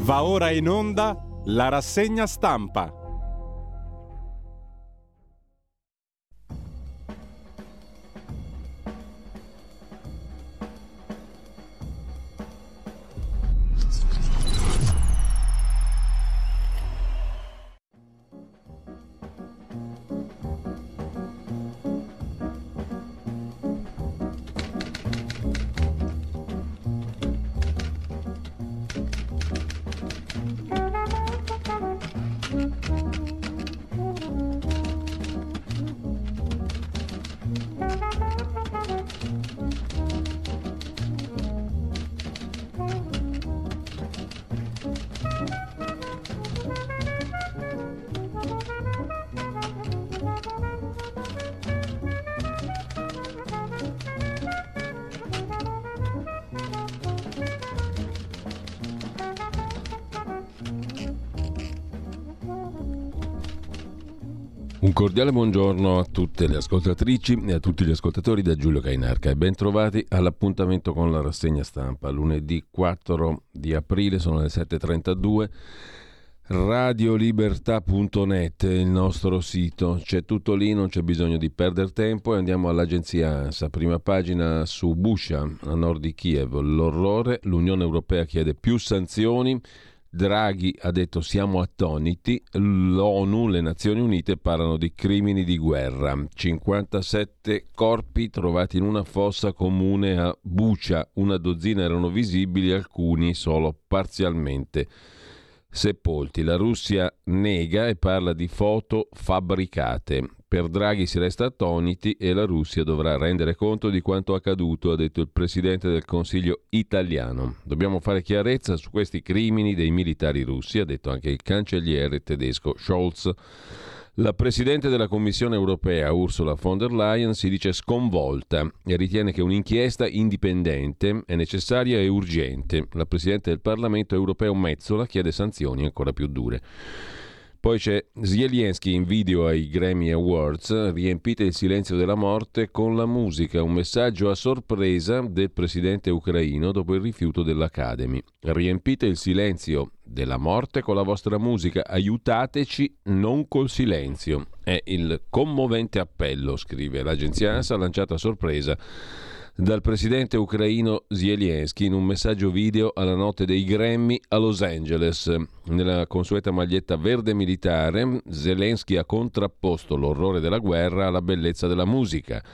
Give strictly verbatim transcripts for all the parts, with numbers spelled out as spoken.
Va ora in onda la rassegna stampa. Un cordiale buongiorno a tutte le ascoltatrici e a tutti gli ascoltatori da Giulio Cainarca e ben trovati all'appuntamento con la rassegna stampa. Lunedì quattro di aprile, sono le sette e trentadue. radiolibertà punto net è il nostro sito, c'è tutto lì, non c'è bisogno di perdere tempo e andiamo all'agenzia ANSA. Prima pagina su Buscia, a nord di Kiev, l'orrore, l'Unione Europea chiede più sanzioni. Draghi ha detto siamo attoniti, l'ONU, le Nazioni Unite parlano di crimini di guerra, cinquantasette corpi trovati in una fossa comune a Bucha, una dozzina erano visibili, alcuni solo parzialmente sepolti. La Russia nega e parla di foto fabbricate. Per Draghi si resta attoniti e la Russia dovrà rendere conto di quanto accaduto, ha detto il Presidente del Consiglio italiano. Dobbiamo fare chiarezza su questi crimini dei militari russi, ha detto anche il cancelliere tedesco Scholz. La Presidente della Commissione europea, Ursula von der Leyen, si dice sconvolta e ritiene che un'inchiesta indipendente è necessaria e urgente. La Presidente del Parlamento europeo Metsola chiede sanzioni ancora più dure. Poi c'è Zelensky in video ai Grammy Awards, riempite il silenzio della morte con la musica, un messaggio a sorpresa del presidente ucraino dopo il rifiuto dell'Academy. Riempite il silenzio della morte con la vostra musica, aiutateci non col silenzio. È il commovente appello, scrive l'agenzia ANSA, lanciata a sorpresa dal presidente ucraino Zelensky in un messaggio video alla notte dei Grammy a Los Angeles. Nella consueta maglietta verde militare, Zelensky ha contrapposto l'orrore della guerra alla bellezza della musica.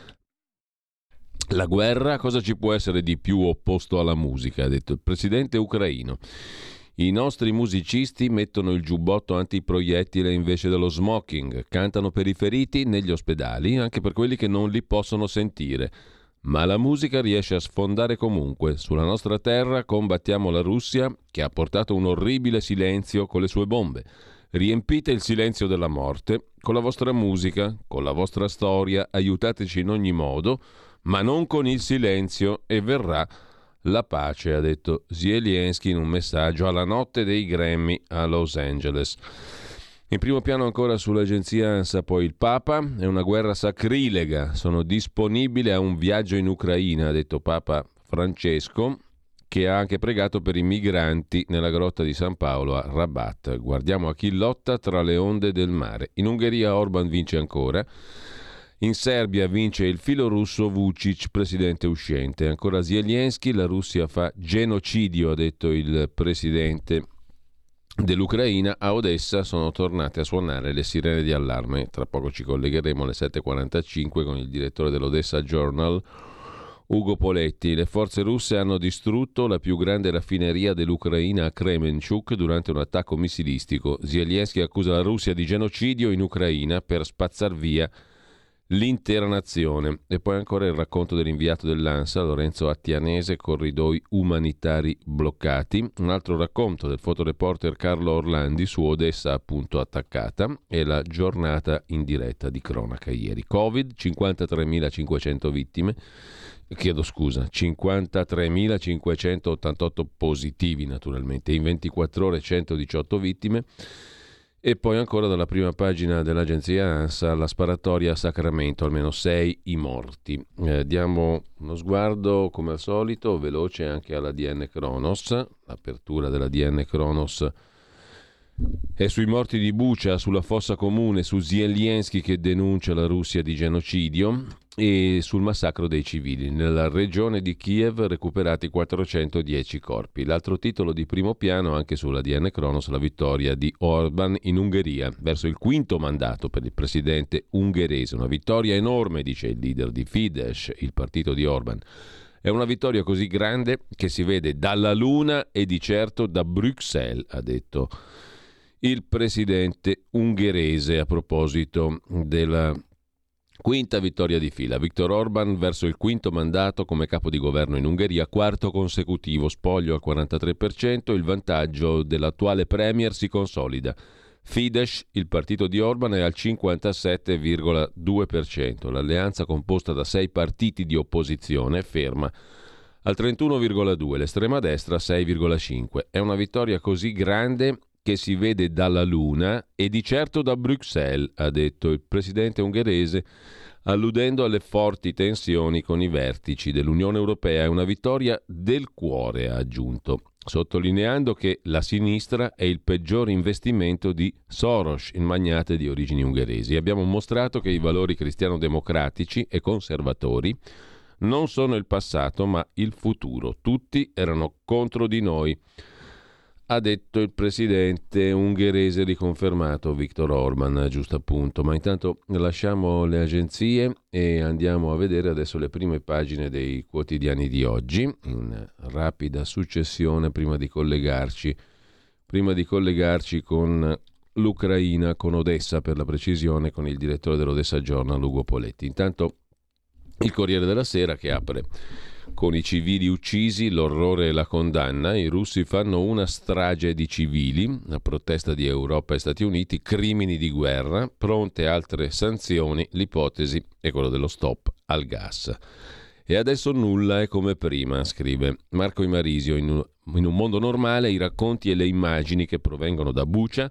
La guerra, cosa ci può essere di più opposto alla musica, ha detto il presidente ucraino. I nostri musicisti mettono il giubbotto antiproiettile invece dello smoking, cantano per i feriti negli ospedali, anche per quelli che non li possono sentire. Ma la musica riesce a sfondare comunque. Sulla nostra terra combattiamo la Russia che ha portato un orribile silenzio con le sue bombe. Riempite il silenzio della morte con la vostra musica, con la vostra storia, aiutateci in ogni modo, ma non con il silenzio e verrà la pace, ha detto Zelensky in un messaggio alla notte dei Grammy a Los Angeles. In primo piano ancora sull'agenzia ANSA poi il Papa, è una guerra sacrilega, sono disponibile a un viaggio in Ucraina, ha detto Papa Francesco, che ha anche pregato per i migranti nella grotta di San Paolo a Rabat. Guardiamo a chi lotta tra le onde del mare. In Ungheria Orban vince ancora, in Serbia vince il filorusso Vučić, presidente uscente. Ancora Zelensky, la Russia fa genocidio, ha detto il presidente dell'Ucraina. A Odessa sono tornate a suonare le sirene di allarme. Tra poco ci collegheremo alle sette e quarantacinque con il direttore dell'Odessa Journal, Ugo Poletti. Le forze russe hanno distrutto la più grande raffineria dell'Ucraina a Kremenchuk durante un attacco missilistico. Zelensky accusa la Russia di genocidio in Ucraina per spazzar via l'intera nazione. E poi ancora il racconto dell'inviato dell'ANSA Lorenzo Attianese, corridoi umanitari bloccati, un altro racconto del fotoreporter Carlo Orlandi su Odessa appunto attaccata e la giornata in diretta di cronaca ieri. Covid, cinquantatremilacinquecento vittime, chiedo scusa, cinquantatremilacinquecentottantotto positivi naturalmente, in ventiquattro ore centodiciotto vittime. E poi ancora dalla prima pagina dell'agenzia ANSA, la sparatoria a Sacramento, almeno sei i morti. Eh, diamo uno sguardo come al solito veloce anche alla D N Kronos, l'apertura della D N Kronos è sui morti di Bucha, sulla fossa comune, su Zelensky che denuncia la Russia di genocidio e sul massacro dei civili. Nella regione di Kiev recuperati quattrocentodieci corpi. L'altro titolo di primo piano anche sulla D N Kronos, la vittoria di Orban in Ungheria, verso il quinto mandato per il presidente ungherese. Una vittoria enorme, dice il leader di Fidesz, il partito di Orban. È una vittoria così grande che si vede dalla Luna e di certo da Bruxelles, ha detto il presidente ungherese a proposito della quinta vittoria di fila. Viktor Orban verso il quinto mandato come capo di governo in Ungheria, quarto consecutivo, spoglio al quarantatré per cento, il vantaggio dell'attuale premier si consolida. Fidesz, il partito di Orban, è al cinquantasette virgola due per cento. L'alleanza composta da sei partiti di opposizione è ferma al trentuno virgola due per cento, l'estrema destra sei virgola cinque per cento. È una vittoria così grande che si vede dalla Luna e di certo da Bruxelles, ha detto il presidente ungherese, alludendo alle forti tensioni con i vertici dell'Unione Europea. È una vittoria del cuore, ha aggiunto, sottolineando che la sinistra è il peggior investimento di Soros, il magnate di origini ungheresi. Abbiamo mostrato che i valori cristiano-democratici e conservatori non sono il passato ma il futuro. Tutti erano contro di noi, ha detto il presidente ungherese riconfermato Viktor Orban, giusto appunto. Ma intanto lasciamo le agenzie e andiamo a vedere adesso le prime pagine dei quotidiani di oggi, in rapida successione prima di collegarci, prima di collegarci con l'Ucraina, con Odessa per la precisione, con il direttore dell'Odessa Journal, Ugo Poletti. Intanto il Corriere della Sera che apre con i civili uccisi, l'orrore e la condanna. I russi fanno una strage di civili, la protesta di Europa e Stati Uniti, crimini di guerra, pronte altre sanzioni, l'ipotesi è quella dello stop al gas. E adesso nulla è come prima, scrive Marco Imarisio. In un, in un mondo normale i racconti e le immagini che provengono da Bucha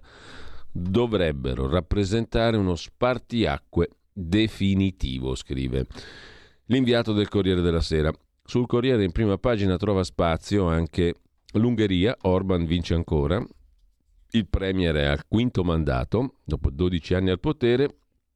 dovrebbero rappresentare uno spartiacque definitivo, scrive l'inviato del Corriere della Sera. Sul Corriere in prima pagina trova spazio anche l'Ungheria. Orban vince ancora, il premier è al quinto mandato dopo dodici anni al potere,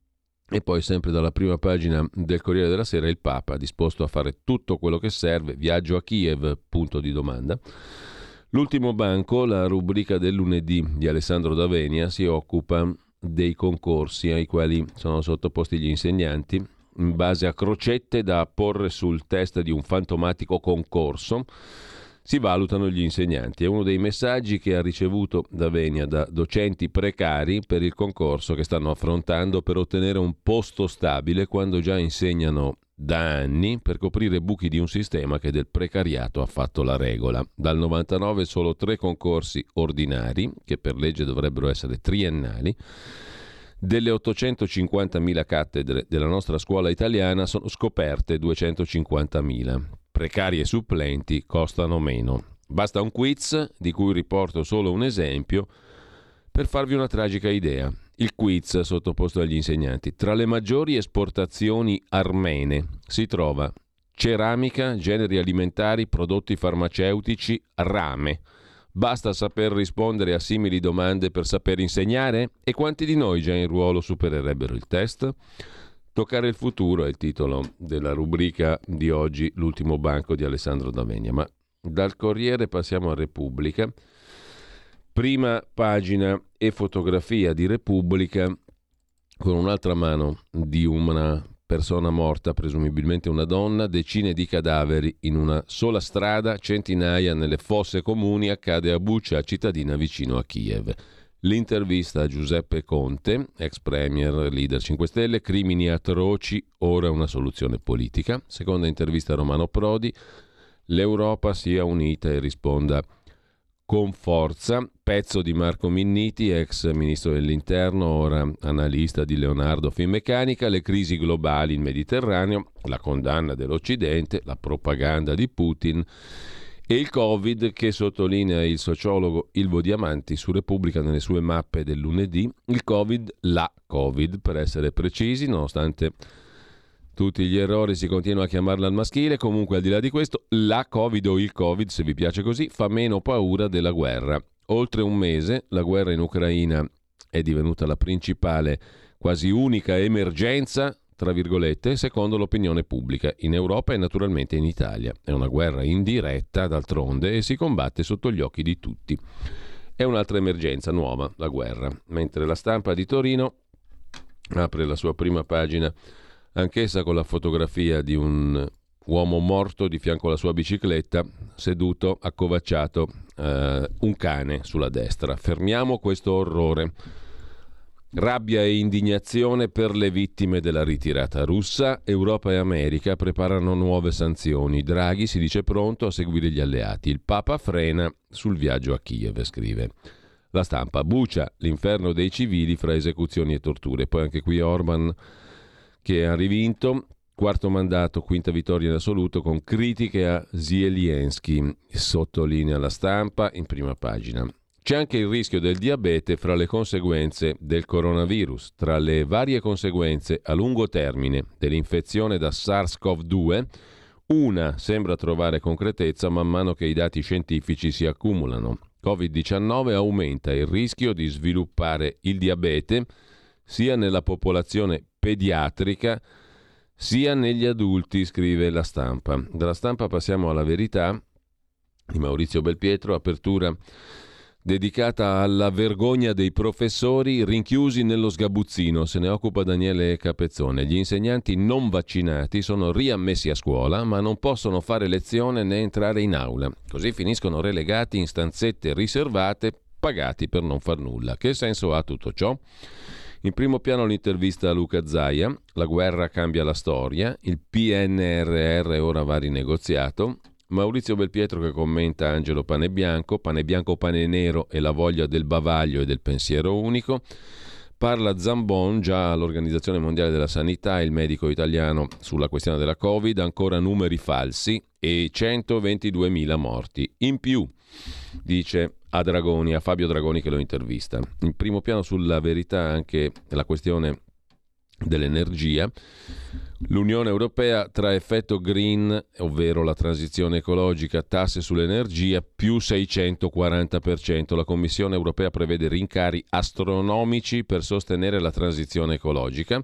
e poi sempre dalla prima pagina del Corriere della Sera il Papa disposto a fare tutto quello che serve, viaggio a Kiev, punto di domanda. L'ultimo banco, la rubrica del lunedì di Alessandro D'Avenia, si occupa dei concorsi ai quali sono sottoposti gli insegnanti in base a crocette da apporre sul test di un fantomatico concorso. Si valutano gli insegnanti. È uno dei messaggi che ha ricevuto D'Avenia da docenti precari per il concorso che stanno affrontando per ottenere un posto stabile quando già insegnano da anni, per coprire buchi di un sistema che del precariato ha fatto la regola. Dal novantanove solo tre concorsi ordinari, che per legge dovrebbero essere triennali. Delle ottocentocinquantamila cattedre della nostra scuola italiana sono scoperte duecentocinquantamila. Precari e supplenti costano meno. Basta un quiz, di cui riporto solo un esempio, per farvi una tragica idea. Il quiz sottoposto agli insegnanti. Tra le maggiori esportazioni armene si trova ceramica, generi alimentari, prodotti farmaceutici, rame. Basta saper rispondere a simili domande per saper insegnare? E quanti di noi già in ruolo supererebbero il test? Toccare il futuro è il titolo della rubrica di oggi, l'ultimo banco di Alessandro D'Avenia. Ma dal Corriere passiamo a Repubblica. Prima pagina e fotografia di Repubblica con un'altra mano di una persona morta, presumibilmente una donna, decine di cadaveri in una sola strada, centinaia nelle fosse comuni. Accade a Bucha, cittadina vicino a Kiev. L'intervista a Giuseppe Conte, ex premier, leader cinque Stelle, crimini atroci, ora una soluzione politica. Seconda intervista a Romano Prodi, l'Europa sia unita e risponda con forza. Pezzo di Marco Minniti, ex ministro dell'Interno, ora analista di Leonardo Finmeccanica, le crisi globali in Mediterraneo, la condanna dell'Occidente, la propaganda di Putin E il Covid, che sottolinea il sociologo Ilvo Diamanti su Repubblica nelle sue mappe del lunedì, il Covid, la Covid per essere precisi, nonostante tutti gli errori si continua a chiamarla al maschile, comunque al di là di questo, la Covid o il Covid, se vi piace così, fa meno paura della guerra. Oltre un mese la guerra in Ucraina è divenuta la principale, quasi unica emergenza, tra virgolette, secondo l'opinione pubblica in Europa e naturalmente in Italia. È una guerra indiretta, d'altronde, e si combatte sotto gli occhi di tutti. È un'altra emergenza nuova, la guerra. Mentre La Stampa di Torino apre la sua prima pagina, anch'essa con la fotografia di un uomo morto di fianco alla sua bicicletta, seduto, accovacciato, eh, un cane sulla destra. Fermiamo questo orrore. Rabbia e indignazione per le vittime della ritirata russa. Europa e America preparano nuove sanzioni. Draghi si dice pronto a seguire gli alleati. Il Papa frena sul viaggio a Kiev, scrive La Stampa. Bucha, l'inferno dei civili fra esecuzioni e torture. Poi anche qui Orban che ha rivinto, quarto mandato, quinta vittoria in assoluto, con critiche a Zelensky, sottolinea La Stampa in prima pagina. C'è anche il rischio del diabete fra le conseguenze del coronavirus. Tra le varie conseguenze a lungo termine dell'infezione da SARS-CoV due, una sembra trovare concretezza man mano che i dati scientifici si accumulano. covid diciannove aumenta il rischio di sviluppare il diabete sia nella popolazione pediatrica sia negli adulti, scrive La Stampa. Dalla Stampa passiamo alla Verità di Maurizio Belpietro, apertura dedicata alla vergogna dei professori rinchiusi nello sgabuzzino. Se ne occupa Daniele Capezzone. Gli insegnanti non vaccinati sono riammessi a scuola ma non possono fare lezione né entrare in aula. Così finiscono relegati in stanzette riservate, pagati per non far nulla. Che senso ha tutto ciò? In primo piano l'intervista a Luca Zaia. La guerra cambia la storia, il P N R R ora va rinegoziato. Maurizio Belpietro che commenta Angelo Panebianco, pane bianco, pane nero e la voglia del bavaglio e del pensiero unico. Parla Zambon, già all'Organizzazione Mondiale della Sanità, il medico italiano, sulla questione della Covid, ancora numeri falsi e centoventiduemila morti. In più, dice a Dragoni, a Fabio Dragoni che lo intervista. In primo piano sulla Verità anche la questione dell'energia. L'Unione Europea tra effetto green, ovvero la transizione ecologica, tasse sull'energia, più seicentoquaranta per cento. La Commissione Europea prevede rincari astronomici per sostenere la transizione ecologica,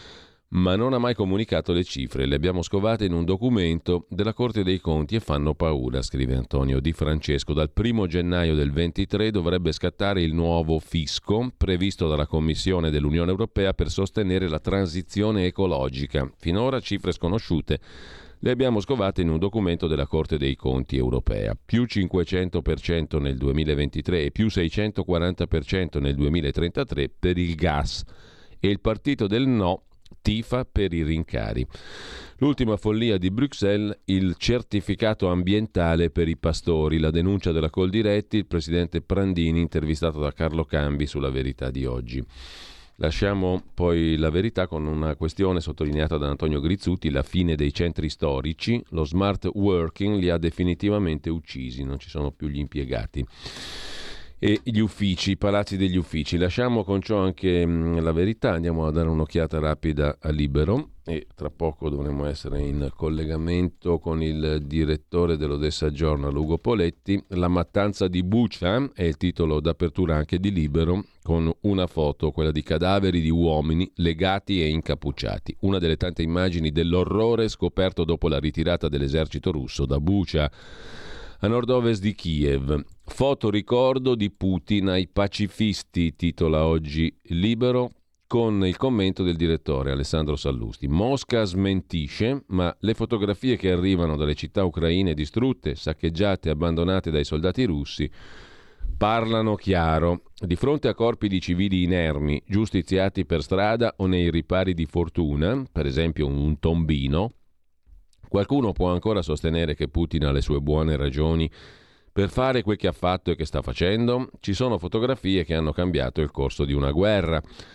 ma non ha mai comunicato le cifre. Le abbiamo scovate in un documento della Corte dei Conti e fanno paura, scrive Antonio Di Francesco. Dal primo gennaio del ventitré dovrebbe scattare il nuovo fisco previsto dalla Commissione dell'Unione Europea per sostenere la transizione ecologica. Finora cifre sconosciute. Le abbiamo scovate in un documento della Corte dei Conti europea. Più cinquecento per cento nel duemilaventitré e più seicentoquaranta per cento nel duemilatrentatré per il gas. E il partito del no tifa per i rincari. L'ultima follia di Bruxelles, il certificato ambientale per i pastori, la denuncia della Coldiretti, il presidente Prandini intervistato da Carlo Cambi sulla Verità di oggi. Lasciamo poi la Verità con una questione sottolineata da Antonio Grizzuti, la fine dei centri storici, lo smart working li ha definitivamente uccisi, non ci sono più gli impiegati. E gli uffici, i palazzi degli uffici. Lasciamo con ciò anche mh, la Verità, andiamo a dare un'occhiata rapida a Libero e tra poco dovremo essere in collegamento con il direttore dell'Odessa Journal, Ugo Poletti. La mattanza di Bucha è il titolo d'apertura anche di Libero, con una foto, quella di cadaveri di uomini legati e incappucciati. Una delle tante immagini dell'orrore scoperto dopo la ritirata dell'esercito russo da Bucha a nord-ovest di Kiev. Foto ricordo di Putin ai pacifisti, titola oggi Libero, con il commento del direttore Alessandro Sallusti. Mosca smentisce, ma le fotografie che arrivano dalle città ucraine distrutte, saccheggiate, abbandonate dai soldati russi, parlano chiaro. Di fronte a corpi di civili inermi, giustiziati per strada o nei ripari di fortuna, per esempio un tombino, qualcuno può ancora sostenere che Putin ha le sue buone ragioni per fare quel che ha fatto e che sta facendo? Ci sono fotografie che hanno cambiato il corso di una guerra.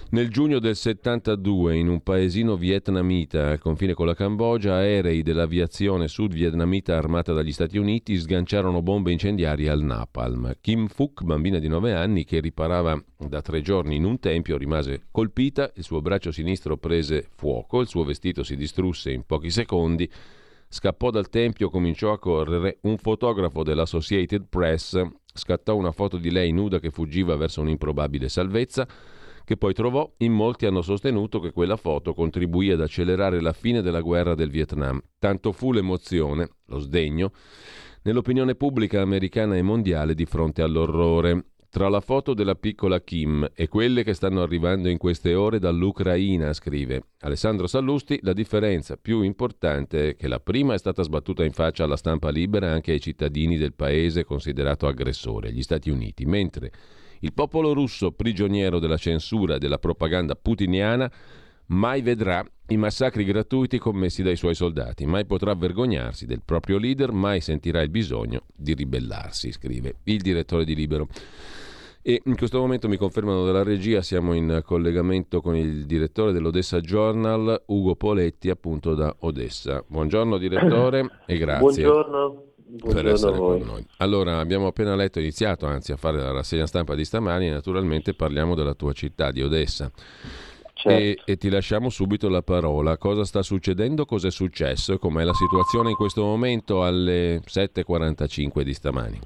Nel giugno del settantadue, in un paesino vietnamita al confine con la Cambogia, aerei dell'aviazione sud-vietnamita armata dagli Stati Uniti sganciarono bombe incendiarie al napalm. Kim Phuc, bambina di nove anni che riparava da tre giorni in un tempio, rimase colpita, il suo braccio sinistro prese fuoco, il suo vestito si distrusse in pochi secondi, scappò dal tempio, cominciò a correre. Un fotografo dell'Associated Press scattò una foto di lei nuda che fuggiva verso un'improbabile salvezza, che poi trovò. In molti hanno sostenuto che quella foto contribuì ad accelerare la fine della guerra del Vietnam. Tanto fu l'emozione, lo sdegno, nell'opinione pubblica americana e mondiale di fronte all'orrore. Tra la foto della piccola Kim e quelle che stanno arrivando in queste ore dall'Ucraina, scrive Alessandro Sallusti, la differenza più importante è che la prima è stata sbattuta in faccia alla stampa libera e anche ai cittadini del paese considerato aggressore, gli Stati Uniti, mentre il popolo russo, prigioniero della censura e della propaganda putiniana, mai vedrà i massacri gratuiti commessi dai suoi soldati, mai potrà vergognarsi del proprio leader, mai sentirà il bisogno di ribellarsi, scrive il direttore di Libero. E in questo momento mi confermano dalla regia, siamo in collegamento con il direttore dell'Odessa Journal, Ugo Poletti, appunto da Odessa. Buongiorno direttore e grazie. Buongiorno. Buongiorno per essere a voi. con noi. Allora, abbiamo appena letto, iniziato anzi a fare la rassegna stampa di stamani, e naturalmente parliamo della tua città di Odessa. Certo. E, e ti lasciamo subito la parola. Cosa sta succedendo? Cosa è successo? E com'è la situazione in questo momento alle sette e quarantacinque di stamani?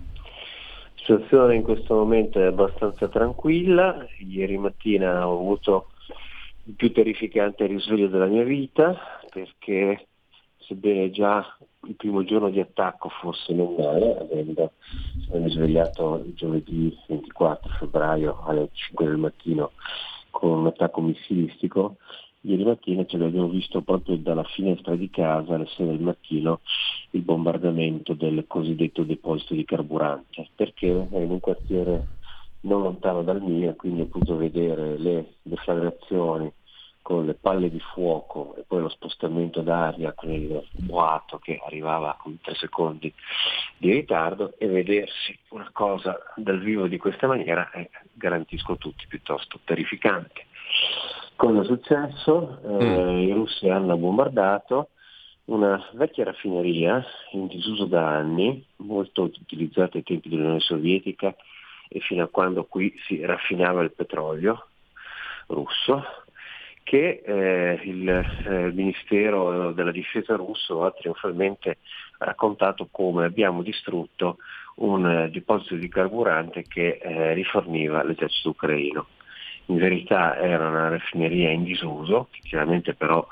La situazione in questo momento è abbastanza tranquilla. Ieri mattina ho avuto il più terrificante risveglio della mia vita, perché sebbene già il primo giorno di attacco fosse non male, avendo sono svegliato il giovedì ventiquattro febbraio alle cinque del mattino con un attacco missilistico, ieri mattina ce l'abbiamo visto proprio dalla finestra di casa alle sei del mattino il bombardamento del cosiddetto deposito di carburante, perché è in un quartiere non lontano dal mio, quindi ho potuto vedere le deflagrazioni con le palle di fuoco e poi lo spostamento d'aria con il boato che arrivava con tre secondi di ritardo, e vedersi una cosa dal vivo di questa maniera è, garantisco tutti, piuttosto terrificante. Cosa è successo? Eh, mm. I russi hanno bombardato una vecchia raffineria in disuso da anni, molto utilizzata ai tempi dell'Unione Sovietica e fino a quando qui si raffinava il petrolio russo, che eh, il, eh, il Ministero della Difesa russo ha trionfalmente raccontato come abbiamo distrutto un eh, deposito di carburante che eh, riforniva l'esercito ucraino. In verità era una raffineria in disuso, che chiaramente però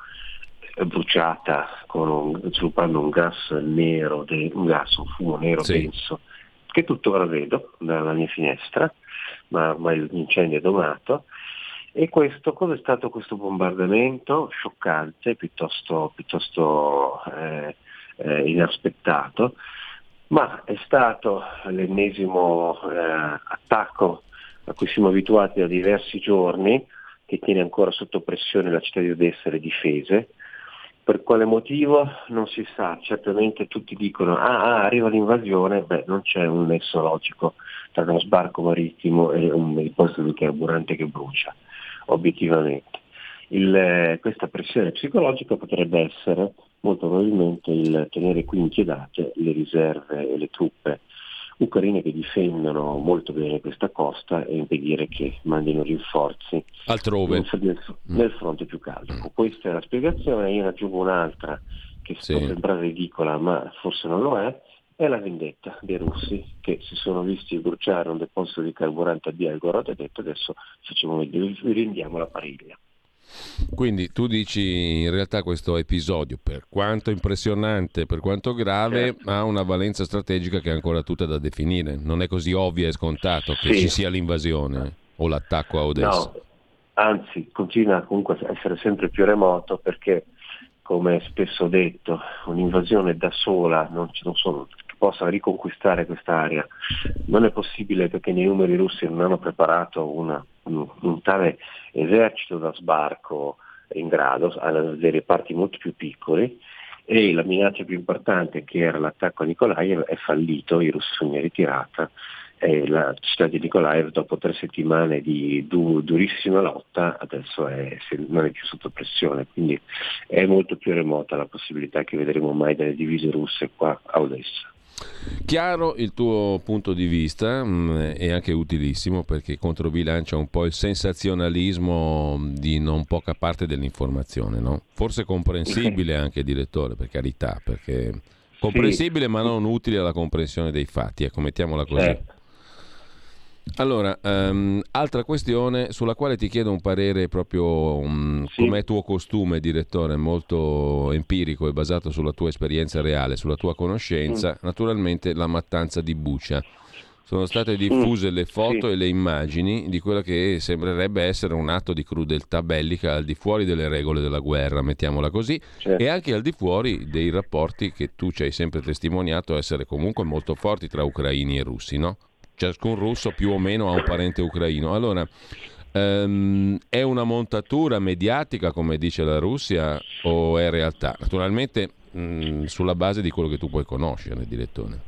è bruciata con un, sviluppando un gas nero, de, un gas, un fumo nero sì. denso, che tuttora vedo dalla mia finestra, ma ormai l'incendio è domato. E questo, cosa è stato questo bombardamento? Scioccante, piuttosto, piuttosto eh, eh, inaspettato, ma è stato l'ennesimo eh, attacco a cui siamo abituati da diversi giorni, che tiene ancora sotto pressione la città di Odessa e le difese. Per quale motivo non si sa, certamente tutti dicono ah, ah arriva l'invasione, beh non c'è un nesso logico tra uno sbarco marittimo e un deposito di carburante che brucia, obiettivamente. Il, questa pressione psicologica potrebbe essere molto probabilmente il tenere qui inchiodate le riserve e le truppe ucraine che difendono molto bene questa costa e impedire che mandino rinforzi altrove nel, nel fronte più caldo. Mm. Questa è la spiegazione. Io ne aggiungo un'altra che sì. può sembrare ridicola, ma forse non lo è, è la vendetta dei russi che si sono visti bruciare un deposito di carburante a Belgorod e detto adesso facciamo, rivendiamo la pariglia. Quindi tu dici in realtà questo episodio, per quanto impressionante, per quanto grave, certo. ha una valenza strategica che è ancora tutta da definire. Non è così ovvio e scontato che sì. ci sia l'invasione o l'attacco a Odessa. No, anzi continua comunque a essere sempre più remoto, perché come spesso ho detto un'invasione da sola non, non solo che possa riconquistare quest'area non è possibile, perché nei numeri russi non hanno preparato una, un, un tale esercito da sbarco in grado, hanno dei reparti molto più piccoli, e la minaccia più importante, che era l'attacco a Nikolaev, è fallito, i russi sono in ritirata e la città di Nikolaev, dopo tre settimane di du- durissima lotta, adesso è, non è più sotto pressione, quindi è molto più remota la possibilità che vedremo mai delle divise russe qua a Odessa. Chiaro il tuo punto di vista, mh, è anche utilissimo perché controbilancia un po' il sensazionalismo di non poca parte dell'informazione, no? Forse comprensibile anche, direttore, per carità, perché comprensibile sì, ma non utile alla comprensione dei fatti, ecco, mettiamola così. Certo. Allora, um, altra questione sulla quale ti chiedo un parere proprio um, sì. come è tuo costume, direttore, molto empirico e basato sulla tua esperienza reale, sulla tua conoscenza, mm. naturalmente la mattanza di Bucha. Sono state diffuse mm. le foto sì. e le immagini di quello che sembrerebbe essere un atto di crudeltà bellica al di fuori delle regole della guerra, mettiamola così, certo. e anche al di fuori dei rapporti che tu ci hai sempre testimoniato essere comunque molto forti tra ucraini e russi, no? Ciascun russo più o meno ha un parente ucraino. Allora, ehm, è una montatura mediatica, come dice la Russia, o è realtà? Naturalmente mh, sulla base di quello che tu puoi conoscere, direttore.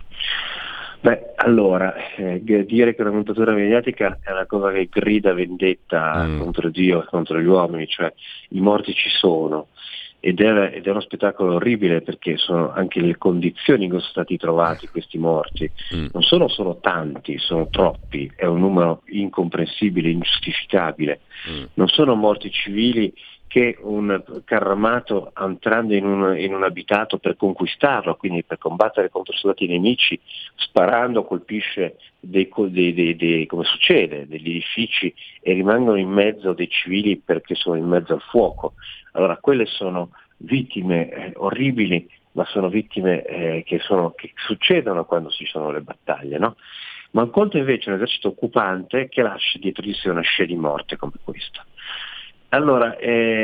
Beh, allora, eh, dire che una montatura mediatica è una cosa che grida vendetta mm. contro Dio e contro gli uomini, cioè i morti ci sono. Ed è, ed è uno spettacolo orribile perché sono anche le condizioni in cui sono stati trovati questi morti. Mm. Non sono solo tanti, sono troppi, è un numero incomprensibile, ingiustificabile. Mm. Non sono morti civili che un carro armato entrando in un, in un abitato per conquistarlo, quindi per combattere contro soldati nemici, sparando colpisce dei, dei, dei, dei, come succede, degli edifici e rimangono in mezzo dei civili perché sono in mezzo al fuoco. Allora quelle sono vittime eh, orribili, ma sono vittime eh, che, sono, che succedono quando ci sono le battaglie, no? Ma un conto invece è un esercito occupante che lascia dietro di sé una scia di morte come questa. Allora,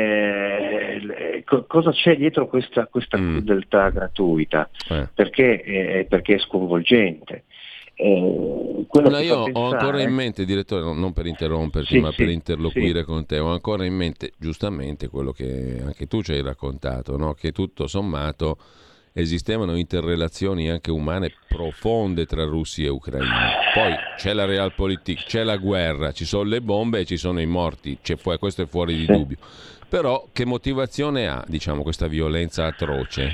eh, co- cosa c'è dietro questa, questa mm. crudeltà gratuita? Eh. Perché, eh, perché è sconvolgente. Eh, quello no, che io fa pensare... ho ancora in mente, direttore, non per interromperti, sì, ma sì, per interloquire sì. con te, ho ancora in mente giustamente quello che anche tu ci hai raccontato, no? Che tutto sommato esistevano interrelazioni anche umane profonde tra russi e ucraini. Poi c'è la realpolitik, c'è la guerra, ci sono le bombe e ci sono i morti, c'è fu- questo è fuori di dubbio. Però che motivazione ha, diciamo, questa violenza atroce?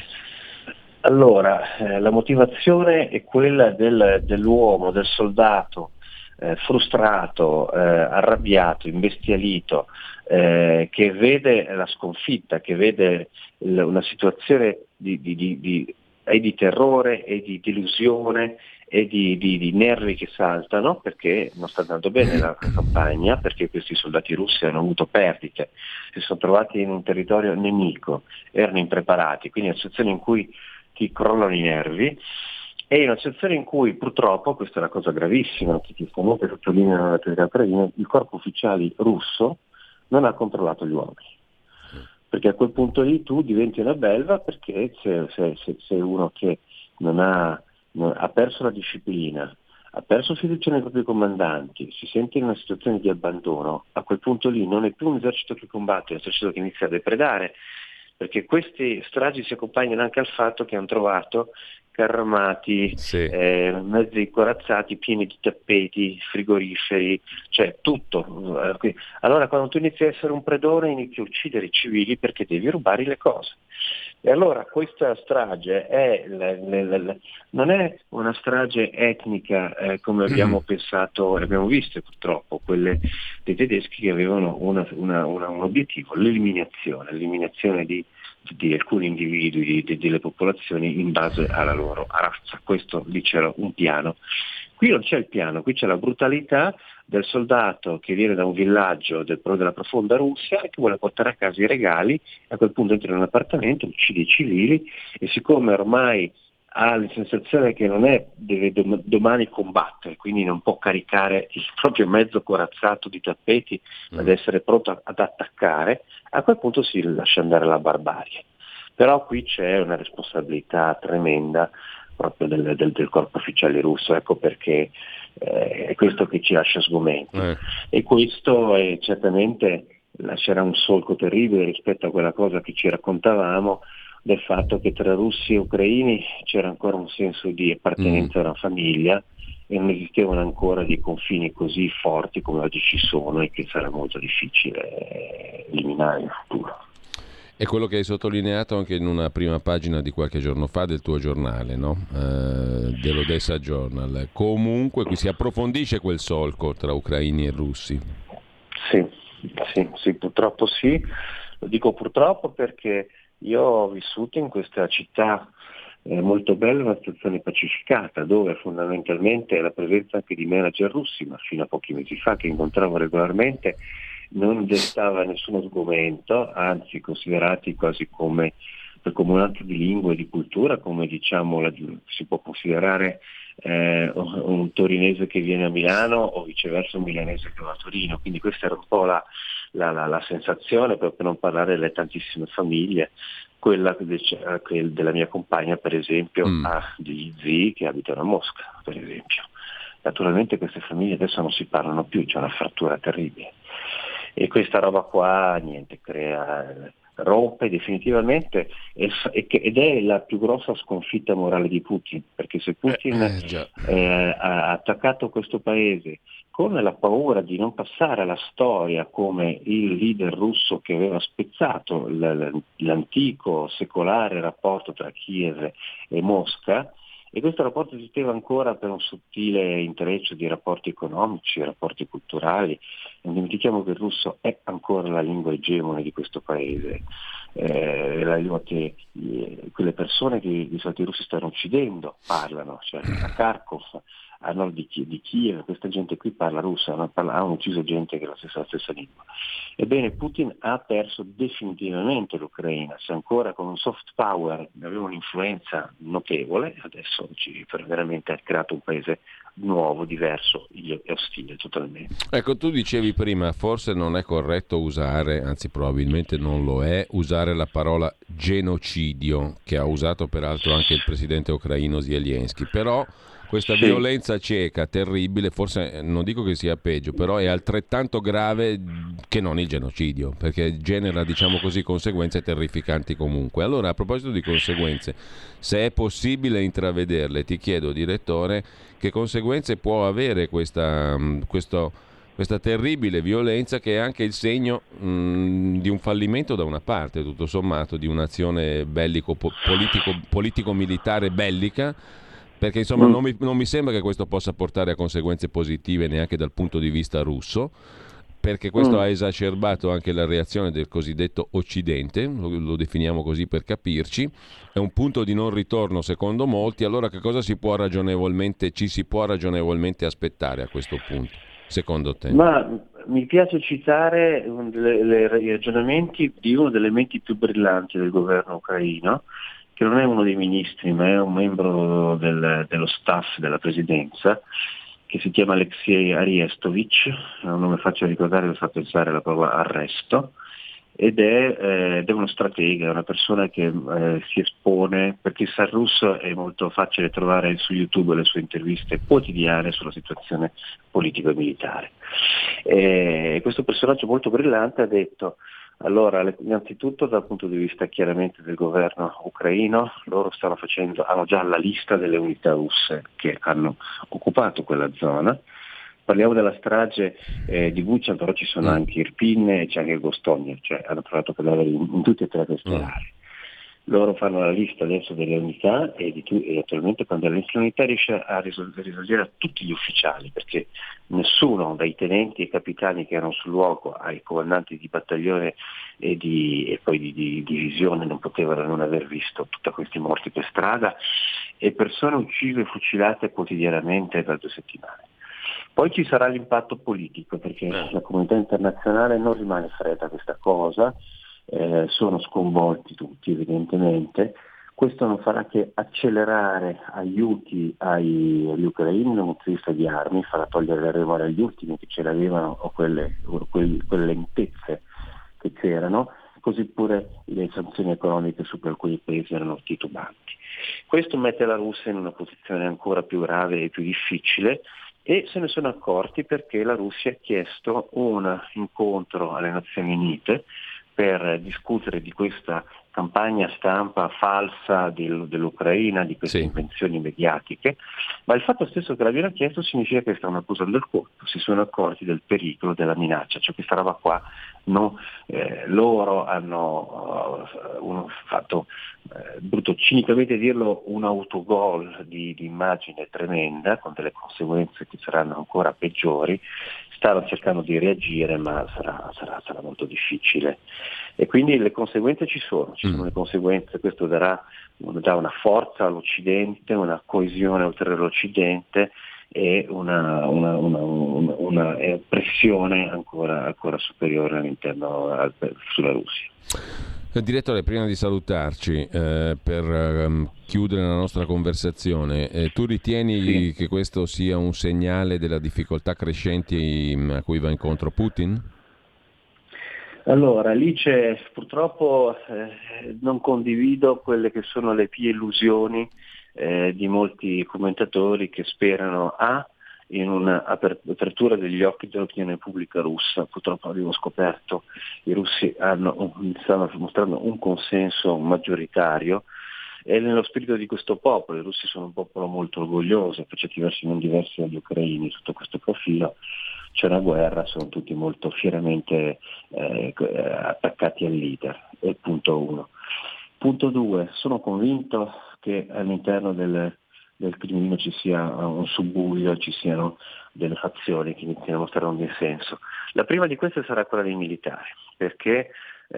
Allora, eh, la motivazione è quella del, dell'uomo, del soldato eh, frustrato, eh, arrabbiato, imbestialito, eh, che vede la sconfitta, che vede l- una situazione di, di, di, di, e di terrore e di delusione e di, di, di nervi che saltano perché non sta andando bene la campagna, perché questi soldati russi hanno avuto perdite, si sono trovati in un territorio nemico, erano impreparati, quindi è una situazione in cui ti crollano i nervi e in una situazione in cui purtroppo, questa è una cosa gravissima che giustamente sottolinea la teoria ucraina, il corpo ufficiale russo non ha controllato gli uomini, perché a quel punto lì tu diventi una belva perché sei, sei, sei uno che non ha, non, ha perso la disciplina, ha perso fiducia nei propri comandanti, si sente in una situazione di abbandono, a quel punto lì non è più un esercito che combatte, è un esercito che inizia a depredare, perché questi stragi si accompagnano anche al fatto che hanno trovato carri armati, sì. eh, mezzi corazzati pieni di tappeti, frigoriferi, cioè tutto. Allora quando tu inizi a essere un predone inizi a uccidere i civili perché devi rubare le cose. E allora questa strage è, le, le, le, non è una strage etnica eh, come abbiamo pensato e abbiamo visto purtroppo, quelle dei tedeschi che avevano una, una, una, un obiettivo, l'eliminazione, l'eliminazione di, di alcuni individui, di, di, delle popolazioni in base alla loro razza. Questo lì c'era un piano. Qui non c'è il piano, qui c'è la brutalità del soldato che viene da un villaggio del, della profonda Russia e che vuole portare a casa i regali, e a quel punto entra in un appartamento, uccide i civili e siccome ormai ha la sensazione che non è, deve dom- domani combattere, quindi non può caricare il proprio mezzo corazzato di tappeti, ma deve essere pronto ad attaccare, a quel punto si lascia andare la barbarie. Però qui c'è una responsabilità tremenda proprio del, del, del corpo ufficiale russo, ecco perché eh, è questo che ci lascia sgomenti. Eh. E questo è, certamente lascerà un solco terribile rispetto a quella cosa che ci raccontavamo del fatto che tra russi e ucraini c'era ancora un senso di appartenenza mm. a una famiglia e non esistevano ancora dei confini così forti come oggi ci sono e che sarà molto difficile eliminare in futuro. È quello che hai sottolineato anche in una prima pagina di qualche giorno fa del tuo giornale, no? Eh, dell'Odessa Journal. Comunque qui si approfondisce quel solco tra ucraini e russi. Sì, sì, sì, purtroppo sì. Lo dico purtroppo perché io ho vissuto in questa città eh, molto bella, una situazione pacificata, dove fondamentalmente la presenza anche di manager russi, ma fino a pochi mesi fa che incontravo regolarmente, non destava nessuno sgomento, anzi considerati quasi come come un atto di lingua e di cultura, come diciamo la, si può considerare eh, un torinese che viene a Milano o viceversa un milanese che va a Torino, quindi questa era un po' la, la, la, la sensazione, per non parlare delle tantissime famiglie, quella della mia compagna per esempio mm. ha degli zii che abitano a Mosca per esempio. Naturalmente queste famiglie adesso non si parlano più, c'è una frattura terribile e questa roba qua niente crea, rompe definitivamente ed è la più grossa sconfitta morale di Putin, perché se Putin eh, eh, ha attaccato questo paese con la paura di non passare alla storia come il leader russo che aveva spezzato l'antico secolare rapporto tra Kiev e Mosca, e questo rapporto esisteva ancora per un sottile intreccio di rapporti economici, rapporti culturali. Non dimentichiamo che il russo è ancora la lingua egemone di questo paese, eh, la lingua che eh, quelle persone che di solito i russi stanno uccidendo parlano, cioè a Kharkov, a nord di, di Kiev, questa gente qui parla russa, hanno ucciso gente che ha la stessa, la stessa lingua. Ebbene, Putin ha perso definitivamente l'Ucraina, se ancora con un soft power aveva un'influenza notevole, adesso ci, veramente ha creato un paese nuovo, diverso e ostile totalmente. Ecco, tu dicevi prima, forse non è corretto usare, anzi probabilmente non lo è, usare la parola genocidio, che ha usato peraltro anche il presidente ucraino Zelensky, però questa sì. violenza cieca, terribile, forse non dico che sia peggio, però è altrettanto grave che non il genocidio, perché genera, diciamo così, conseguenze terrificanti comunque. Allora, a proposito di conseguenze, se è possibile intravederle, ti chiedo, direttore, che conseguenze può avere questa, questo, questa terribile violenza, che è anche il segno mh, di un fallimento da una parte, tutto sommato, di un'azione bellico, po- politico, politico-militare bellica, perché insomma non mi, non mi sembra che questo possa portare a conseguenze positive neanche dal punto di vista russo, perché questo mm. ha esacerbato anche la reazione del cosiddetto Occidente, lo, lo definiamo così per capirci, è un punto di non ritorno secondo molti. Allora che cosa si può ragionevolmente, ci si può ragionevolmente aspettare a questo punto, secondo te? Ma mi piace citare le, le, i ragionamenti di uno delle menti più brillanti del governo ucraino, che non è uno dei ministri, ma è un membro del, dello staff della presidenza, che si chiama Alexei Arestovich, è un nome facile da ricordare, mi fa pensare alla parola arresto, ed è, eh, ed è uno stratega, una persona che eh, si espone, perché sa il russo è molto facile trovare su YouTube le sue interviste quotidiane sulla situazione politica e militare. E questo personaggio molto brillante ha detto: allora, innanzitutto dal punto di vista chiaramente del governo ucraino, loro stanno facendo, hanno già la lista delle unità russe che hanno occupato quella zona. Parliamo della strage eh, di Bucha, però ci sono anche Irpin e c'è anche Gostomia, cioè hanno trovato cadaveri in, in tutte e tre queste mm. aree. Loro fanno la lista adesso delle unità e, di tu, e attualmente quando l'unità riesce a risolvere a tutti gli ufficiali, perché nessuno dai tenenti e capitani che erano sul luogo ai comandanti di battaglione e, di, e poi di, di divisione non potevano non aver visto tutti questi morti per strada e persone uccise e fucilate quotidianamente per due settimane. Poi ci sarà l'impatto politico, perché la comunità internazionale non rimane fredda a questa cosa. Eh, sono sconvolti tutti evidentemente. Questo non farà che accelerare aiuti ai, agli ucraini dal punto di vista di armi, farà togliere le remore agli ultimi che ce l'avevano o quelle, o quelle, quelle lentezze che c'erano, così pure le sanzioni economiche su alcuni paesi erano titubanti. Questo mette la Russia in una posizione ancora più grave e più difficile, e se ne sono accorti perché la Russia ha chiesto un incontro alle Nazioni Unite per discutere di questa campagna stampa falsa del, dell'Ucraina, di queste sì. invenzioni mediatiche, ma il fatto stesso che l'abbiano chiesto significa che stanno accusando il colpo, si sono accorti del pericolo, della minaccia, cioè questa roba qua no, eh, loro hanno uh, uno, fatto, eh, brutto cinicamente dirlo, un autogol di, di immagine tremenda, con delle conseguenze che saranno ancora peggiori, stanno cercando di reagire ma sarà, sarà, sarà molto difficile. E quindi le conseguenze ci sono, ci sono mm. le conseguenze, questo darà, darà una forza all'Occidente, una coesione oltre all'Occidente e una, una, una, una, una pressione ancora, ancora superiore all'interno al, sulla Russia. Direttore, prima di salutarci, eh, per um, chiudere la nostra conversazione, eh, tu ritieni sì. che questo sia un segnale della difficoltà crescenti a cui va incontro Putin? Allora, lì c'è, purtroppo eh, non condivido quelle che sono le pie illusioni eh, di molti commentatori che sperano a in un'apertura degli occhi dell'opinione pubblica russa. Purtroppo abbiamo scoperto che i russi hanno, stanno mostrando un consenso maggioritario e nello spirito di questo popolo, i russi sono un popolo molto orgoglioso, per certi versi non diversi dagli ucraini sotto questo profilo. C'è una guerra, sono tutti molto fieramente eh, attaccati al leader, è il punto uno. Punto due, sono convinto che all'interno del, del Cremlino ci sia un subbuglio, ci siano delle fazioni che iniziano a mostrare un dissenso. La prima di queste sarà quella dei militari, perché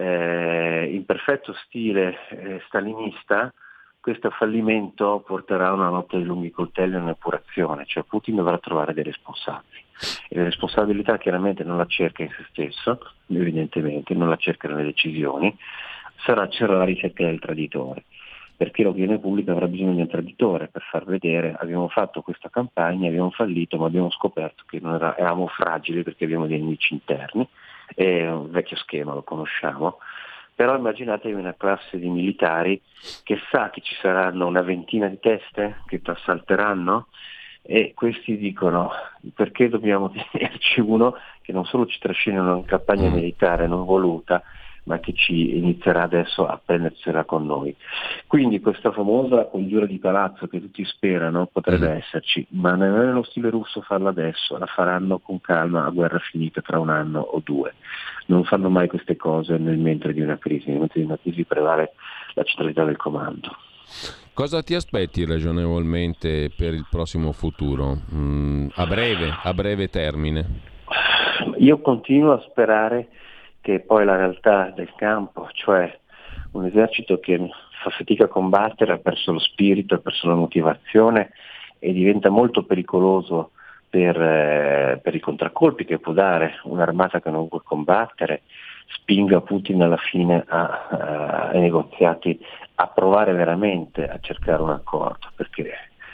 eh, in perfetto stile eh, stalinista questo fallimento porterà a una notte di lunghi coltelli e un'epurazione, cioè Putin dovrà trovare dei responsabili. E la responsabilità chiaramente non la cerca in se stesso, evidentemente, non la cerca nelle decisioni, sarà, sarà la ricerca del traditore, perché l'opinione pubblica avrà bisogno di un traditore per far vedere abbiamo fatto questa campagna, abbiamo fallito, ma abbiamo scoperto che non era, eravamo fragili perché abbiamo dei nemici interni, è un vecchio schema, lo conosciamo. Però immaginatevi una classe di militari che sa che ci saranno una ventina di teste che ti assalteranno e questi dicono perché dobbiamo tenerci uno che non solo ci trascina in una campagna militare non voluta, ma che ci inizierà adesso a prendersela con noi. Quindi questa famosa congiura di palazzo che tutti sperano potrebbe mm. esserci, ma non è nello stile russo farla adesso, la faranno con calma a guerra finita tra un anno o due. Non fanno mai queste cose nel mentre di una crisi, nel mentre di una crisi prevale la centralità del comando. Cosa ti aspetti ragionevolmente per il prossimo futuro, mm, a breve, a breve termine? Io continuo a sperare che poi la realtà del campo, cioè un esercito che fa fatica a combattere, ha perso lo spirito, ha perso la motivazione e diventa molto pericoloso per, eh, per i contraccolpi che può dare un'armata che non vuole combattere, spinga Putin alla fine a, a, ai negoziati a provare veramente a cercare un accordo, perché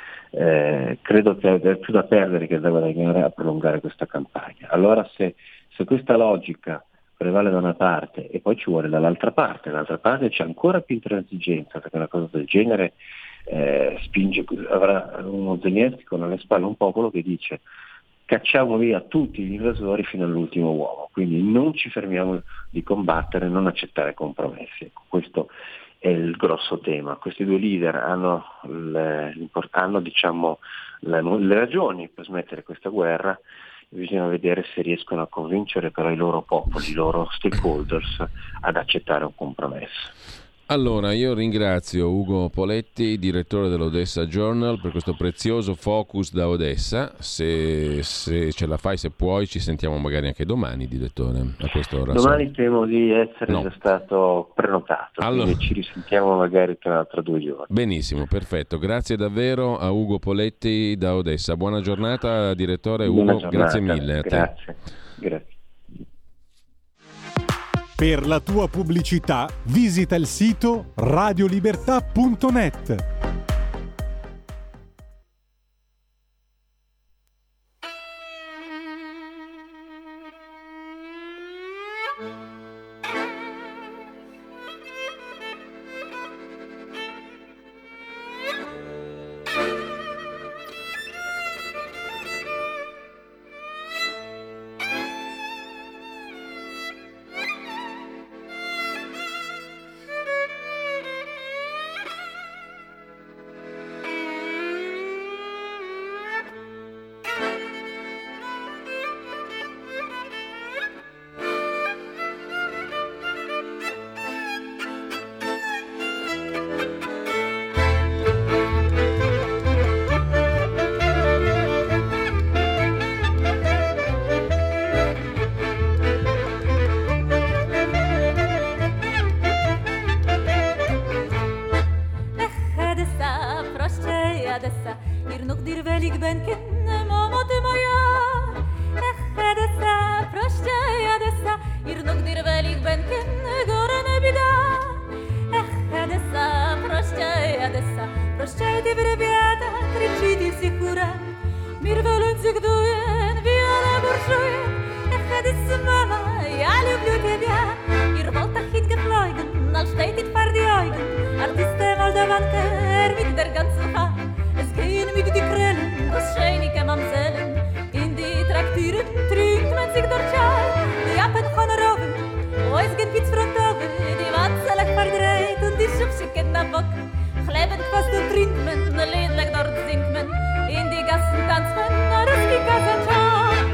eh, credo che è più da perdere che da guadagnare a prolungare questa campagna. Allora se, se questa logica prevale da una parte e poi ci vuole dall'altra parte, dall'altra parte c'è ancora più intransigenza, perché una cosa del genere eh, spinge, avrà uno Zelensky con alle spalle un popolo che dice cacciamo via tutti gli invasori fino all'ultimo uomo, quindi non ci fermiamo di combattere, non accettare compromessi. Ecco, questo è il grosso tema. Questi due leader hanno, le, hanno diciamo, le, le ragioni per smettere questa guerra. Bisogna vedere se riescono a convincere però i loro popoli, i loro stakeholders ad accettare un compromesso. Allora, io ringrazio Ugo Poletti, direttore dell'Odessa Journal, per questo prezioso focus da Odessa. Se, se ce la fai, se puoi, ci sentiamo magari anche domani, direttore, a quest'ora. Domani temo di essere no. già stato prenotato, allora, quindi ci risentiamo magari tra, tra due giorni. Benissimo, perfetto. Grazie davvero a Ugo Poletti da Odessa. Buona giornata, direttore. Buona Ugo, giornata. Grazie mille. A grazie. te. Grazie. Per la tua pubblicità visita il sito radiolibertà punto net. men sich tun wie alle Burschuen. Ich hätte es Mama, ja, люблю тебя. Ihr wollt auch hingeflogen, als steht it vor die Augen. Artiste Moldavanker mit der ganzen Hand. Es gehen mit die Krellen, das scheinige Mamsellen. In die Traktieren trinkt man sich dort Schal. Die Appen von Roven, wo es geht Pitz von Tove. Die Watzelig verdreht und die Schubschicken nach Bock. Kleben fast und trinkt man, ländlich dort singt man. In die Gassen tanzt man, ruski Kasachan.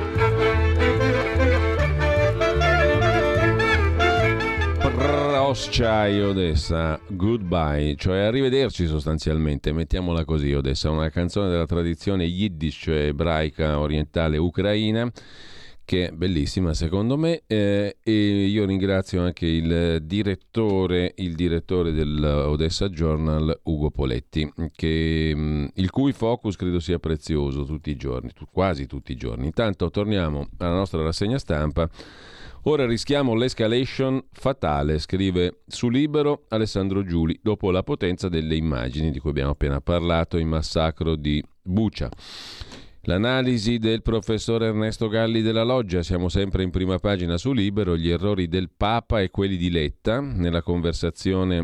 Proschai Odessa, goodbye, cioè arrivederci sostanzialmente, mettiamola così. Odessa, una canzone della tradizione yiddish, cioè ebraica orientale ucraina, che è bellissima secondo me, eh, e io ringrazio anche il direttore, il direttore dell'Odessa Journal, Ugo Poletti, che, mh, il cui focus credo sia prezioso tutti i giorni, tu, quasi tutti i giorni. Intanto torniamo alla nostra rassegna stampa. Ora rischiamo l'escalation fatale, scrive su Libero Alessandro Giuli, dopo la potenza delle immagini di cui abbiamo appena parlato, il massacro di Bucha. L'analisi del professor Ernesto Galli della Loggia, siamo sempre in prima pagina su Libero, gli errori del Papa e quelli di Letta, nella conversazione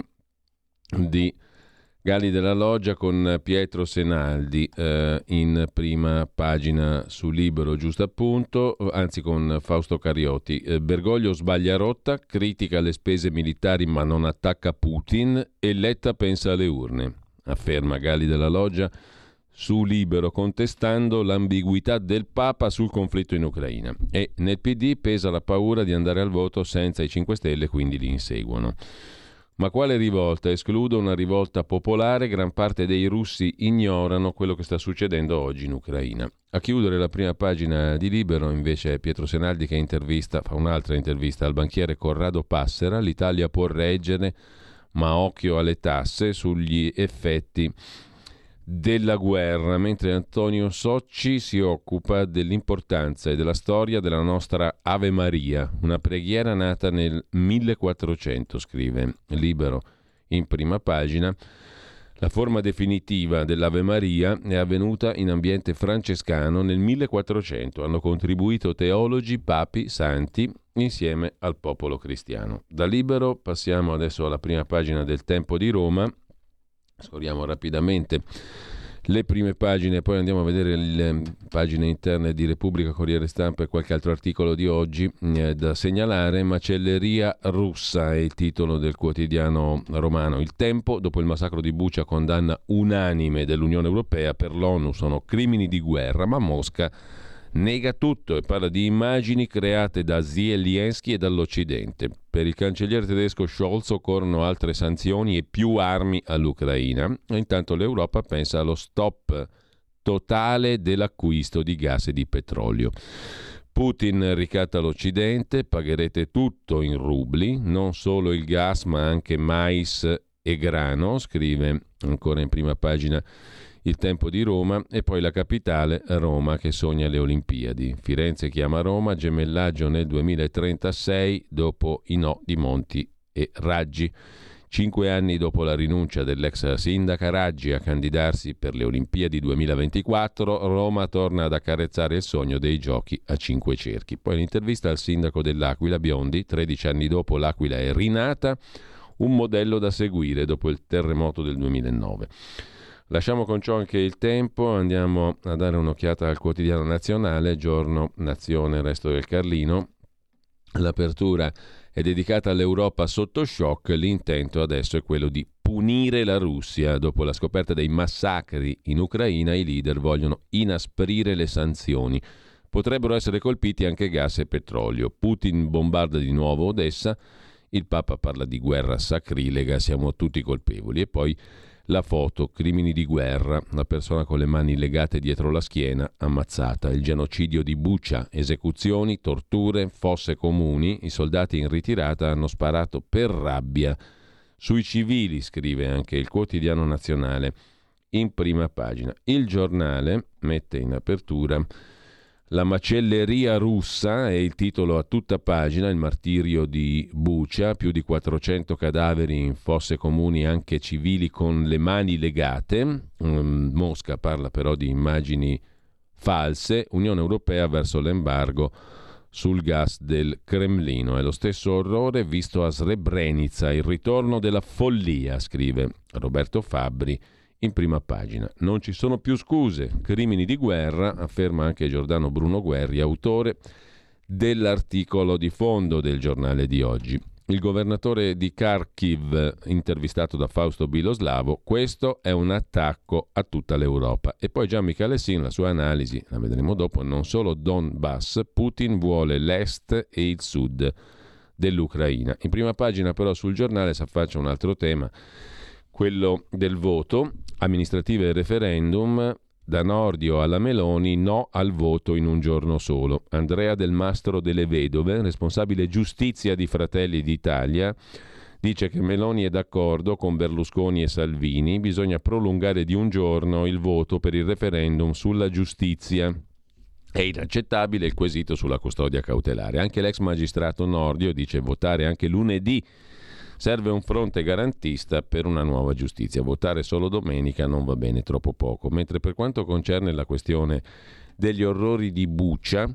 di Galli della Loggia con Pietro Senaldi, eh, in prima pagina su Libero, giusto appunto, anzi con Fausto Cariotti. Eh, Bergoglio sbaglia rotta, critica le spese militari ma non attacca Putin e Letta pensa alle urne, afferma Galli della Loggia su Libero, contestando l'ambiguità del Papa sul conflitto in Ucraina. E nel P D pesa la paura di andare al voto senza i cinque Stelle, quindi li inseguono. Ma quale rivolta? Escludo una rivolta popolare, gran parte dei russi ignorano quello che sta succedendo oggi in Ucraina. A chiudere la prima pagina di Libero invece è Pietro Senaldi che intervista, fa un'altra intervista al banchiere Corrado Passera, l'Italia può reggere ma occhio alle tasse, sugli effetti della guerra, mentre Antonio Socci si occupa dell'importanza e della storia della nostra Ave Maria, una preghiera nata nel millequattrocento, scrive Libero in prima pagina. La forma definitiva dell'Ave Maria è avvenuta in ambiente francescano nel millequattrocento. Hanno contribuito teologi, papi, santi, insieme al popolo cristiano. Da Libero passiamo adesso alla prima pagina del Tempo di Roma. Scorriamo rapidamente le prime pagine, poi andiamo a vedere le pagine interne di Repubblica, Corriere Stampa e qualche altro articolo di oggi eh, da segnalare. Macelleria russa è il titolo del quotidiano romano. Il Tempo, dopo il massacro di Bucha, condanna unanime dell'Unione Europea. Per l'ONU sono crimini di guerra, ma Mosca nega tutto e parla di immagini create da Zelensky e dall'Occidente. Per il cancelliere tedesco Scholz occorrono altre sanzioni e più armi all'Ucraina. E intanto l'Europa pensa allo stop totale dell'acquisto di gas e di petrolio. Putin ricatta l'Occidente, pagherete tutto in rubli, non solo il gas ma anche mais e grano, scrive ancora in prima pagina Il Tempo di Roma. E poi la capitale, Roma, che sogna le Olimpiadi. Firenze chiama Roma, gemellaggio nel duemilatrentasei dopo i no di Monti e Raggi. Cinque anni dopo la rinuncia dell'ex sindaca Raggi a candidarsi per le Olimpiadi duemilaventiquattro, Roma torna ad accarezzare il sogno dei giochi a cinque cerchi. Poi l'intervista al sindaco dell'Aquila, Biondi, tredici anni dopo l'Aquila è rinata, un modello da seguire dopo il terremoto del duemilanove. Lasciamo con ciò anche il Tempo, andiamo a dare un'occhiata al quotidiano nazionale, Giorno, Nazione, Resto del Carlino. L'apertura è dedicata all'Europa sotto shock, l'intento adesso è quello di punire la Russia. Dopo la scoperta dei massacri in Ucraina, i leader vogliono inasprire le sanzioni. Potrebbero essere colpiti anche gas e petrolio. Putin bombarda di nuovo Odessa, il Papa parla di guerra sacrilega, siamo tutti colpevoli. E poi la foto, crimini di guerra, la persona con le mani legate dietro la schiena, ammazzata, il genocidio di Bucha, esecuzioni, torture, fosse comuni, i soldati in ritirata hanno sparato per rabbia sui civili, scrive anche il quotidiano nazionale in prima pagina. Il Giornale mette in apertura La macelleria russa, è il titolo a tutta pagina, il martirio di Bucha, più di quattrocento cadaveri in fosse comuni anche civili con le mani legate. Um, Mosca parla però di immagini false, Unione Europea verso l'embargo sul gas del Cremlino. È lo stesso orrore visto a Srebrenica, il ritorno della follia, scrive Roberto Fabbri in prima pagina. Non ci sono più scuse, crimini di guerra, afferma anche Giordano Bruno Guerri, autore dell'articolo di fondo del giornale di oggi. Il governatore di Kharkiv, intervistato da Fausto Biloslavo, questo è un attacco a tutta l'Europa. E poi Gian Michele Sin, la sua analisi, la vedremo dopo, non solo Donbass, Putin vuole l'est e il sud dell'Ucraina. In prima pagina però sul giornale si affaccia un altro tema, quello del voto, amministrative e referendum. Da Nordio alla Meloni, no al voto in un giorno solo. Andrea Del Mastro delle Vedove, responsabile giustizia di Fratelli d'Italia, dice che Meloni è d'accordo con Berlusconi e Salvini, bisogna prolungare di un giorno il voto per il referendum sulla giustizia. È inaccettabile il quesito sulla custodia cautelare. Anche l'ex magistrato Nordio dice votare anche lunedì. Serve un fronte garantista per una nuova giustizia. Votare solo domenica non va bene, troppo poco. Mentre per quanto concerne la questione degli orrori di Bucha,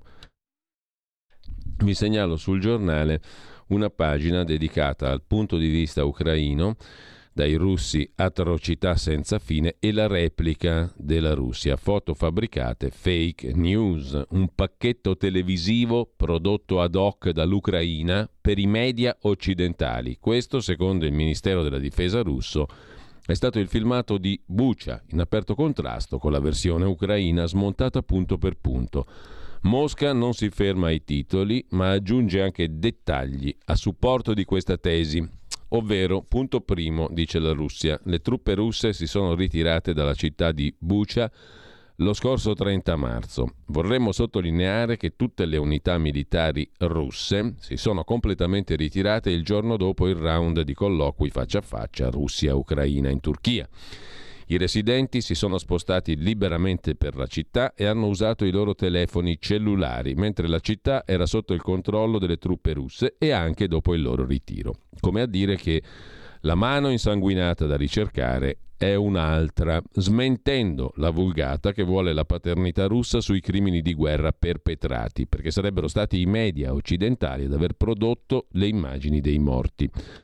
vi segnalo sul giornale una pagina dedicata al punto di vista ucraino, dai russi atrocità senza fine e la replica della Russia, foto fabbricate, fake news, un pacchetto televisivo prodotto ad hoc dall'Ucraina per i media occidentali. Questo, secondo il Ministero della Difesa russo, è stato il filmato di Bucha, in aperto contrasto con la versione ucraina smontata punto per punto. Mosca non si ferma ai titoli, ma aggiunge anche dettagli a supporto di questa tesi. Ovvero, punto primo, dice la Russia, le truppe russe si sono ritirate dalla città di Bucha lo scorso trenta marzo. Vorremmo sottolineare che tutte le unità militari russe si sono completamente ritirate il giorno dopo il round di colloqui faccia a faccia Russia-Ucraina in Turchia. I residenti si sono spostati liberamente per la città e hanno usato i loro telefoni cellulari, mentre la città era sotto il controllo delle truppe russe e anche dopo il loro ritiro. Come a dire che la mano insanguinata da ricercare è un'altra, smentendo la vulgata che vuole la paternità russa sui crimini di guerra perpetrati, perché sarebbero stati i media occidentali ad aver prodotto le immagini dei morti.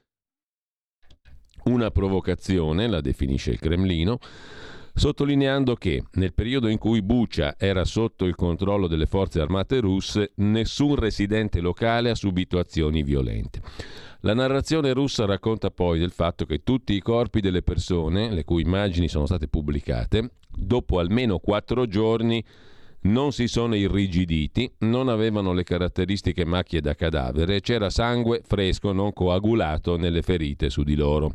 Una provocazione, la definisce il Cremlino, sottolineando che nel periodo in cui Bucha era sotto il controllo delle forze armate russe, nessun residente locale ha subito azioni violente. La narrazione russa racconta poi del fatto che tutti i corpi delle persone, le cui immagini sono state pubblicate, dopo almeno quattro giorni non si sono irrigiditi, non avevano le caratteristiche macchie da cadavere, c'era sangue fresco non coagulato nelle ferite su di loro.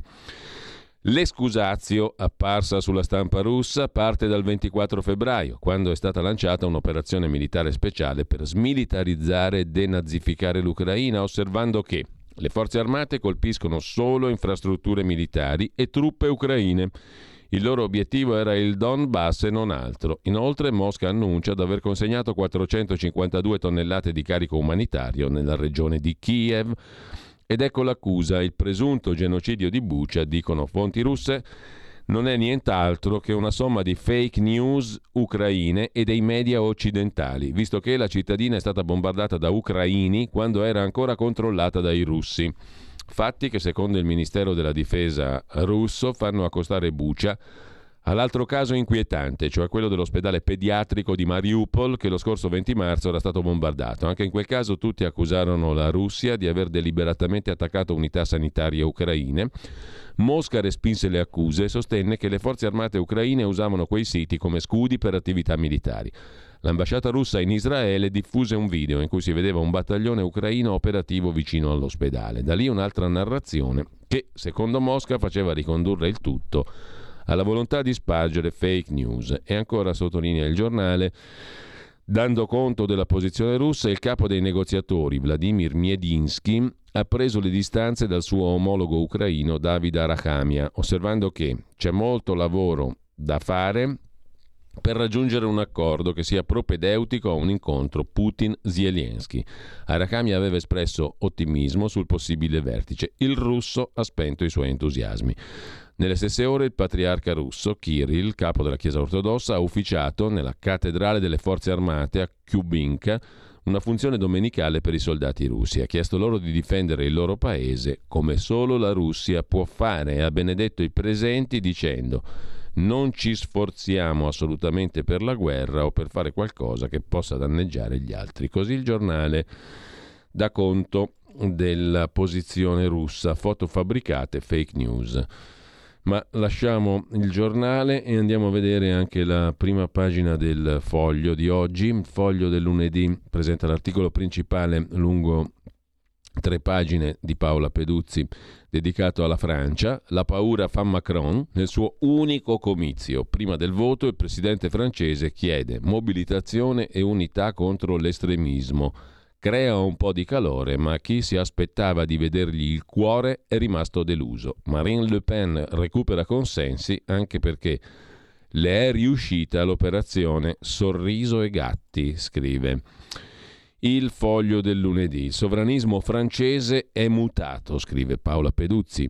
L'escusatio, apparsa sulla stampa russa, parte dal ventiquattro febbraio, quando è stata lanciata un'operazione militare speciale per smilitarizzare e denazificare l'Ucraina, osservando che le forze armate colpiscono solo infrastrutture militari e truppe ucraine. Il loro obiettivo era il Donbass e non altro. Inoltre Mosca annuncia di aver consegnato quattrocentocinquantadue tonnellate di carico umanitario nella regione di Kiev. Ed ecco l'accusa, il presunto genocidio di Bucha, dicono fonti russe, non è nient'altro che una somma di fake news ucraine e dei media occidentali, visto che la cittadina è stata bombardata da ucraini quando era ancora controllata dai russi. Fatti che secondo il Ministero della Difesa russo fanno accostare Bucha all'altro caso inquietante, cioè quello dell'ospedale pediatrico di Mariupol che lo scorso venti marzo era stato bombardato. Anche in quel caso tutti accusarono la Russia di aver deliberatamente attaccato unità sanitarie ucraine. Mosca respinse le accuse e sostenne che le forze armate ucraine usavano quei siti come scudi per attività militari. L'ambasciata russa in Israele diffuse un video in cui si vedeva un battaglione ucraino operativo vicino all'ospedale. Da lì un'altra narrazione che, secondo Mosca, faceva ricondurre il tutto alla volontà di spargere fake news. E ancora sottolinea il giornale, dando conto della posizione russa, il capo dei negoziatori, Vladimir Medinsky, ha preso le distanze dal suo omologo ucraino David Arakhamia, osservando che c'è molto lavoro da fare per raggiungere un accordo che sia propedeutico a un incontro Putin-Zelensky. Arakhamia aveva espresso ottimismo sul possibile vertice. Il russo ha spento i suoi entusiasmi. Nelle stesse ore il patriarca russo Kirill, capo della Chiesa ortodossa, ha ufficiato nella cattedrale delle forze armate a Kubinka una funzione domenicale per i soldati russi. Ha chiesto loro di difendere il loro paese come solo la Russia può fare e ha benedetto i presenti dicendo: non ci sforziamo assolutamente per la guerra o per fare qualcosa che possa danneggiare gli altri. Così il giornale dà conto della posizione russa, foto fabbricate, fake news. Ma lasciamo il giornale e andiamo a vedere anche la prima pagina del Foglio di oggi. Il Foglio del lunedì presenta l'articolo principale lungo tre pagine di Paola Peduzzi dedicato alla Francia. La paura fa Macron. Nel suo unico comizio prima del voto il presidente francese chiede mobilitazione e unità contro l'estremismo. Crea un po' di calore, ma chi si aspettava di vedergli il cuore è rimasto deluso. Marine Le Pen recupera consensi anche perché le è riuscita l'operazione Sorriso e Gatti, scrive il Foglio del lunedì. Il sovranismo francese è mutato, scrive Paola Peduzzi.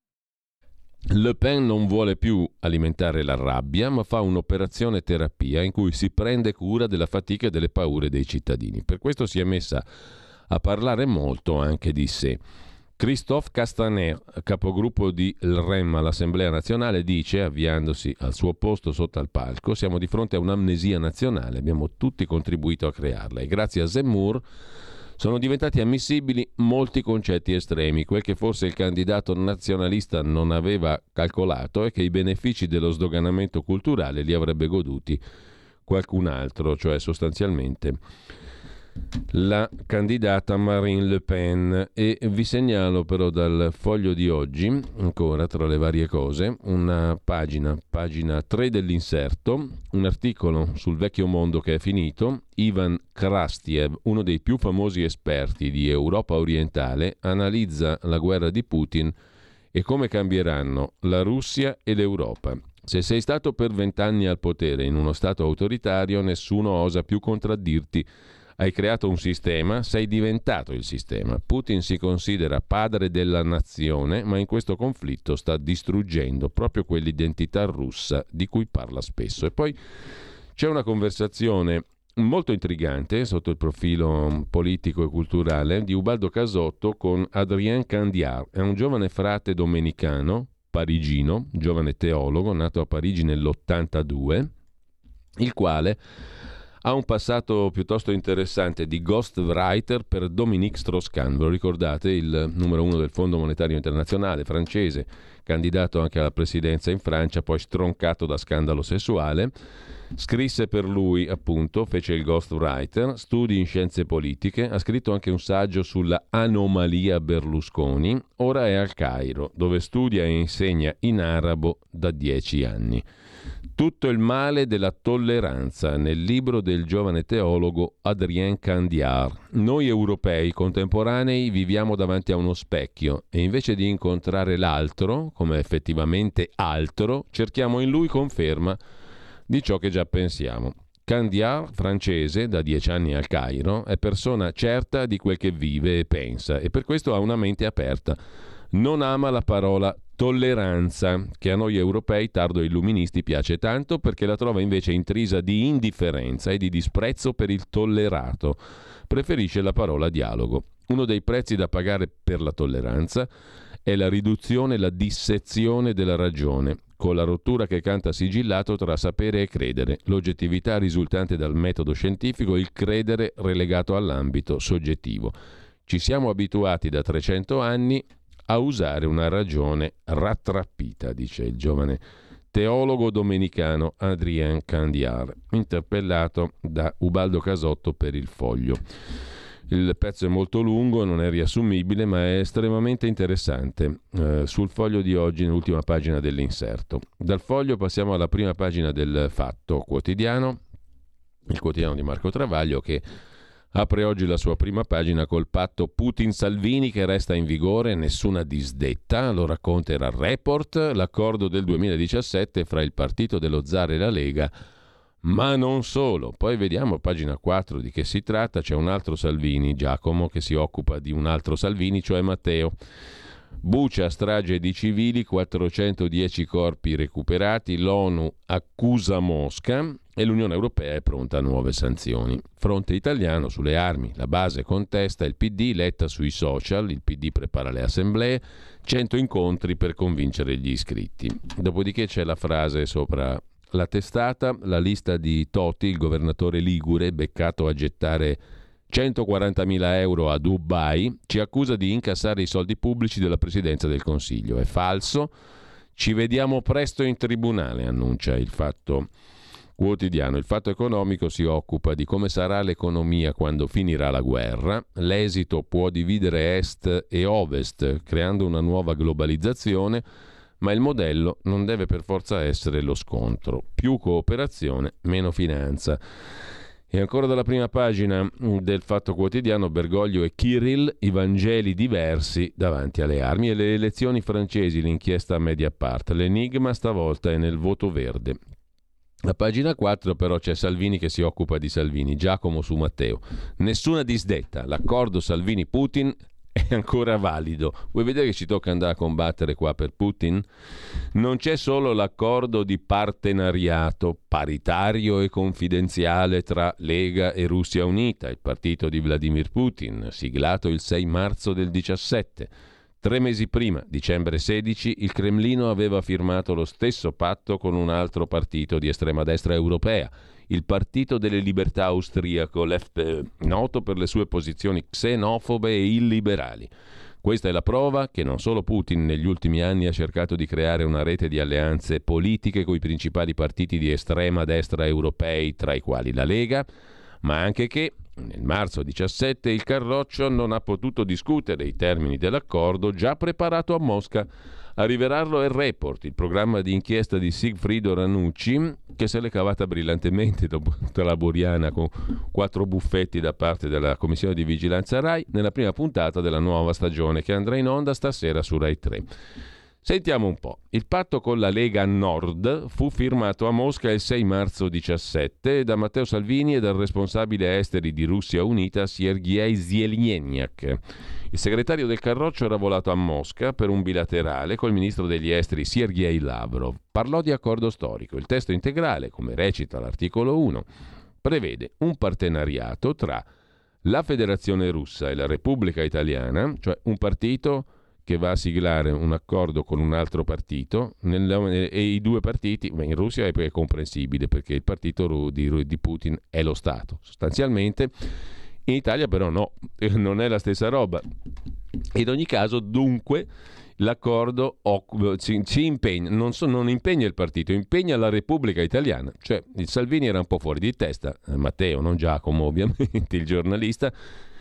Le Pen non vuole più alimentare la rabbia, ma fa un'operazione terapia in cui si prende cura della fatica e delle paure dei cittadini. Per questo si è messa a parlare molto anche di sé. Christophe Castaner, capogruppo di L R E M all'Assemblea nazionale, dice, avviandosi al suo posto sotto al palco: siamo di fronte a un'amnesia nazionale, abbiamo tutti contribuito a crearla e grazie a Zemmour sono diventati ammissibili molti concetti estremi. Quel che forse il candidato nazionalista non aveva calcolato è che i benefici dello sdoganamento culturale li avrebbe goduti qualcun altro, cioè sostanzialmente la candidata Marine Le Pen. E vi segnalo però dal Foglio di oggi, ancora tra le varie cose, una pagina, pagina tre dell'inserto, un articolo sul vecchio mondo che è finito. Ivan Krastiev, uno dei più famosi esperti di Europa orientale, analizza la guerra di Putin e come cambieranno la Russia e l'Europa. Se sei stato per vent'anni al potere in uno stato autoritario, nessuno osa più contraddirti. Hai creato un sistema, sei diventato il sistema. Putin si considera padre della nazione, ma in questo conflitto sta distruggendo proprio quell'identità russa di cui parla spesso. E poi c'è una conversazione molto intrigante sotto il profilo politico e culturale di Ubaldo Casotto con Adrien Candiar. È un giovane frate domenicano, parigino, giovane teologo, nato a Parigi nell'ottantadue, il quale ha un passato piuttosto interessante di ghostwriter per Dominique Strauss-Kahn. Ve lo ricordate? Il numero uno del Fondo Monetario Internazionale francese, candidato anche alla presidenza in Francia, poi stroncato da scandalo sessuale. Scrisse per lui, appunto, fece il ghostwriter, studi in scienze politiche, ha scritto anche un saggio sulla anomalia Berlusconi. Ora è al Cairo, dove studia e insegna in arabo da dieci anni. Tutto il male della tolleranza, nel libro del giovane teologo Adrien Candiar. Noi europei contemporanei viviamo davanti a uno specchio e invece di incontrare l'altro, come effettivamente altro, cerchiamo in lui conferma di ciò che già pensiamo. Candiar, francese, da dieci anni al Cairo, è persona certa di quel che vive e pensa e per questo ha una mente aperta. Non ama la parola tolleranza, che a noi europei tardo illuministi piace tanto perché la trova invece intrisa di indifferenza e di disprezzo per il tollerato. Preferisce la parola dialogo. Uno dei prezzi da pagare per la tolleranza è la riduzione, la dissezione della ragione, con la rottura che canta sigillato tra sapere e credere, l'oggettività risultante dal metodo scientifico e il credere relegato all'ambito soggettivo. Ci siamo abituati da trecento anni a usare una ragione rattrappita, dice il giovane teologo domenicano Adrien Candiar, interpellato da Ubaldo Casotto per il Foglio. Il pezzo è molto lungo, non è riassumibile, ma è estremamente interessante. Eh, sul Foglio di oggi, nell'ultima pagina dell'inserto. Dal Foglio passiamo alla prima pagina del Fatto Quotidiano, il quotidiano di Marco Travaglio, che apre oggi la sua prima pagina col patto Putin-Salvini che resta in vigore, nessuna disdetta, lo racconterà il Report, l'accordo del duemiladiciassette fra il partito dello zar e la Lega, ma non solo. Poi vediamo a pagina quattro di che si tratta, c'è un altro Salvini, Giacomo, che si occupa di un altro Salvini, cioè Matteo. Bucha, strage di civili, quattrocentodieci corpi recuperati, l'ONU accusa Mosca e l'Unione Europea è pronta a nuove sanzioni. Fronte italiano sulle armi, la base contesta il P D, Letta sui social, il P D prepara le assemblee, cento incontri per convincere gli iscritti. Dopodiché c'è la frase sopra la testata, la lista di Toti, il governatore ligure, beccato a gettare centoquarantamila euro a Dubai, ci accusa di incassare i soldi pubblici della Presidenza del Consiglio. È falso. Ci vediamo presto in tribunale, annuncia il Fatto Quotidiano. Il Fatto Economico si occupa di come sarà l'economia quando finirà la guerra. L'esito può dividere est e ovest, creando una nuova globalizzazione, ma il modello non deve per forza essere lo scontro. Più cooperazione, meno finanza. E ancora dalla prima pagina del Fatto Quotidiano, Bergoglio e Kirill, i Vangeli diversi davanti alle armi. E le elezioni francesi, l'inchiesta a Mediapart. L'enigma stavolta è nel voto verde. A pagina quattro però c'è Salvini che si occupa di Salvini, Giacomo su Matteo. Nessuna disdetta, l'accordo Salvini-Putin è ancora valido. Vuoi vedere che ci tocca andare a combattere qua per Putin? Non c'è solo l'accordo di partenariato paritario e confidenziale tra Lega e Russia Unita, il partito di Vladimir Putin, siglato il sei marzo del diciassette. Tre mesi prima, dicembre sedici, il Cremlino aveva firmato lo stesso patto con un altro partito di estrema destra europea, il Partito delle Libertà austriaco, l'F P Ö, noto per le sue posizioni xenofobe e illiberali. Questa è la prova che non solo Putin negli ultimi anni ha cercato di creare una rete di alleanze politiche con i principali partiti di estrema destra europei, tra i quali la Lega, ma anche che nel marzo diciassette il Carroccio non ha potuto discutere i termini dell'accordo già preparato a Mosca. A rivelarlo è il Report, il programma di inchiesta di Sigfrido Ranucci, che se l'è cavata brillantemente dopo tutta la Boriana con quattro buffetti da parte della Commissione di Vigilanza Rai nella prima puntata della nuova stagione che andrà in onda stasera su Rai tre. Sentiamo un po'. Il patto con la Lega Nord fu firmato a Mosca il sei marzo diciassette da Matteo Salvini e dal responsabile esteri di Russia Unita Sergej Zeleniak. Il segretario del Carroccio era volato a Mosca per un bilaterale col ministro degli esteri Sergej Lavrov. Parlò di accordo storico. Il testo integrale, come recita l'articolo uno, prevede un partenariato tra la Federazione Russa e la Repubblica Italiana, cioè un partito che va a siglare un accordo con un altro partito nel, e i due partiti, beh, in Russia è, è comprensibile perché il partito di, di Putin è lo Stato sostanzialmente, in Italia però no, non è la stessa roba. In ogni caso dunque l'accordo ci, ci impegna, non, so, non impegna il partito, impegna la Repubblica Italiana, cioè il Salvini era un po' fuori di testa, Matteo, non Giacomo ovviamente, il giornalista,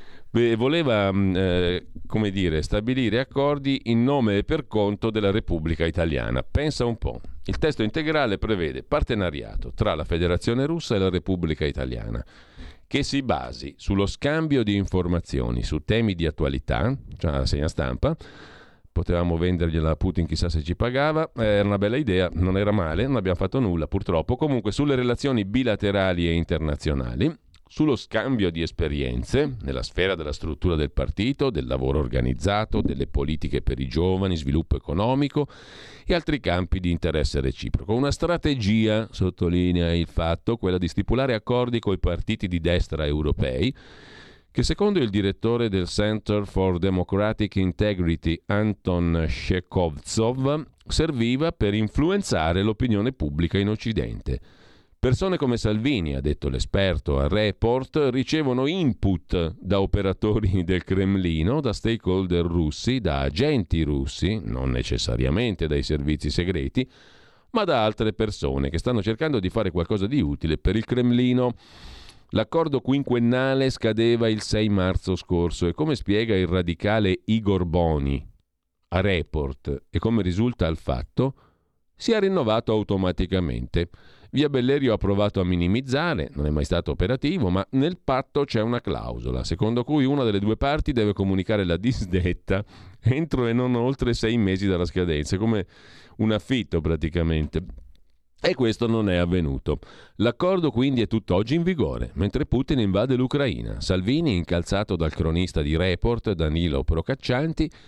voleva eh, come dire, stabilire accordi in nome e per conto della Repubblica Italiana. Pensa un po'. Il testo integrale prevede partenariato tra la Federazione Russa e la Repubblica Italiana che si basi sullo scambio di informazioni su temi di attualità, cioè la segna stampa. Potevamo vendergliela a Putin, chissà se ci pagava, eh, era una bella idea, non era male, non abbiamo fatto nulla purtroppo. Comunque sulle relazioni bilaterali e internazionali, sullo scambio di esperienze nella sfera della struttura del partito, del lavoro organizzato, delle politiche per i giovani, sviluppo economico e altri campi di interesse reciproco. Una strategia, sottolinea il Fatto, quella di stipulare accordi coi partiti di destra europei, che secondo il direttore del Center for Democratic Integrity Anton Shekovtsov serviva per influenzare l'opinione pubblica in Occidente. Persone come Salvini, ha detto l'esperto a Report, ricevono input da operatori del Cremlino, da stakeholder russi, da agenti russi, non necessariamente dai servizi segreti, ma da altre persone che stanno cercando di fare qualcosa di utile per il Cremlino. L'accordo quinquennale scadeva il sei marzo scorso e, come spiega il radicale Igor Boni a Report e come risulta al Fatto, si è rinnovato automaticamente. Via Bellerio ha provato a minimizzare, non è mai stato operativo, ma nel patto c'è una clausola secondo cui una delle due parti deve comunicare la disdetta entro e non oltre sei mesi dalla scadenza, come un affitto praticamente. E questo non è avvenuto. L'accordo quindi è tutt'oggi in vigore, mentre Putin invade l'Ucraina. Salvini, incalzato dal cronista di Report Danilo Procaccianti,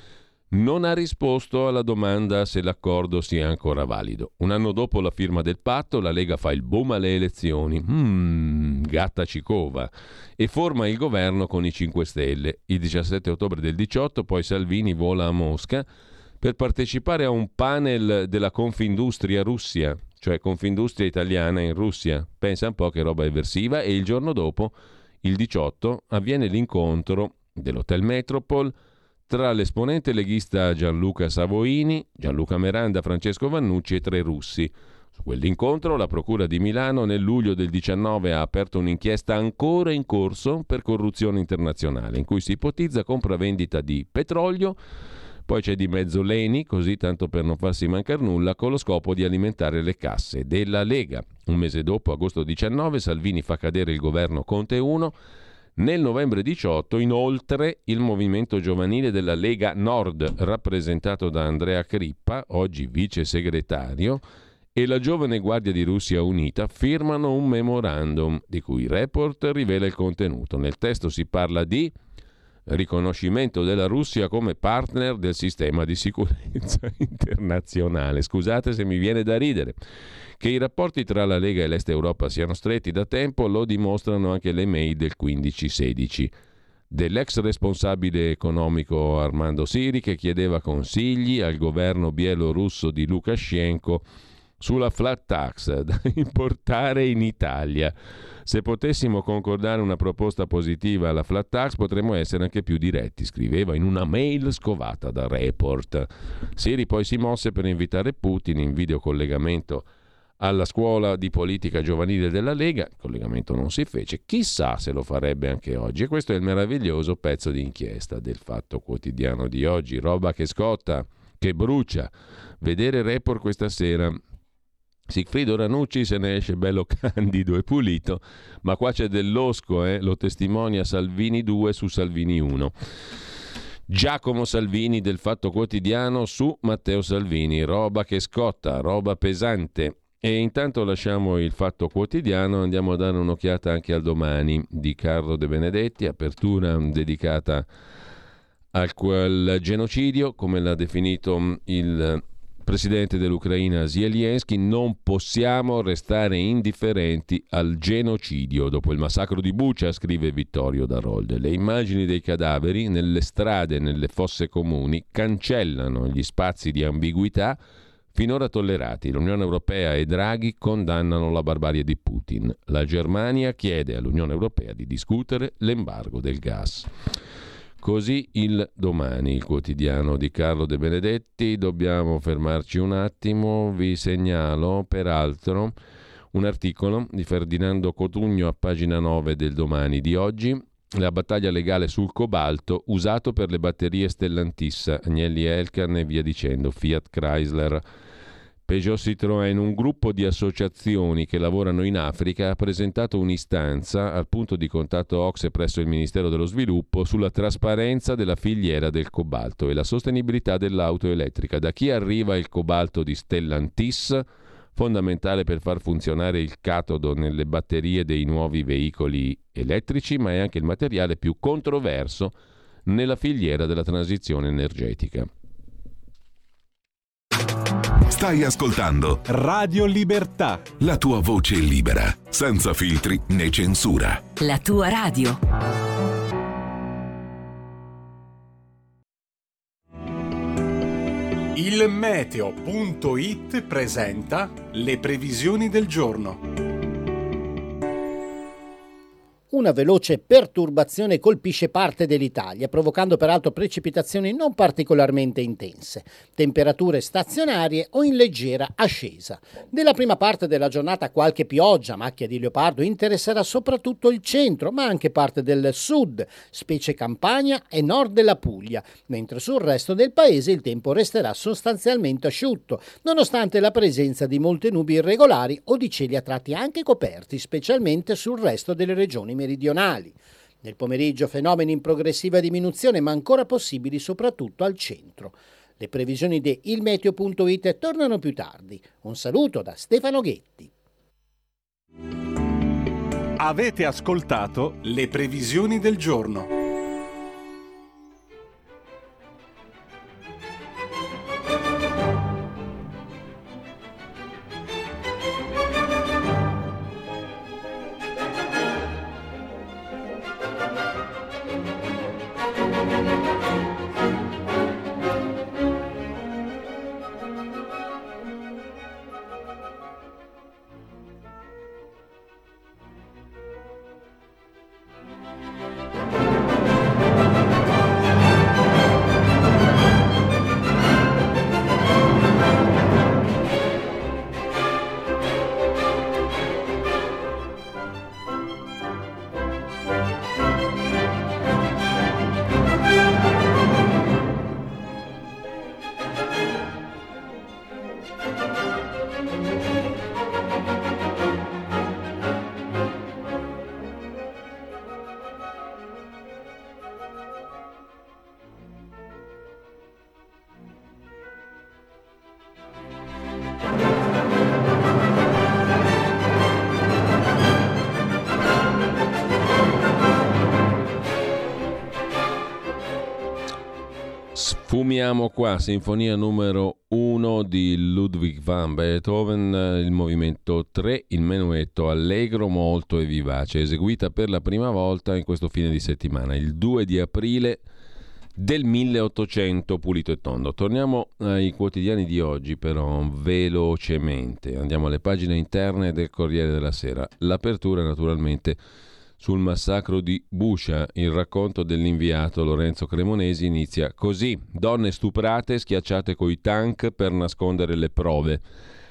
non ha risposto alla domanda se l'accordo sia ancora valido. Un anno dopo la firma del patto, la Lega fa il boom alle elezioni, mm, gatta Cicova, e forma il governo con i cinque Stelle. Il diciassette ottobre del diciotto poi Salvini vola a Mosca per partecipare a un panel della Confindustria Russia, cioè Confindustria italiana in Russia. Pensa un po' che roba eversiva. E il giorno dopo, il diciotto, avviene l'incontro dell'Hotel Metropol tra l'esponente leghista Gianluca Savoini, Gianluca Meranda, Francesco Vannucci e tre russi. Su quell'incontro la Procura di Milano nel luglio del diciannove ha aperto un'inchiesta ancora in corso per corruzione internazionale, in cui si ipotizza compravendita di petrolio. Poi c'è di mezzo l'Eni, così tanto per non farsi mancare nulla, con lo scopo di alimentare le casse della Lega. Un mese dopo, agosto diciannove, Salvini fa cadere il governo Conte uno. Nel novembre diciotto, inoltre, il movimento giovanile della Lega Nord, rappresentato da Andrea Crippa, oggi vice segretario, e la Giovane Guardia di Russia Unita firmano un memorandum di cui Report rivela il contenuto. Nel testo si parla di riconoscimento della Russia come partner del sistema di sicurezza internazionale. Scusate se mi viene da ridere. Che i rapporti tra la Lega e l'Est Europa siano stretti da tempo lo dimostrano anche le mail del quindici sedici dell'ex responsabile economico Armando Siri, che chiedeva consigli al governo bielorusso di Lukashenko sulla flat tax da importare in Italia. Se potessimo concordare una proposta positiva alla flat tax potremmo essere anche più diretti, scriveva in una mail scovata da Report. Siri poi si mosse per invitare Putin in videocollegamento alla scuola di politica giovanile della Lega. Il collegamento non si fece, chissà se lo farebbe anche oggi. E questo è il meraviglioso pezzo di inchiesta del Fatto Quotidiano di oggi, roba che scotta, che brucia. Vedere Report questa sera. Sigfrido Ranucci se ne esce bello candido e pulito, ma qua c'è del losco, eh? Lo testimonia Salvini due su Salvini uno. Giacomo Salvini del Fatto Quotidiano su Matteo Salvini, roba che scotta, roba pesante. E intanto lasciamo il Fatto Quotidiano, andiamo a dare un'occhiata anche al Domani di Carlo De Benedetti, apertura dedicata al quel genocidio, come l'ha definito il presidente dell'Ucraina Zelensky. Non possiamo restare indifferenti al genocidio. Dopo il massacro di Bucha, scrive Vittorio Darolde, le immagini dei cadaveri nelle strade e nelle fosse comuni cancellano gli spazi di ambiguità finora tollerati. L'Unione Europea e Draghi condannano la barbarie di Putin. La Germania chiede all'Unione Europea di discutere l'embargo del gas. Così il Domani, il quotidiano di Carlo De Benedetti. Dobbiamo fermarci un attimo, vi segnalo peraltro un articolo di Ferdinando Cotugno a pagina nove del Domani di oggi. La battaglia legale sul cobalto usato per le batterie Stellantis, Agnelli Elkann e via dicendo, Fiat Chrysler, Peugeot Citroën. Un gruppo di associazioni che lavorano in Africa ha presentato un'istanza al punto di contatto OCSE presso il Ministero dello Sviluppo sulla trasparenza della filiera del cobalto e la sostenibilità dell'auto elettrica. Da chi arriva il cobalto di Stellantis, fondamentale per far funzionare il catodo nelle batterie dei nuovi veicoli elettrici, ma è anche il materiale più controverso nella filiera della transizione energetica. Stai ascoltando Radio Libertà, la tua voce libera, senza filtri né censura. La tua radio. il meteo punto it presenta le previsioni del giorno. Una veloce perturbazione colpisce parte dell'Italia, provocando peraltro precipitazioni non particolarmente intense, temperature stazionarie o in leggera ascesa. Nella prima parte della giornata qualche pioggia, macchia di leopardo, interesserà soprattutto il centro, ma anche parte del sud, specie Campania e nord della Puglia, mentre sul resto del paese il tempo resterà sostanzialmente asciutto, nonostante la presenza di molte nubi irregolari o di cieli a tratti anche coperti, specialmente sul resto delle regioni meridionali. Nel pomeriggio fenomeni in progressiva diminuzione, ma ancora possibili soprattutto al centro. Le previsioni di il meteo punto it tornano più tardi. Un saluto da Stefano Ghetti. Avete ascoltato le previsioni del giorno. Sfumiamo qua, sinfonia numero uno di Ludwig van Beethoven, il movimento tre, il menuetto allegro, molto e vivace, eseguita per la prima volta in questo fine di settimana, il due di aprile del milleottocento, pulito e tondo. Torniamo ai quotidiani di oggi però velocemente, andiamo alle pagine interne del Corriere della Sera. L'apertura naturalmente sul massacro di Buscia. Il racconto dell'inviato Lorenzo Cremonesi inizia così: donne stuprate, schiacciate coi tank per nascondere le prove.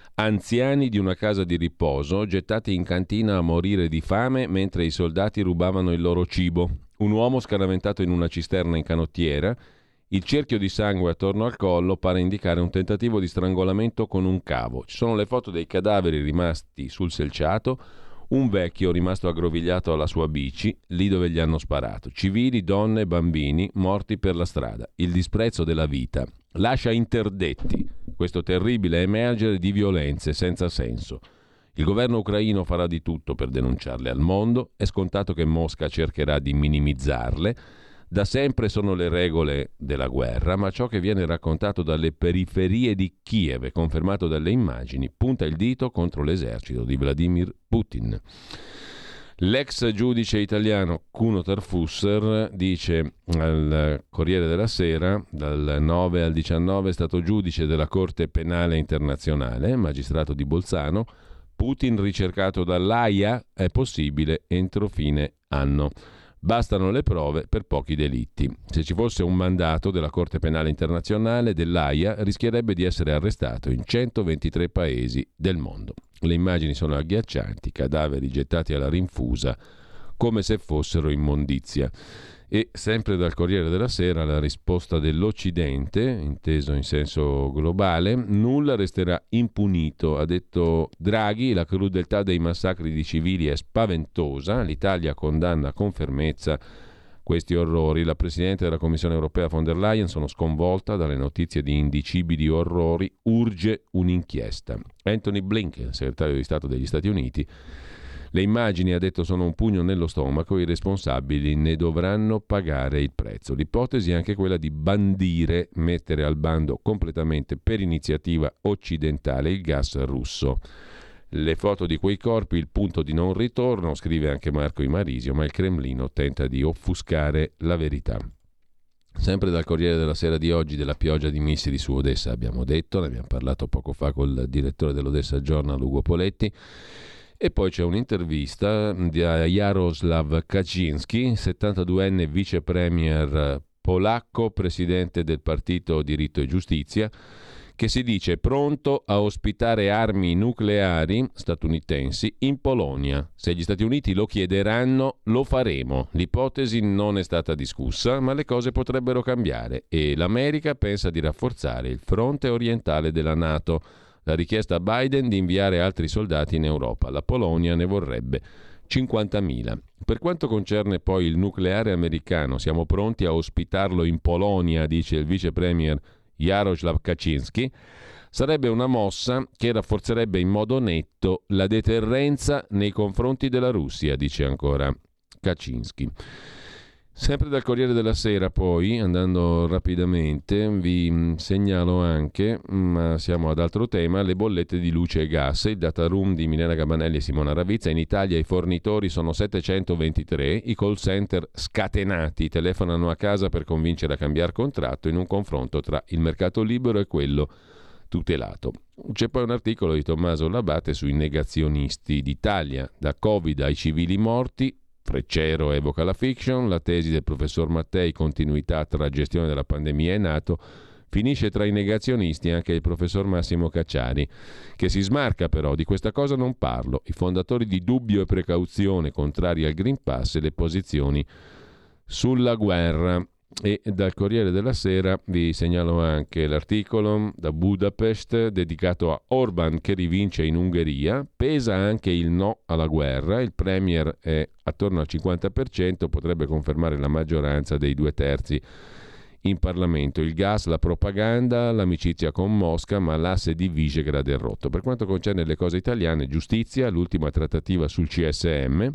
Anziani di una casa di riposo gettati in cantina a morire di fame mentre i soldati rubavano il loro cibo. Un uomo scaraventato in una cisterna in canottiera. Il cerchio di sangue attorno al collo pare indicare un tentativo di strangolamento con un cavo. Ci sono le foto dei cadaveri rimasti sul selciato. Un vecchio rimasto aggrovigliato alla sua bici, lì dove gli hanno sparato. Civili, donne, bambini morti per la strada. Il disprezzo della vita lascia interdetti questo terribile emergere di violenze senza senso. Il governo ucraino farà di tutto per denunciarle al mondo. È scontato che Mosca cercherà di minimizzarle. Da sempre sono le regole della guerra, ma ciò che viene raccontato dalle periferie di Kiev e confermato dalle immagini punta il dito contro l'esercito di Vladimir Putin. L'ex giudice italiano Kuno Tarfusser dice al Corriere della Sera: dal nove al diciannove è stato giudice della Corte Penale Internazionale, magistrato di Bolzano. Putin ricercato dall'A I A è possibile entro fine anno. Bastano le prove per pochi delitti. Se ci fosse un mandato della Corte Penale Internazionale, dell'A I A, rischierebbe di essere arrestato in centoventitré paesi del mondo. Le immagini sono agghiaccianti, cadaveri gettati alla rinfusa come se fossero immondizia. E sempre dal Corriere della Sera la risposta dell'Occidente, inteso in senso globale: nulla resterà impunito, ha detto Draghi, la crudeltà dei massacri di civili è spaventosa, l'Italia condanna con fermezza questi orrori. La Presidente della Commissione Europea von der Leyen: sono sconvolta dalle notizie di indicibili orrori, urge un'inchiesta. Anthony Blinken, segretario di Stato degli Stati Uniti: le immagini, ha detto, sono un pugno nello stomaco, i responsabili ne dovranno pagare il prezzo. L'ipotesi è anche quella di bandire, mettere al bando completamente per iniziativa occidentale il gas russo. Le foto di quei corpi, il punto di non ritorno, scrive anche Marco Imarisio, ma il Cremlino tenta di offuscare la verità. Sempre dal Corriere della Sera di oggi, della pioggia di missili su Odessa abbiamo detto, ne abbiamo parlato poco fa col direttore dell'Odessa Journal, Ugo Poletti. E poi c'è un'intervista di Jaroslaw Kaczynski, settantaduenne vice premier polacco, presidente del partito Diritto e Giustizia, che si dice pronto a ospitare armi nucleari statunitensi in Polonia. Se gli Stati Uniti lo chiederanno, lo faremo. L'ipotesi non è stata discussa, ma le cose potrebbero cambiare e l'America pensa di rafforzare il fronte orientale della NATO. La richiesta a Biden di inviare altri soldati in Europa. La Polonia ne vorrebbe cinquantamila. Per quanto concerne poi il nucleare americano, siamo pronti a ospitarlo in Polonia, dice il vice premier Jaroslaw Kaczynski. Sarebbe una mossa che rafforzerebbe in modo netto la deterrenza nei confronti della Russia, dice ancora Kaczynski. Sempre dal Corriere della Sera, poi, andando rapidamente, vi segnalo anche, ma siamo ad altro tema, le bollette di luce e gas. Il data room di Milena Gabanelli e Simona Ravizza. In Italia i fornitori sono settecentoventitré, i call center scatenati telefonano a casa per convincere a cambiare contratto in un confronto tra il mercato libero e quello tutelato. C'è poi un articolo di Tommaso Labate sui negazionisti d'Italia, da Covid ai civili morti. Freccero evoca la fiction, la tesi del professor Mattei, continuità tra gestione della pandemia e NATO, finisce tra i negazionisti anche il professor Massimo Cacciari, che si smarca però, di questa cosa non parlo, i fondatori di dubbio e precauzione contrari al Green Pass e le posizioni sulla guerra. E dal Corriere della Sera vi segnalo anche l'articolo da Budapest dedicato a Orban che rivince in Ungheria, pesa anche il no alla guerra, il premier è attorno al cinquanta per cento, potrebbe confermare la maggioranza dei due terzi in Parlamento, il gas, la propaganda, l'amicizia con Mosca, ma l'asse di Visegrad è rotto. Per quanto concerne le cose italiane, giustizia, l'ultima trattativa sul C S M.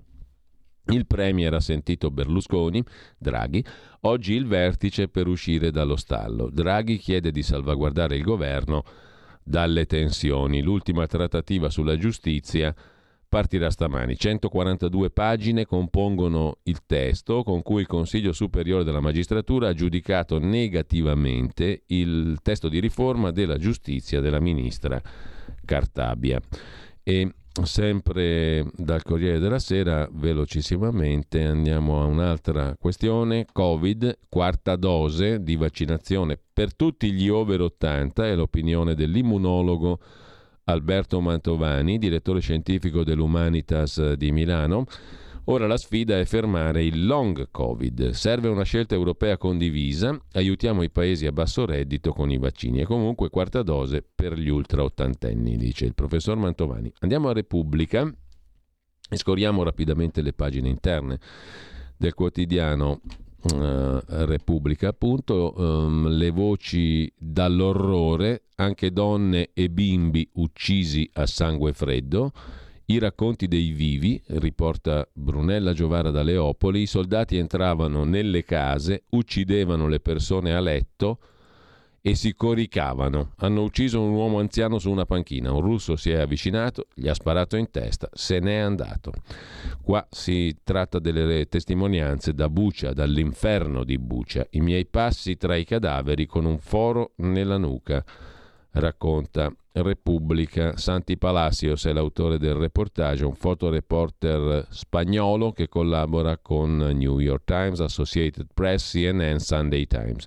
Il premier ha sentito Berlusconi, Draghi, oggi il vertice per uscire dallo stallo. Draghi chiede di salvaguardare il governo dalle tensioni. L'ultima trattativa sulla giustizia partirà stamani. centoquarantadue pagine compongono il testo con cui il Consiglio Superiore della Magistratura ha giudicato negativamente il testo di riforma della giustizia della ministra Cartabia. E sempre dal Corriere della Sera, velocissimamente andiamo a un'altra questione. Covid, quarta dose di vaccinazione per tutti gli over ottanta è l'opinione dell'immunologo Alberto Mantovani, direttore scientifico dell'Humanitas di Milano. Ora la sfida è fermare il long Covid. Serve una scelta europea condivisa. Aiutiamo i paesi a basso reddito con i vaccini. E comunque quarta dose per gli ultra ottantenni, dice il professor Mantovani. Andiamo a Repubblica e scorriamo rapidamente le pagine interne del quotidiano uh, Repubblica. Appunto, um, le voci dall'orrore, anche donne e bimbi uccisi a sangue freddo. I racconti dei vivi, riporta Brunella Giovara da Leopoli, i soldati entravano nelle case, uccidevano le persone a letto e si coricavano. Hanno ucciso un uomo anziano su una panchina, un russo si è avvicinato, gli ha sparato in testa, se n'è andato. Qua si tratta delle testimonianze da Bucha, dall'inferno di Bucha. I miei passi tra i cadaveri con un foro nella nuca, racconta Repubblica. Santi Palacios è l'autore del reportage, un fotoreporter spagnolo che collabora con New York Times, Associated Press, C N N, Sunday Times.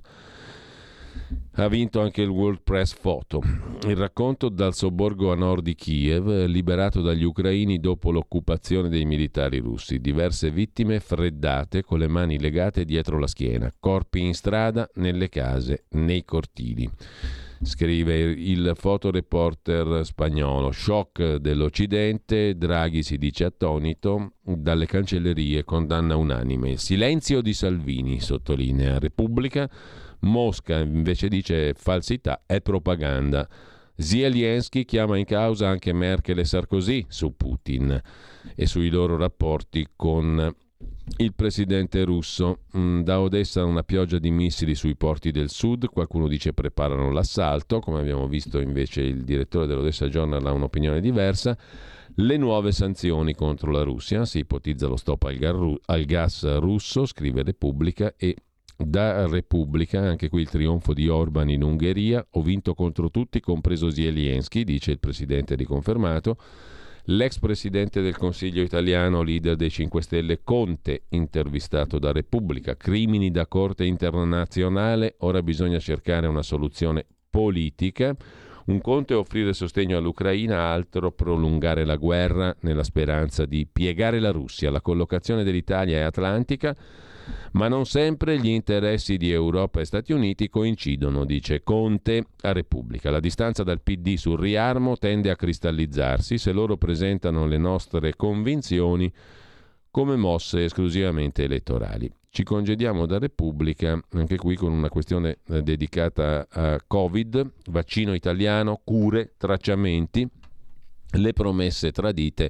Ha vinto anche il World Press Photo. Il racconto dal sobborgo a nord di Kiev, liberato dagli ucraini dopo l'occupazione dei militari russi. Diverse vittime freddate con le mani legate dietro la schiena, corpi in strada, nelle case, nei cortili. Scrive il fotoreporter spagnolo. Shock dell'Occidente, Draghi si dice attonito, dalle cancellerie condanna unanime. Il silenzio di Salvini, sottolinea Repubblica. Mosca invece dice falsità, è propaganda. Zelensky chiama in causa anche Merkel e Sarkozy su Putin e sui loro rapporti con il presidente russo. Da Odessa una pioggia di missili sui porti del sud, qualcuno dice preparano l'assalto, come abbiamo visto invece il direttore dell'Odessa Journal ha un'opinione diversa. Le nuove sanzioni contro la Russia, si ipotizza lo stop al, gar- al gas russo, scrive Repubblica. E da Repubblica anche qui il trionfo di Orban in Ungheria, ho vinto contro tutti compreso Zelensky, dice il presidente riconfermato. L'ex presidente del Consiglio italiano, leader dei cinque Stelle, Conte, intervistato da Repubblica. Crimini da Corte internazionale, ora bisogna cercare una soluzione politica. Un conto è offrire sostegno all'Ucraina, altro prolungare la guerra nella speranza di piegare la Russia. La collocazione dell'Italia è atlantica, ma non sempre gli interessi di Europa e Stati Uniti coincidono, dice Conte a Repubblica. La distanza dal P D sul riarmo tende a cristallizzarsi se loro presentano le nostre convinzioni come mosse esclusivamente elettorali. Ci congediamo da Repubblica, anche qui con una questione dedicata a Covid, vaccino italiano, cure, tracciamenti, le promesse tradite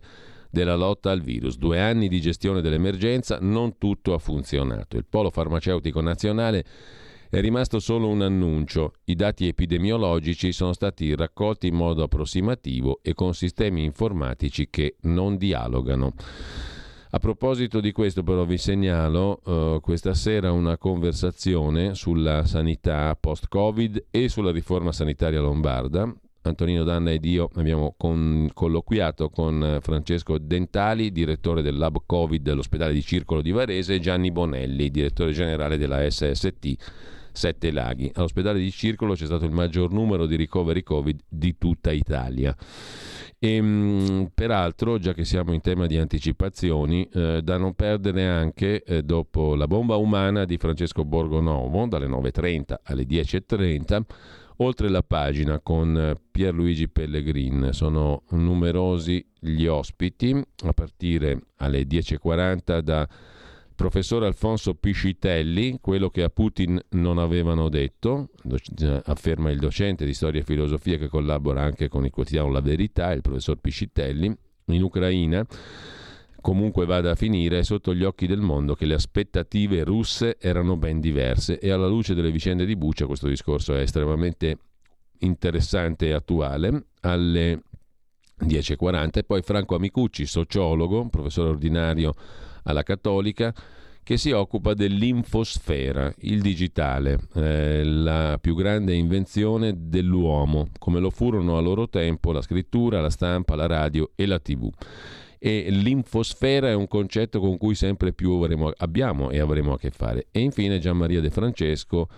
della lotta al virus. Due anni di gestione dell'emergenza, non tutto ha funzionato. Il polo farmaceutico nazionale è rimasto solo un annuncio. I dati epidemiologici sono stati raccolti in modo approssimativo e con sistemi informatici che non dialogano. A proposito di questo però vi segnalo uh, questa sera una conversazione sulla sanità post-Covid e sulla riforma sanitaria lombarda. Antonino Danna ed io abbiamo con, colloquiato con Francesco Dentali, direttore del Lab Covid dell'ospedale di Circolo di Varese, e Gianni Bonelli, direttore generale della S S T Sette Laghi. All'ospedale di Circolo c'è stato il maggior numero di ricoveri Covid di tutta Italia. E, mh, peraltro, già che siamo in tema di anticipazioni, eh, da non perdere anche eh, dopo la bomba umana di Francesco Borgonovo, dalle nove e trenta alle dieci e trenta, oltre la pagina con Pierluigi Pellegrin. Sono numerosi gli ospiti, a partire alle dieci e quaranta da professor Alfonso Piscitelli, quello che a Putin non avevano detto, afferma il docente di storia e filosofia che collabora anche con il quotidiano La Verità, il professor Piscitelli. In Ucraina, comunque vada a finire, è sotto gli occhi del mondo che le aspettative russe erano ben diverse, e alla luce delle vicende di Bucha questo discorso è estremamente interessante e attuale. Alle dieci e quaranta, e poi Franco Amicucci, sociologo, professore ordinario alla Cattolica, che si occupa dell'infosfera, il digitale, eh, la più grande invenzione dell'uomo, come lo furono a loro tempo la scrittura, la stampa, la radio e la tivù. E l'infosfera è un concetto con cui sempre più avremo, abbiamo e avremo a che fare. E infine Gianmaria De Francesco,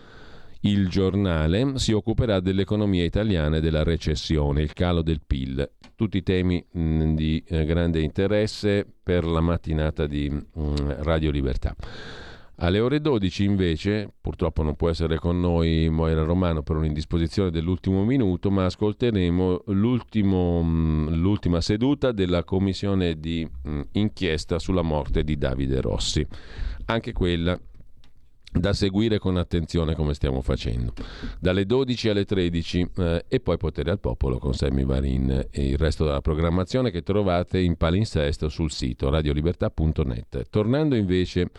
Il Giornale, si occuperà dell'economia italiana e della recessione, il calo del P I L. Tutti temi mh, di eh, grande interesse per la mattinata di mh, Radio Libertà. Alle ore dodici invece, purtroppo non può essere con noi Moira Romano per un'indisposizione dell'ultimo minuto, ma ascolteremo l'ultimo, mh, l'ultima seduta della commissione di mh, inchiesta sulla morte di Davide Rossi. Anche quella da seguire con attenzione, come stiamo facendo, dalle dodici alle tredici, eh, e poi Potere al Popolo con Sammy Varin e il resto della programmazione che trovate in palinsesto sul sito radiolibertà punto net. Tornando invece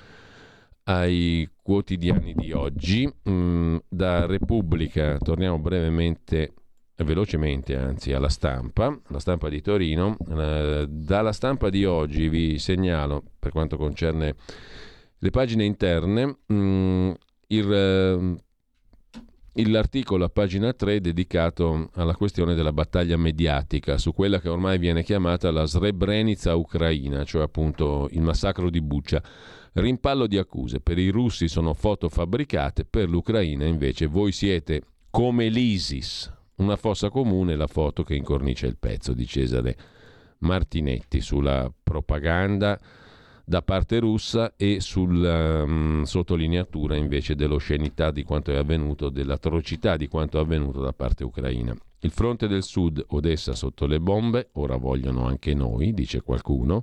ai quotidiani di oggi, mh, da Repubblica torniamo brevemente, velocemente anzi, alla Stampa, la Stampa di Torino. Eh, dalla Stampa di oggi vi segnalo, per quanto concerne le pagine interne, mh, il, il, l'articolo a pagina tre dedicato alla questione della battaglia mediatica su quella che ormai viene chiamata la Srebrenica ucraina, cioè appunto il massacro di Bucha. Rimpallo di accuse: per i russi sono foto fabbricate, per l'Ucraina invece voi siete come l'ISIS. Una fossa comune, la foto che incornicia il pezzo di Cesare Martinetti sulla propaganda da parte russa e sulla um, sottolineatura invece dell'oscenità di quanto è avvenuto, dell'atrocità di quanto è avvenuto da parte ucraina. Il fronte del sud, Odessa sotto le bombe, ora vogliono anche noi, dice qualcuno,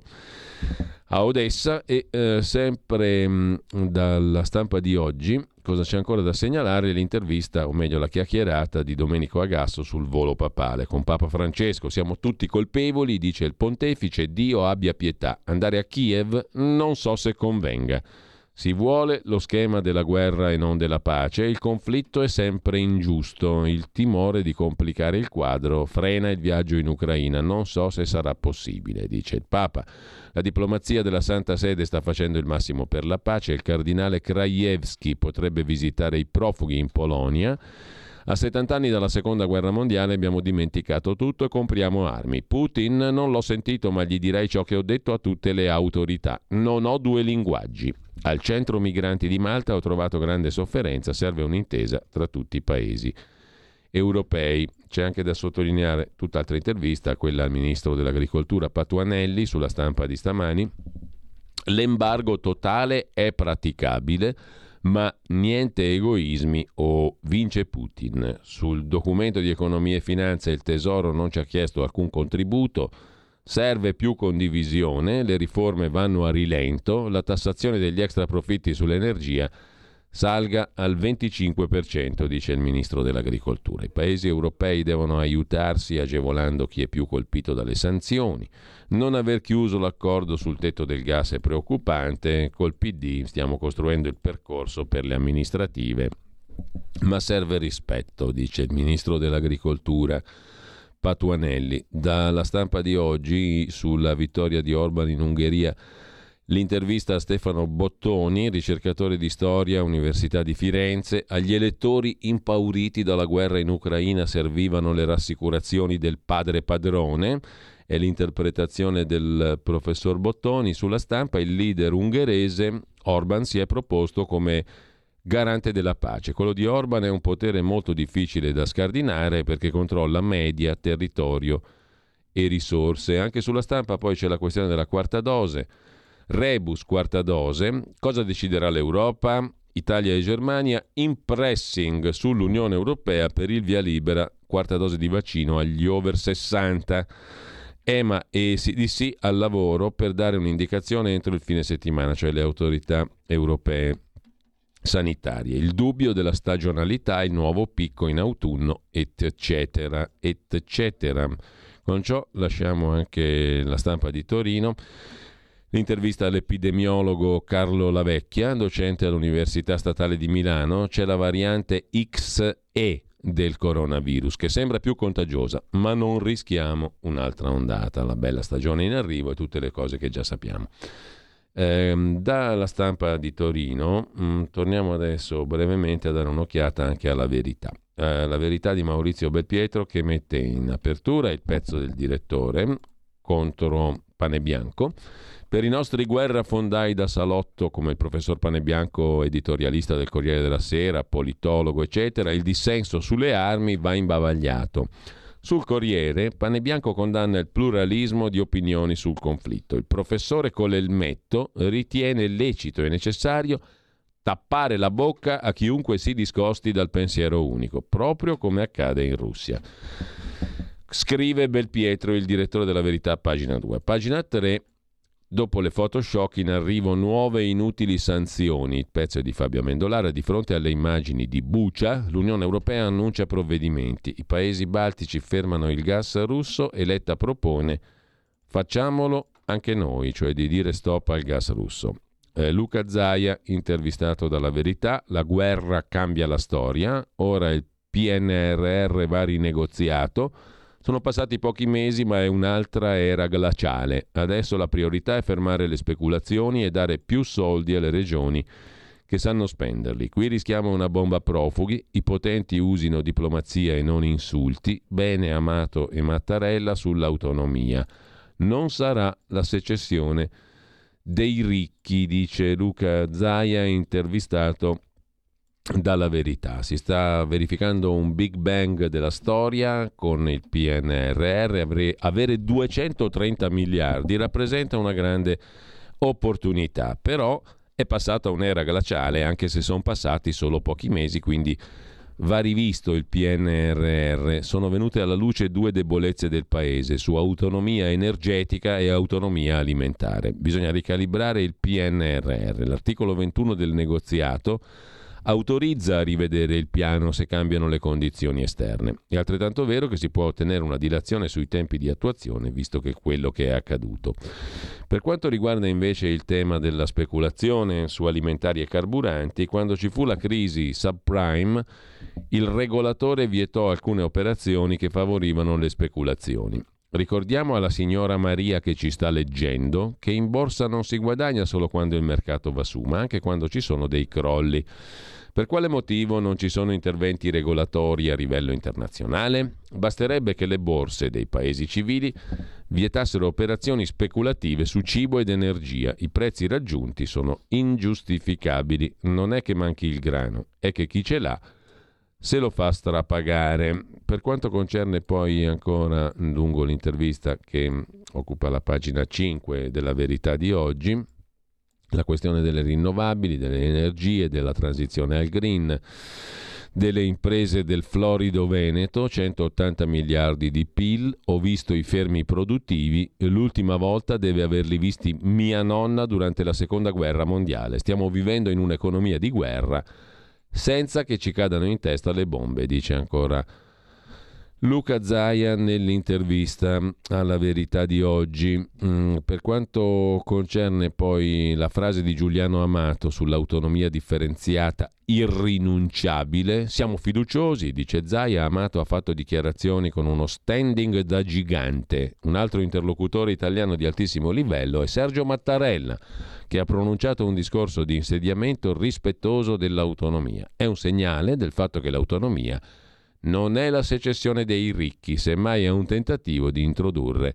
a Odessa. E eh, sempre mh, dalla Stampa di oggi, cosa c'è ancora da segnalare? L'intervista, o meglio la chiacchierata di Domenico Agasso sul volo papale con Papa Francesco. Siamo tutti colpevoli, dice il pontefice, Dio abbia pietà. Andare a Kiev non so se convenga. Si vuole lo schema della guerra e non della pace, il conflitto è sempre ingiusto, il timore di complicare il quadro frena il viaggio in Ucraina, non so se sarà possibile, dice il Papa. La diplomazia della Santa Sede sta facendo il massimo per la pace, il cardinale Krajewski potrebbe visitare i profughi in Polonia. A settanta anni dalla seconda guerra mondiale abbiamo dimenticato tutto e compriamo armi. Putin non l'ho sentito, ma gli direi ciò che ho detto a tutte le autorità. Non ho due linguaggi. Al centro migranti di Malta ho trovato grande sofferenza, serve un'intesa tra tutti i paesi europei. C'è anche da sottolineare tutt'altra intervista, quella al ministro dell'agricoltura Patuanelli sulla Stampa di stamani. L'embargo totale è praticabile, ma niente egoismi o vince Putin. Sul documento di economia e finanza il Tesoro non ci ha chiesto alcun contributo, serve più condivisione, le riforme vanno a rilento, la tassazione degli extra profitti sull'energia salga al venticinque per cento, dice il ministro dell'Agricoltura. I paesi europei devono aiutarsi agevolando chi è più colpito dalle sanzioni. Non aver chiuso l'accordo sul tetto del gas è preoccupante. Col P D stiamo costruendo il percorso per le amministrative, ma serve rispetto, dice il ministro dell'Agricoltura Patuanelli. Dalla Stampa di oggi sulla vittoria di Orban in Ungheria, l'intervista a Stefano Bottoni, ricercatore di storia, Università di Firenze. Agli elettori impauriti dalla guerra in Ucraina servivano le rassicurazioni del padre padrone. È l'interpretazione del professor Bottoni. Sulla Stampa il leader ungherese Orban si è proposto come garante della pace. Quello di Orban è un potere molto difficile da scardinare perché controlla media, territorio e risorse. Anche sulla Stampa poi c'è la questione della quarta dose. Rebus quarta dose. Cosa deciderà l'Europa? Italia e Germania in pressing sull'Unione Europea per il via libera quarta dose di vaccino agli over sessanta. E M A e C D C al lavoro per dare un'indicazione entro il fine settimana, cioè le autorità europee sanitarie. Il dubbio della stagionalità, il nuovo picco in autunno, eccetera, eccetera. Con ciò lasciamo anche la Stampa di Torino. L'intervista all'epidemiologo Carlo Lavecchia, docente all'Università Statale di Milano. C'è la variante X E del coronavirus che sembra più contagiosa, ma non rischiamo un'altra ondata, la bella stagione in arrivo e tutte le cose che già sappiamo. Ehm, dalla Stampa di Torino mh, torniamo adesso brevemente a dare un'occhiata anche alla Verità. Eh, la Verità di Maurizio Belpietro, che mette in apertura il pezzo del direttore contro Panebianco. Per i nostri guerrafondai da salotto, come il professor Panebianco, editorialista del Corriere della Sera, politologo, eccetera, il dissenso sulle armi va imbavagliato. Sul Corriere, Panebianco condanna il pluralismo di opinioni sul conflitto. Il professore con l'elmetto ritiene lecito e necessario tappare la bocca a chiunque si discosti dal pensiero unico, proprio come accade in Russia. Scrive Belpietro, il direttore della Verità, pagina due. Pagina tre. Dopo le Photoshop in arrivo nuove inutili sanzioni. Il pezzo è di Fabio Amendolara. Di fronte alle immagini di Bucha, l'Unione Europea annuncia provvedimenti. I paesi baltici fermano il gas russo e Letta propone facciamolo anche noi, cioè di dire stop al gas russo. Eh, Luca Zaia, intervistato dalla Verità, la guerra cambia la storia, ora il P N R R va rinegoziato. Sono passati pochi mesi, ma è un'altra era glaciale. Adesso la priorità è fermare le speculazioni e dare più soldi alle regioni che sanno spenderli. Qui rischiamo una bomba a profughi, i potenti usino diplomazia e non insulti. Bene Amato e Mattarella sull'autonomia. Non sarà la secessione dei ricchi, dice Luca Zaia, intervistato dalla Verità. Si sta verificando un Big Bang della storia con il P N R R. Avere duecentotrenta miliardi rappresenta una grande opportunità, però è passata un'era glaciale, anche se sono passati solo pochi mesi, quindi va rivisto il P N R R. Sono venute alla luce due debolezze del paese su autonomia energetica e autonomia alimentare. Bisogna ricalibrare il P N R R. L'articolo ventuno del negoziato autorizza a rivedere il piano se cambiano le condizioni esterne. È altrettanto vero che si può ottenere una dilazione sui tempi di attuazione, visto che è quello che è accaduto. Per quanto riguarda invece il tema della speculazione su alimentari e carburanti, quando ci fu la crisi subprime, il regolatore vietò alcune operazioni che favorivano le speculazioni. Ricordiamo alla signora Maria che ci sta leggendo che in borsa non si guadagna solo quando il mercato va su, ma anche quando ci sono dei crolli. Per quale motivo non ci sono interventi regolatori a livello internazionale? Basterebbe che le borse dei paesi civili vietassero operazioni speculative su cibo ed energia. I prezzi raggiunti sono ingiustificabili. Non è che manchi il grano, è che chi ce l'ha se lo fa strapagare. Per quanto concerne poi ancora lungo l'intervista che occupa la pagina cinque della Verità di oggi, la questione delle rinnovabili, delle energie, della transizione al green. delle imprese del Florido Veneto, centottanta miliardi di P I L, ho visto i fermi produttivi, l'ultima volta deve averli visti mia nonna durante la seconda guerra mondiale. Stiamo vivendo in un'economia di guerra senza che ci cadano in testa le bombe, dice ancora Luca Zaia nell'intervista alla Verità di oggi. Mm, per quanto concerne poi la frase di Giuliano Amato sull'autonomia differenziata irrinunciabile, siamo fiduciosi, dice Zaia. Amato ha fatto dichiarazioni con uno standing da gigante. Un altro interlocutore italiano di altissimo livello è Sergio Mattarella, che ha pronunciato un discorso di insediamento rispettoso dell'autonomia. È un segnale del fatto che l'autonomia non è la secessione dei ricchi, semmai è un tentativo di introdurre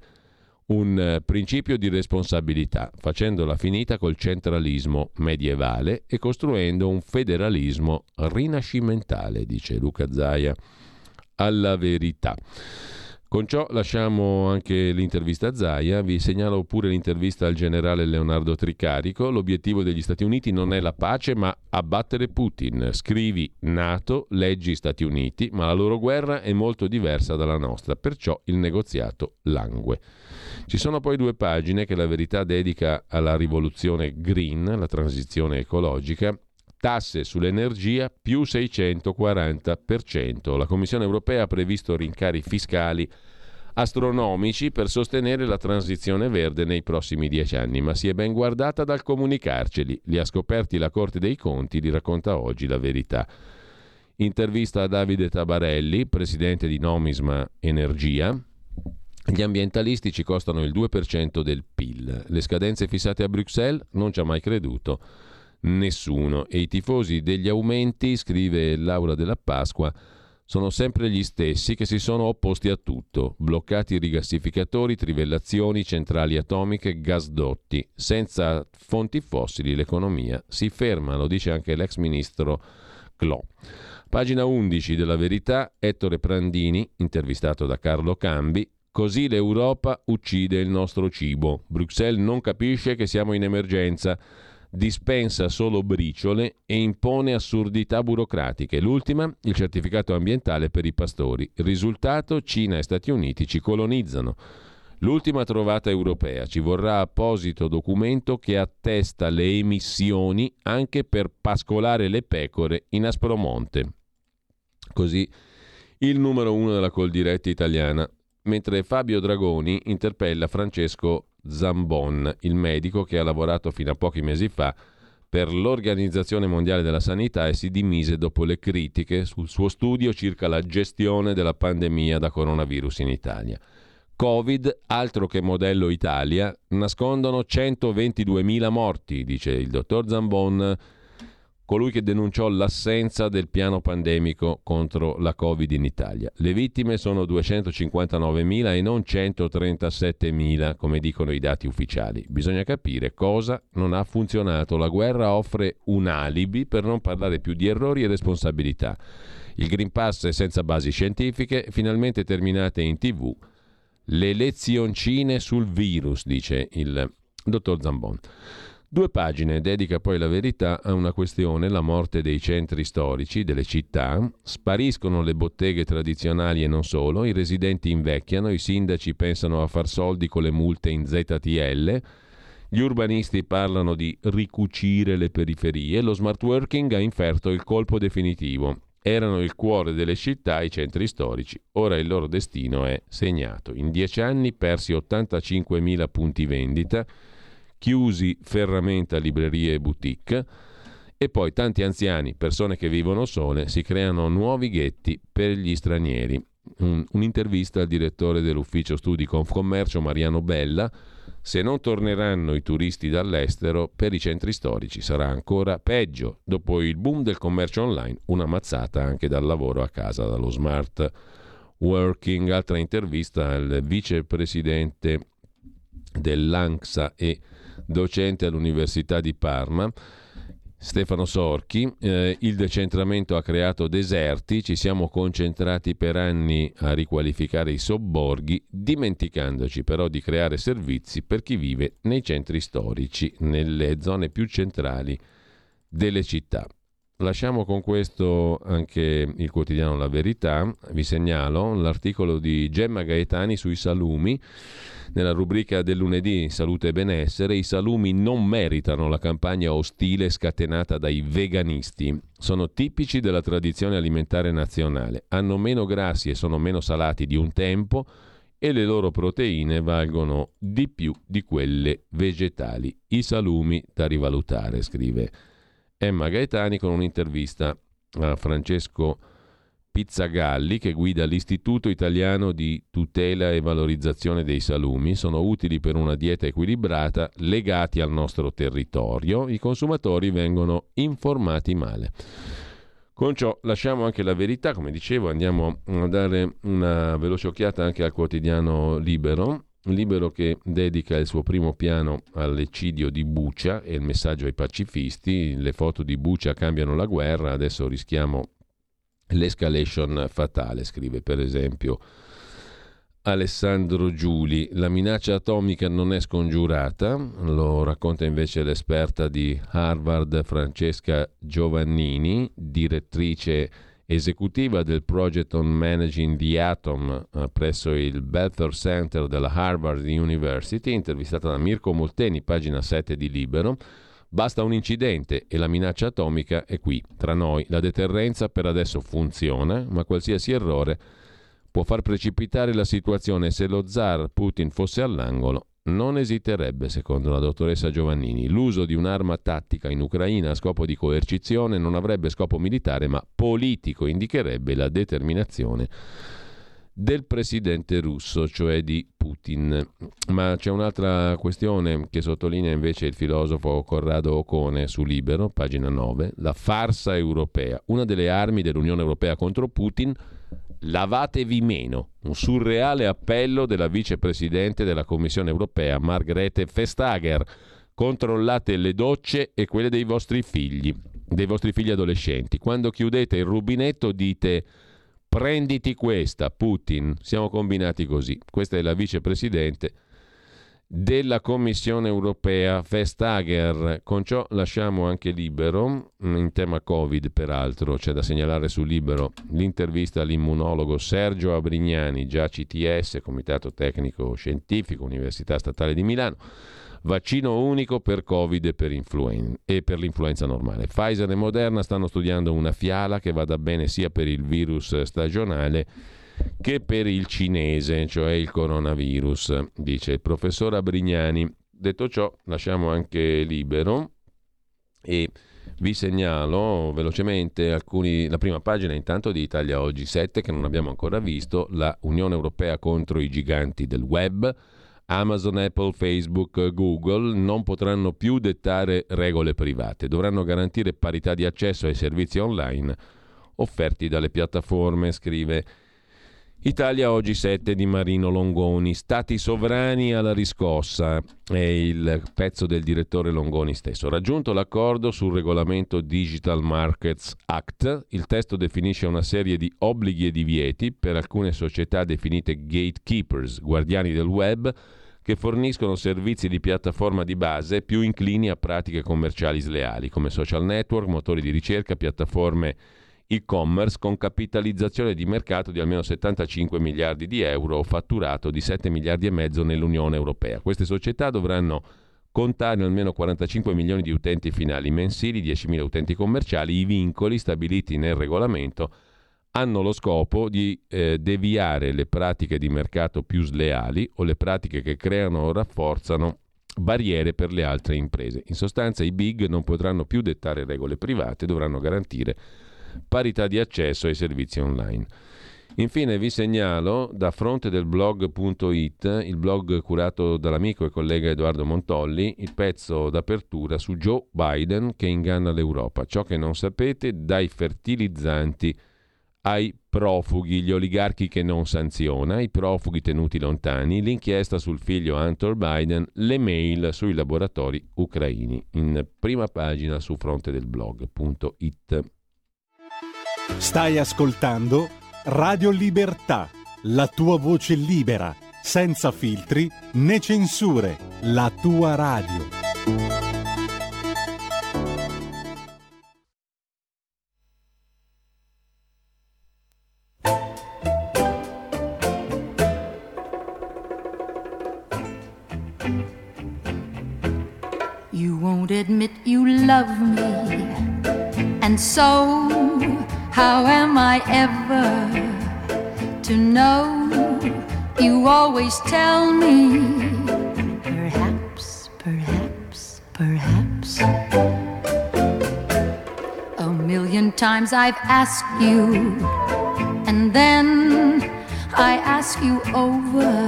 un principio di responsabilità, facendola finita col centralismo medievale e costruendo un federalismo rinascimentale, dice Luca Zaia alla Verità. Con ciò lasciamo anche l'intervista a Zaia, vi segnalo pure l'intervista al generale Leonardo Tricarico. L'obiettivo degli Stati Uniti non è la pace ma abbattere Putin. Scrivi NATO, leggi Stati Uniti, ma la loro guerra è molto diversa dalla nostra, perciò il negoziato langue. Ci sono poi due pagine che la Verità dedica alla rivoluzione green, la transizione ecologica. Tasse sull'energia più seicentoquaranta per cento. La Commissione europea ha previsto rincari fiscali astronomici per sostenere la transizione verde nei prossimi dieci anni, ma si è ben guardata dal comunicarceli. Li ha scoperti la Corte dei Conti, li racconta oggi la Verità. Intervista a Davide Tabarelli, presidente di Nomisma Energia. Gli ambientalisti ci costano il due per cento del P I L. Le scadenze fissate a Bruxelles non ci ha mai creduto nessuno, e i tifosi degli aumenti, scrive Laura della Pasqua, sono sempre gli stessi che si sono opposti a tutto: bloccati i rigassificatori, trivellazioni, centrali atomiche, gasdotti. Senza fonti fossili l'economia si ferma, lo dice anche l'ex ministro Clò. Pagina undici della Verità, Ettore Prandini, intervistato da Carlo Cambi. Così l'Europa uccide il nostro cibo. Bruxelles non capisce che siamo in emergenza, dispensa solo briciole e impone assurdità burocratiche. L'ultima, il certificato ambientale per i pastori. Il risultato, Cina e Stati Uniti ci colonizzano. L'ultima trovata europea, ci vorrà apposito documento che attesta le emissioni anche per pascolare le pecore in Aspromonte. Così il numero uno della Coldiretti italiana. Mentre Fabio Dragoni interpella Francesco Zambon, il medico che ha lavorato fino a pochi mesi fa per l'Organizzazione Mondiale della Sanità e si dimise dopo le critiche sul suo studio circa la gestione della pandemia da coronavirus in Italia. Covid, altro che modello Italia, nascondono centoventiduemila morti, dice il dottor Zambon, colui che denunciò l'assenza del piano pandemico contro la Covid in Italia. Le vittime sono duecentocinquantanovemila e non centotrentasettemila, come dicono i dati ufficiali. Bisogna capire cosa non ha funzionato. La guerra offre un alibi per non parlare più di errori e responsabilità. Il Green Pass è senza basi scientifiche, finalmente terminate in tivù le lezioncine sul virus, dice il dottor Zambon. Due pagine dedica poi la Verità a una questione, la morte dei centri storici, delle città. Spariscono le botteghe tradizionali e non solo, i residenti invecchiano, i sindaci pensano a far soldi con le multe in Z T L, gli urbanisti parlano di ricucire le periferie, lo smart working ha inferto il colpo definitivo. Erano il cuore delle città i centri storici, ora il loro destino è segnato. In dieci anni persi ottantacinquemila punti vendita, chiusi ferramenta, librerie e boutique, e poi tanti anziani, persone che vivono sole, si creano nuovi ghetti per gli stranieri. Un, un'intervista al direttore dell'ufficio studi Confcommercio Mariano Bella: se non torneranno i turisti dall'estero, per i centri storici sarà ancora peggio. Dopo il boom del commercio online, una mazzata anche dal lavoro a casa, dallo smart working. Altra intervista al vicepresidente dell'ANXA e docente all'Università di Parma, Stefano Sorchi. Eh, il decentramento ha creato deserti, ci siamo concentrati per anni a riqualificare i sobborghi, dimenticandoci però di creare servizi per chi vive nei centri storici, nelle zone più centrali delle città. Lasciamo con questo anche il quotidiano La Verità. Vi segnalo l'articolo di Gemma Gaetani sui salumi. Nella rubrica del lunedì Salute e benessere, i salumi non meritano la campagna ostile scatenata dai veganisti. Sono tipici della tradizione alimentare nazionale, hanno meno grassi e sono meno salati di un tempo e le loro proteine valgono di più di quelle vegetali. I salumi da rivalutare, scrive Emma Gaetani con un'intervista a Francesco Pizzagalli, che guida l'Istituto Italiano di Tutela e Valorizzazione dei Salumi. Sono utili per una dieta equilibrata, legati al nostro territorio. I consumatori vengono informati male. Con ciò lasciamo anche La Verità, come dicevo, andiamo a dare una veloce occhiata anche al quotidiano Libero. Libero che dedica il suo primo piano all'eccidio di Bucha e il messaggio ai pacifisti. Le foto di Bucha cambiano la guerra, adesso rischiamo l'escalation fatale, scrive per esempio Alessandro Giuli. La minaccia atomica non è scongiurata, lo racconta invece l'esperta di Harvard Francesca Giovannini, direttrice esecutiva del Project on Managing the Atom eh, presso il Belfer Center della Harvard University, intervistata da Mirko Molteni, pagina sette di Libero. Basta un incidente e la minaccia atomica è qui, tra noi. La deterrenza per adesso funziona, ma qualsiasi errore può far precipitare la situazione. Se lo zar Putin fosse all'angolo, non esiterebbe, secondo la dottoressa Giovannini. L'uso di un'arma tattica in Ucraina a scopo di coercizione non avrebbe scopo militare, ma politico, indicherebbe la determinazione del presidente russo, cioè di Putin. Ma c'è un'altra questione che sottolinea invece il filosofo Corrado Ocone su Libero, pagina nove, la farsa europea. Una delle armi dell'Unione Europea contro Putin: lavatevi meno. Un surreale appello della vicepresidente della Commissione Europea, Margrethe Vestager. Controllate le docce e quelle dei vostri figli, dei vostri figli adolescenti. Quando chiudete il rubinetto dite: prenditi questa, Putin. Siamo combinati così. Questa è la vicepresidente della Commissione Europea, Vestager. Con ciò lasciamo anche Libero. In tema Covid, peraltro, c'è da segnalare su Libero l'intervista all'immunologo Sergio Abrignani, già C T S, Comitato Tecnico Scientifico, Università Statale di Milano. Vaccino unico per Covid e per, influen- e per l'influenza normale. Pfizer e Moderna stanno studiando una fiala che vada bene sia per il virus stagionale che per il cinese, cioè il coronavirus, dice il professor Abrignani. Detto ciò, lasciamo anche Libero e vi segnalo velocemente alcuni, la prima pagina intanto di Italia Oggi sette, che non abbiamo ancora visto. La Unione Europea contro i giganti del web. Amazon, Apple, Facebook, Google non potranno più dettare regole private, dovranno garantire parità di accesso ai servizi online offerti dalle piattaforme, scrive Italia Oggi sette di Marino Longoni. Stati sovrani alla riscossa, è il pezzo del direttore Longoni stesso. Raggiunto l'accordo sul regolamento Digital Markets Act, il testo definisce una serie di obblighi e divieti per alcune società definite gatekeepers, guardiani del web, che forniscono servizi di piattaforma di base più inclini a pratiche commerciali sleali, come social network, motori di ricerca, piattaforme e-commerce con capitalizzazione di mercato di almeno settantacinque miliardi di euro o fatturato di sette miliardi e mezzo nell'Unione Europea. Queste società dovranno contare almeno quarantacinque milioni di utenti finali mensili, diecimila utenti commerciali. I vincoli stabiliti nel regolamento hanno lo scopo di eh, deviare le pratiche di mercato più sleali o le pratiche che creano o rafforzano barriere per le altre imprese. In sostanza, i big non potranno più dettare regole private, dovranno garantire parità di accesso ai servizi online. Infine vi segnalo da frontedelblog punto it, il blog curato dall'amico e collega Edoardo Montolli, il pezzo d'apertura su Joe Biden che inganna l'Europa. Ciò che non sapete, dai fertilizzanti ai profughi, gli oligarchi che non sanziona, i profughi tenuti lontani, l'inchiesta sul figlio Hunter Biden, le mail sui laboratori ucraini. In prima pagina su frontedelblog punto it. Stai ascoltando Radio Libertà, la tua voce libera, senza filtri né censure, la tua radio. admit you love me, and so how am I ever to know? You always tell me, perhaps, perhaps, perhaps. A million times I've asked you, and then I ask you over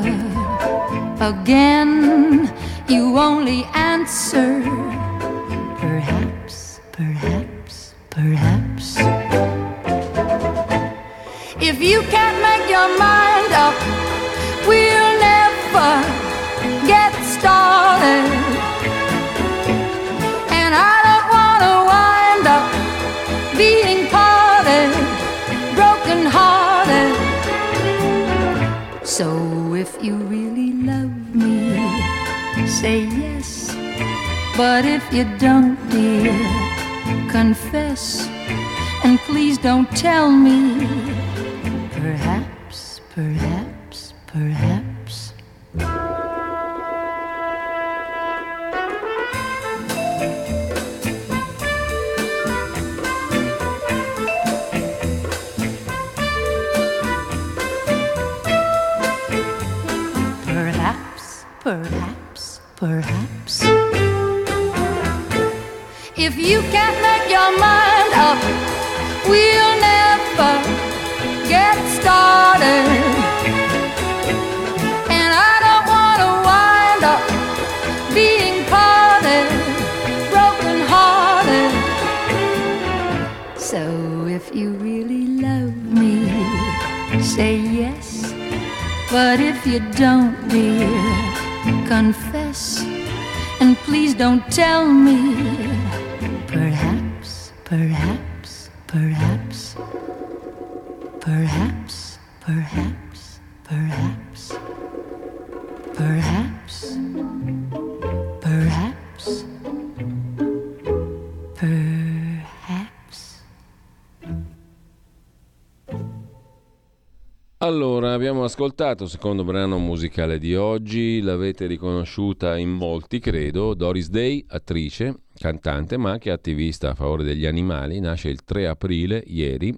again. You only answer, perhaps, perhaps, perhaps. If you can't make your mind up, we'll never get started. And I don't want to wind up being parted, broken hearted. So if you really love me, say yes. But if you don't, dear, confess. And please don't tell me, perhaps, perhaps, perhaps. Perhaps, perhaps, perhaps. If you can't make your mind up, we'll never get started. And I don't want to wind up being parted, broken hearted. So if you really love me, say yes. But if you don't, dear, confess. And please don't tell me, perhaps, perhaps, perhaps, perhaps, perhaps, perhaps, perhaps, perhaps, perhaps. Allora, abbiamo ascoltato il secondo brano musicale di oggi, l'avete riconosciuta in molti, credo, Doris Day, attrice, cantante, ma anche attivista a favore degli animali, nasce il tre aprile, ieri,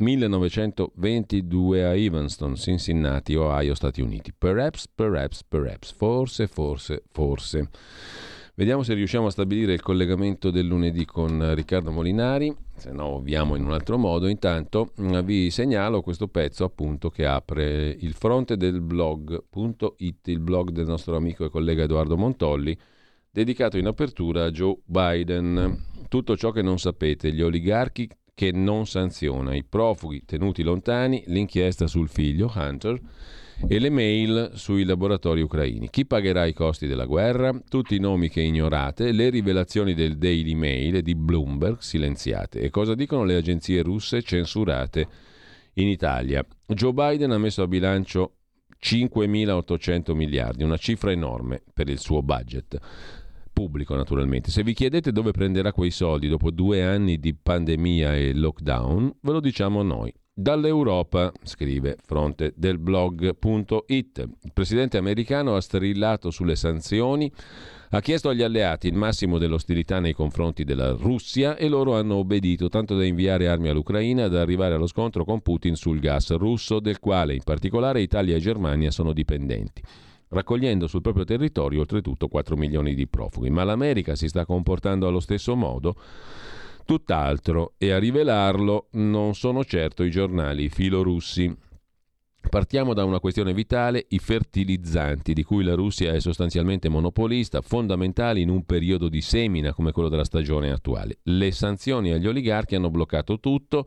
millenovecentoventidue a Evanston, Cincinnati, Ohio, Stati Uniti. Perhaps, perhaps, perhaps, forse, forse, forse. Vediamo se riusciamo a stabilire il collegamento del lunedì con Riccardo Molinari, se no ovviamo in un altro modo. Intanto vi segnalo questo pezzo appunto che apre il fronte del blog punto it, il blog del nostro amico e collega Edoardo Montolli, dedicato in apertura a Joe Biden. Tutto ciò che non sapete, gli oligarchi che non sanziona, i profughi tenuti lontani, l'inchiesta sul figlio Hunter e le mail sui laboratori ucraini. Chi pagherà i costi della guerra? Tutti i nomi che ignorate, le rivelazioni del Daily Mail e di Bloomberg silenziate. E cosa dicono le agenzie russe censurate in Italia? Joe Biden ha messo a bilancio cinquemilaottocento miliardi, una cifra enorme per il suo budget pubblico, naturalmente. Se vi chiedete dove prenderà quei soldi dopo due anni di pandemia e lockdown, ve lo diciamo noi. Dall'Europa, scrive fronte del blog punto it. Il presidente americano ha strillato sulle sanzioni, ha chiesto agli alleati il massimo dell'ostilità nei confronti della Russia e loro hanno obbedito, tanto da inviare armi all'Ucraina e da arrivare allo scontro con Putin sul gas russo, del quale in particolare Italia e Germania sono dipendenti, raccogliendo sul proprio territorio oltretutto quattro milioni di profughi. Ma l'America si sta comportando allo stesso modo? Tutt'altro, e a rivelarlo non sono certo i giornali filorussi. Partiamo da una questione vitale: i fertilizzanti, di cui la Russia è sostanzialmente monopolista, fondamentali in un periodo di semina come quello della stagione attuale. Le sanzioni agli oligarchi hanno bloccato tutto.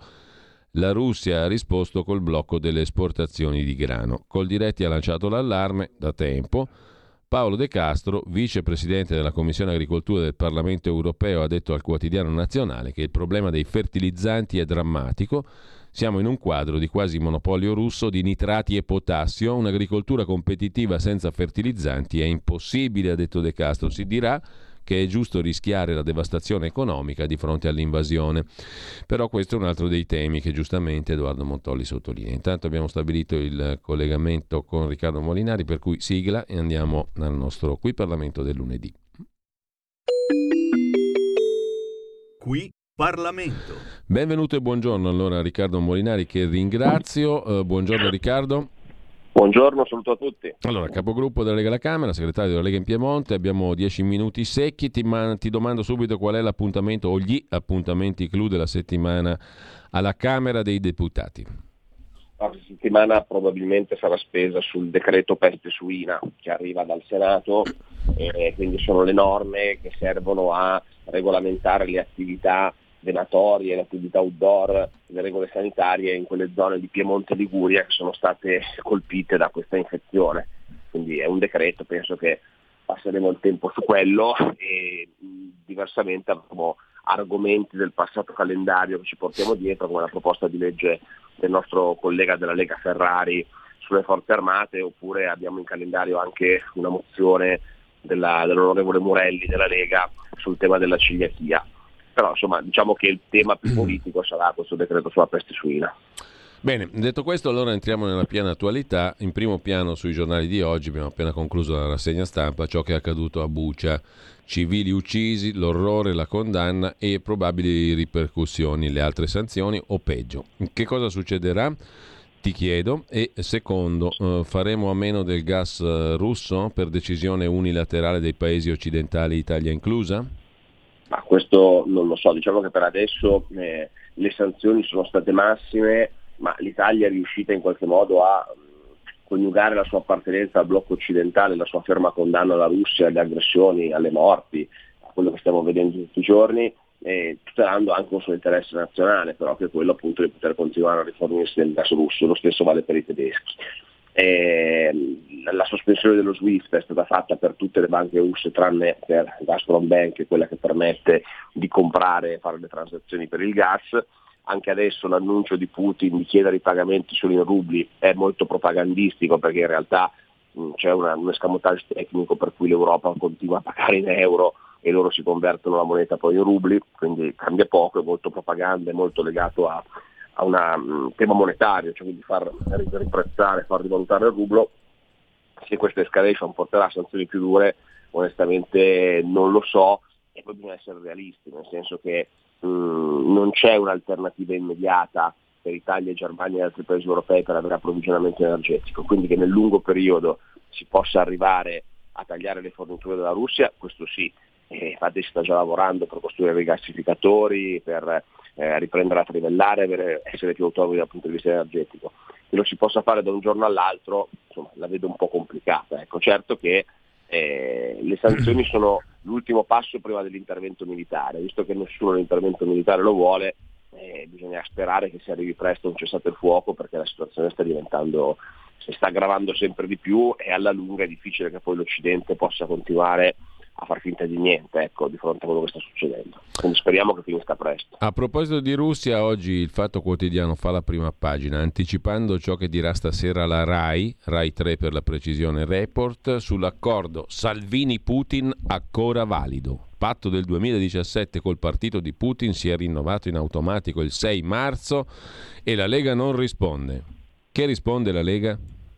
La Russia ha risposto col blocco delle esportazioni di grano. Coldiretti ha lanciato l'allarme da tempo. Paolo De Castro, vicepresidente della Commissione Agricoltura del Parlamento Europeo, ha detto al Quotidiano Nazionale che il problema dei fertilizzanti è drammatico. Siamo in un quadro di quasi monopolio russo di nitrati e potassio. Un'agricoltura competitiva senza fertilizzanti è impossibile, ha detto De Castro. Si dirà che è giusto rischiare la devastazione economica di fronte all'invasione. Però questo è un altro dei temi che giustamente Edoardo Montolli sottolinea. Intanto abbiamo stabilito il collegamento con Riccardo Molinari, per cui sigla e andiamo al nostro Qui Parlamento del lunedì. Qui Parlamento. Benvenuto e buongiorno allora Riccardo Molinari, che ringrazio. Uh, buongiorno Riccardo. Buongiorno, saluto a tutti. Allora, capogruppo della Lega alla Camera, segretario della Lega in Piemonte, abbiamo dieci minuti secchi, ti, man- ti domando subito qual è l'appuntamento o gli appuntamenti clou della settimana alla Camera dei Deputati. La settimana probabilmente sarà spesa sul decreto peste suina che arriva dal Senato, e quindi sono le norme che servono a regolamentare le attività venatorie, le attività outdoor, le regole sanitarie in quelle zone di Piemonte e Liguria che sono state colpite da questa infezione. Quindi è un decreto, penso che passeremo il tempo su quello e mh, diversamente avremo argomenti del passato calendario che ci portiamo dietro, come la proposta di legge del nostro collega della Lega Ferrari sulle forze armate, oppure abbiamo in calendario anche una mozione della, dell'onorevole Murelli della Lega sul tema della celiachia. Però insomma diciamo che il tema più politico sarà questo decreto sulla peste suina. Bene, detto questo allora entriamo nella piena attualità. In primo piano sui giornali di oggi abbiamo appena concluso la rassegna stampa, ciò che è accaduto a Bucha, civili uccisi, l'orrore, la condanna e probabili ripercussioni, le altre sanzioni o peggio. Che cosa succederà? Ti chiedo. E secondo, eh, faremo a meno del gas eh, russo per decisione unilaterale dei paesi occidentali, Italia inclusa? Ma questo non lo so, diciamo che per adesso eh, le sanzioni sono state massime, ma l'Italia è riuscita in qualche modo a coniugare la sua appartenenza al blocco occidentale, la sua ferma condanna alla Russia, alle aggressioni, alle morti, a quello che stiamo vedendo tutti i giorni, eh, tutelando anche un suo interesse nazionale, però che è quello appunto di poter continuare a rifornirsi del gas russo. Lo stesso vale per i tedeschi. Eh, la sospensione dello SWIFT è stata fatta per tutte le banche russe tranne per Gazprom Bank, quella che permette di comprare e fare le transazioni per il gas. Anche adesso l'annuncio di Putin di chiedere i pagamenti solo in rubli è molto propagandistico, perché in realtà mh, c'è una, un escamotage tecnico per cui l'Europa continua a pagare in euro e loro si convertono la moneta poi in rubli, quindi cambia poco, è molto propaganda, è molto legato a a un tema monetario, cioè quindi far riprezzare, far rivalutare il rublo. Se questa escalation porterà a sanzioni più dure, onestamente non lo so, e poi bisogna essere realisti, nel senso che mh, non c'è un'alternativa immediata per Italia, Germania e altri paesi europei per avere approvvigionamento energetico, quindi che nel lungo periodo si possa arrivare a tagliare le forniture della Russia, questo sì. E infatti si sta già lavorando per costruire i gassificatori, per eh, riprendere a trivellare, per essere più autonomi dal punto di vista energetico. Che lo si possa fare da un giorno all'altro, insomma, la vedo un po' complicata. Ecco, certo che eh, le sanzioni sono l'ultimo passo prima dell'intervento militare, visto che nessuno l'intervento militare lo vuole, eh, bisogna sperare che si arrivi presto a un cessate il fuoco, perché la situazione sta diventando, si sta aggravando sempre di più e alla lunga è difficile che poi l'Occidente possa continuare a far finta di niente, ecco, di fronte a quello che sta succedendo. Quindi speriamo che finisca presto. A proposito di Russia, oggi il Fatto Quotidiano fa la prima pagina, anticipando ciò che dirà stasera la RAI, RAI tre per la precisione, report sull'accordo Salvini-Putin ancora valido. Patto del duemiladiciassette col partito di Putin si è rinnovato in automatico il sei marzo e la Lega non risponde. Che risponde la Lega?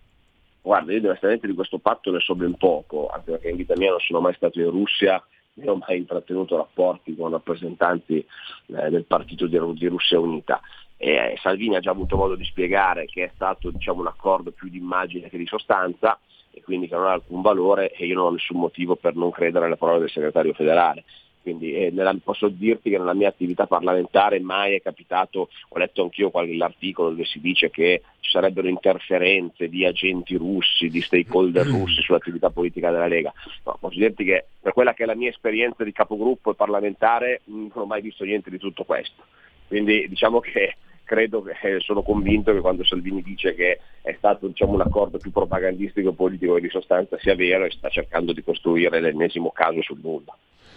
Guarda, io onestamente di questo patto ne so ben poco, anche perché in vita mia non sono mai stato in Russia, non ho mai intrattenuto rapporti con rappresentanti eh, del partito di, di Russia Unita. E, eh, Salvini ha già avuto modo di spiegare che è stato, diciamo, un accordo più di immagine che di sostanza, e quindi che non ha alcun valore, e io non ho nessun motivo per non credere alle parole del segretario federale. Quindi eh, nella, posso dirti che nella mia attività parlamentare mai è capitato, ho letto anch'io qualche l'articolo dove si dice che ci sarebbero interferenze di agenti russi, di stakeholder russi sull'attività politica della Lega. No, posso dirti che per quella che è la mia esperienza di capogruppo e parlamentare non ho mai visto niente di tutto questo. Quindi diciamo che credo che sono convinto che quando Salvini dice che è stato, diciamo, un accordo più propagandistico e politico che di sostanza sia vero, e sta cercando di costruire l'ennesimo caso sul nulla.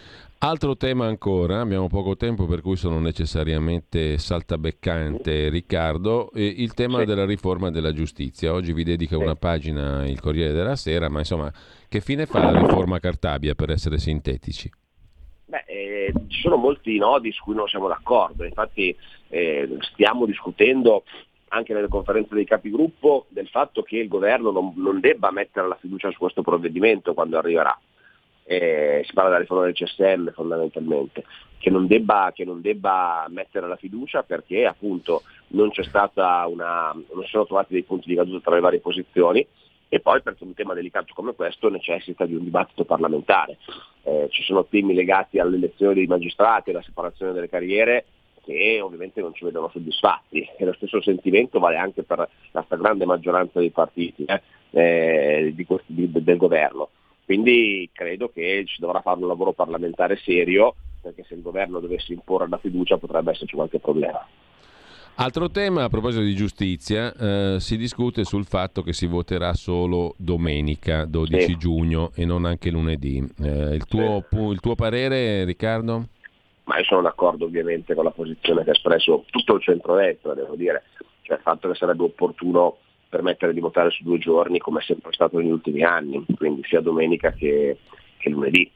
Altro tema ancora, abbiamo poco tempo per cui sono necessariamente saltabeccante, Riccardo, eh, il tema sì. della riforma della giustizia. Oggi vi dedica sì. una pagina il Corriere della Sera, ma insomma che fine fa la riforma Cartabia, per essere sintetici? Beh, eh, ci sono molti nodi su cui non siamo d'accordo, infatti eh, stiamo discutendo anche nelle conferenze dei capigruppo del fatto che il governo non, non debba mettere la fiducia su questo provvedimento quando arriverà. eh, si parla della riforma del C S M fondamentalmente, che non debba, che non debba mettere la fiducia perché appunto non c'è stata una, non si sono trovati dei punti di caduta tra le varie posizioni, e poi perché un tema delicato come questo necessita di un dibattito parlamentare. Eh, ci sono temi legati all'elezione dei magistrati, alla separazione delle carriere, che ovviamente non ci vedono soddisfatti, e lo stesso sentimento vale anche per la stragrande maggioranza dei partiti eh, eh, di questi, di, del governo. Quindi credo che ci dovrà fare un lavoro parlamentare serio, perché se il governo dovesse imporre la fiducia potrebbe esserci qualche problema. Altro tema, a proposito di giustizia, eh, si discute sul fatto che si voterà solo domenica dodici sì. giugno e non anche lunedì. Eh, il, tuo, sì. pu- il tuo parere, Riccardo? Ma io sono d'accordo ovviamente con la posizione che ha espresso tutto il centrodestra, devo dire, cioè il fatto che sarebbe opportuno permettere di votare su due giorni come è sempre stato negli ultimi anni, quindi sia domenica che, che lunedì,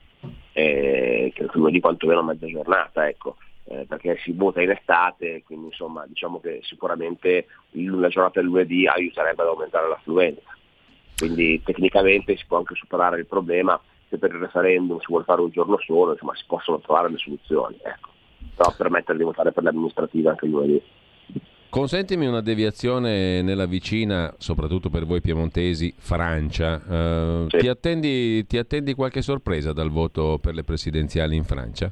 eh, che lunedì quantomeno a mezza giornata, ecco. Eh, perché si vota in estate, quindi insomma diciamo che sicuramente la giornata del lunedì aiuterebbe ad aumentare l'affluenza, quindi tecnicamente si può anche superare il problema. Se per il referendum si vuole fare un giorno solo, insomma si possono trovare le soluzioni, ecco. Però permettere di votare per le amministrative anche il lunedì. Consentimi una deviazione nella vicina, soprattutto per voi piemontesi, Francia. Uh, sì. ti, attendi, ti attendi qualche sorpresa dal voto per le presidenziali in Francia?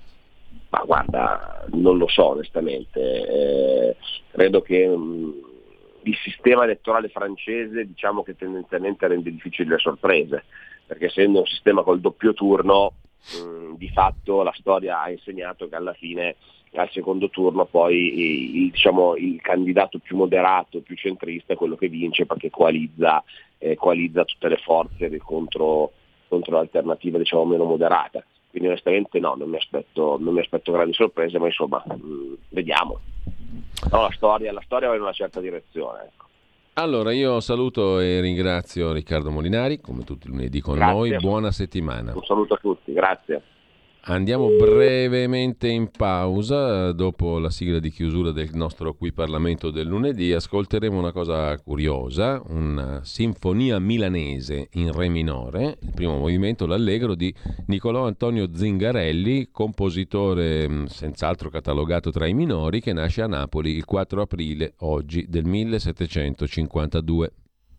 Ma guarda, non lo so onestamente, eh, credo che mh, il sistema elettorale francese diciamo che tendenzialmente rende difficili le sorprese, perché essendo un sistema col doppio turno, mh, di fatto la storia ha insegnato che alla fine al secondo turno poi il, diciamo, il candidato più moderato, più centrista è quello che vince, perché coalizza, eh, coalizza tutte le forze del contro, contro l'alternativa diciamo meno moderata. Quindi onestamente no, non mi aspetto, non mi aspetto grandi sorprese, ma insomma mh, vediamo. No, la storia, la storia va in una certa direzione. Ecco. Allora io saluto e ringrazio Riccardo Molinari, come tutti i lunedì con Grazie. noi, buona settimana. Un saluto a tutti, grazie. Andiamo brevemente in pausa, dopo la sigla di chiusura del nostro Qui Parlamento del lunedì ascolteremo una cosa curiosa, una sinfonia milanese in re minore, il primo movimento, l'Allegro di Niccolò Antonio Zingarelli, compositore senz'altro catalogato tra i minori, che nasce a Napoli il quattro aprile oggi del millesettecentocinquantadue.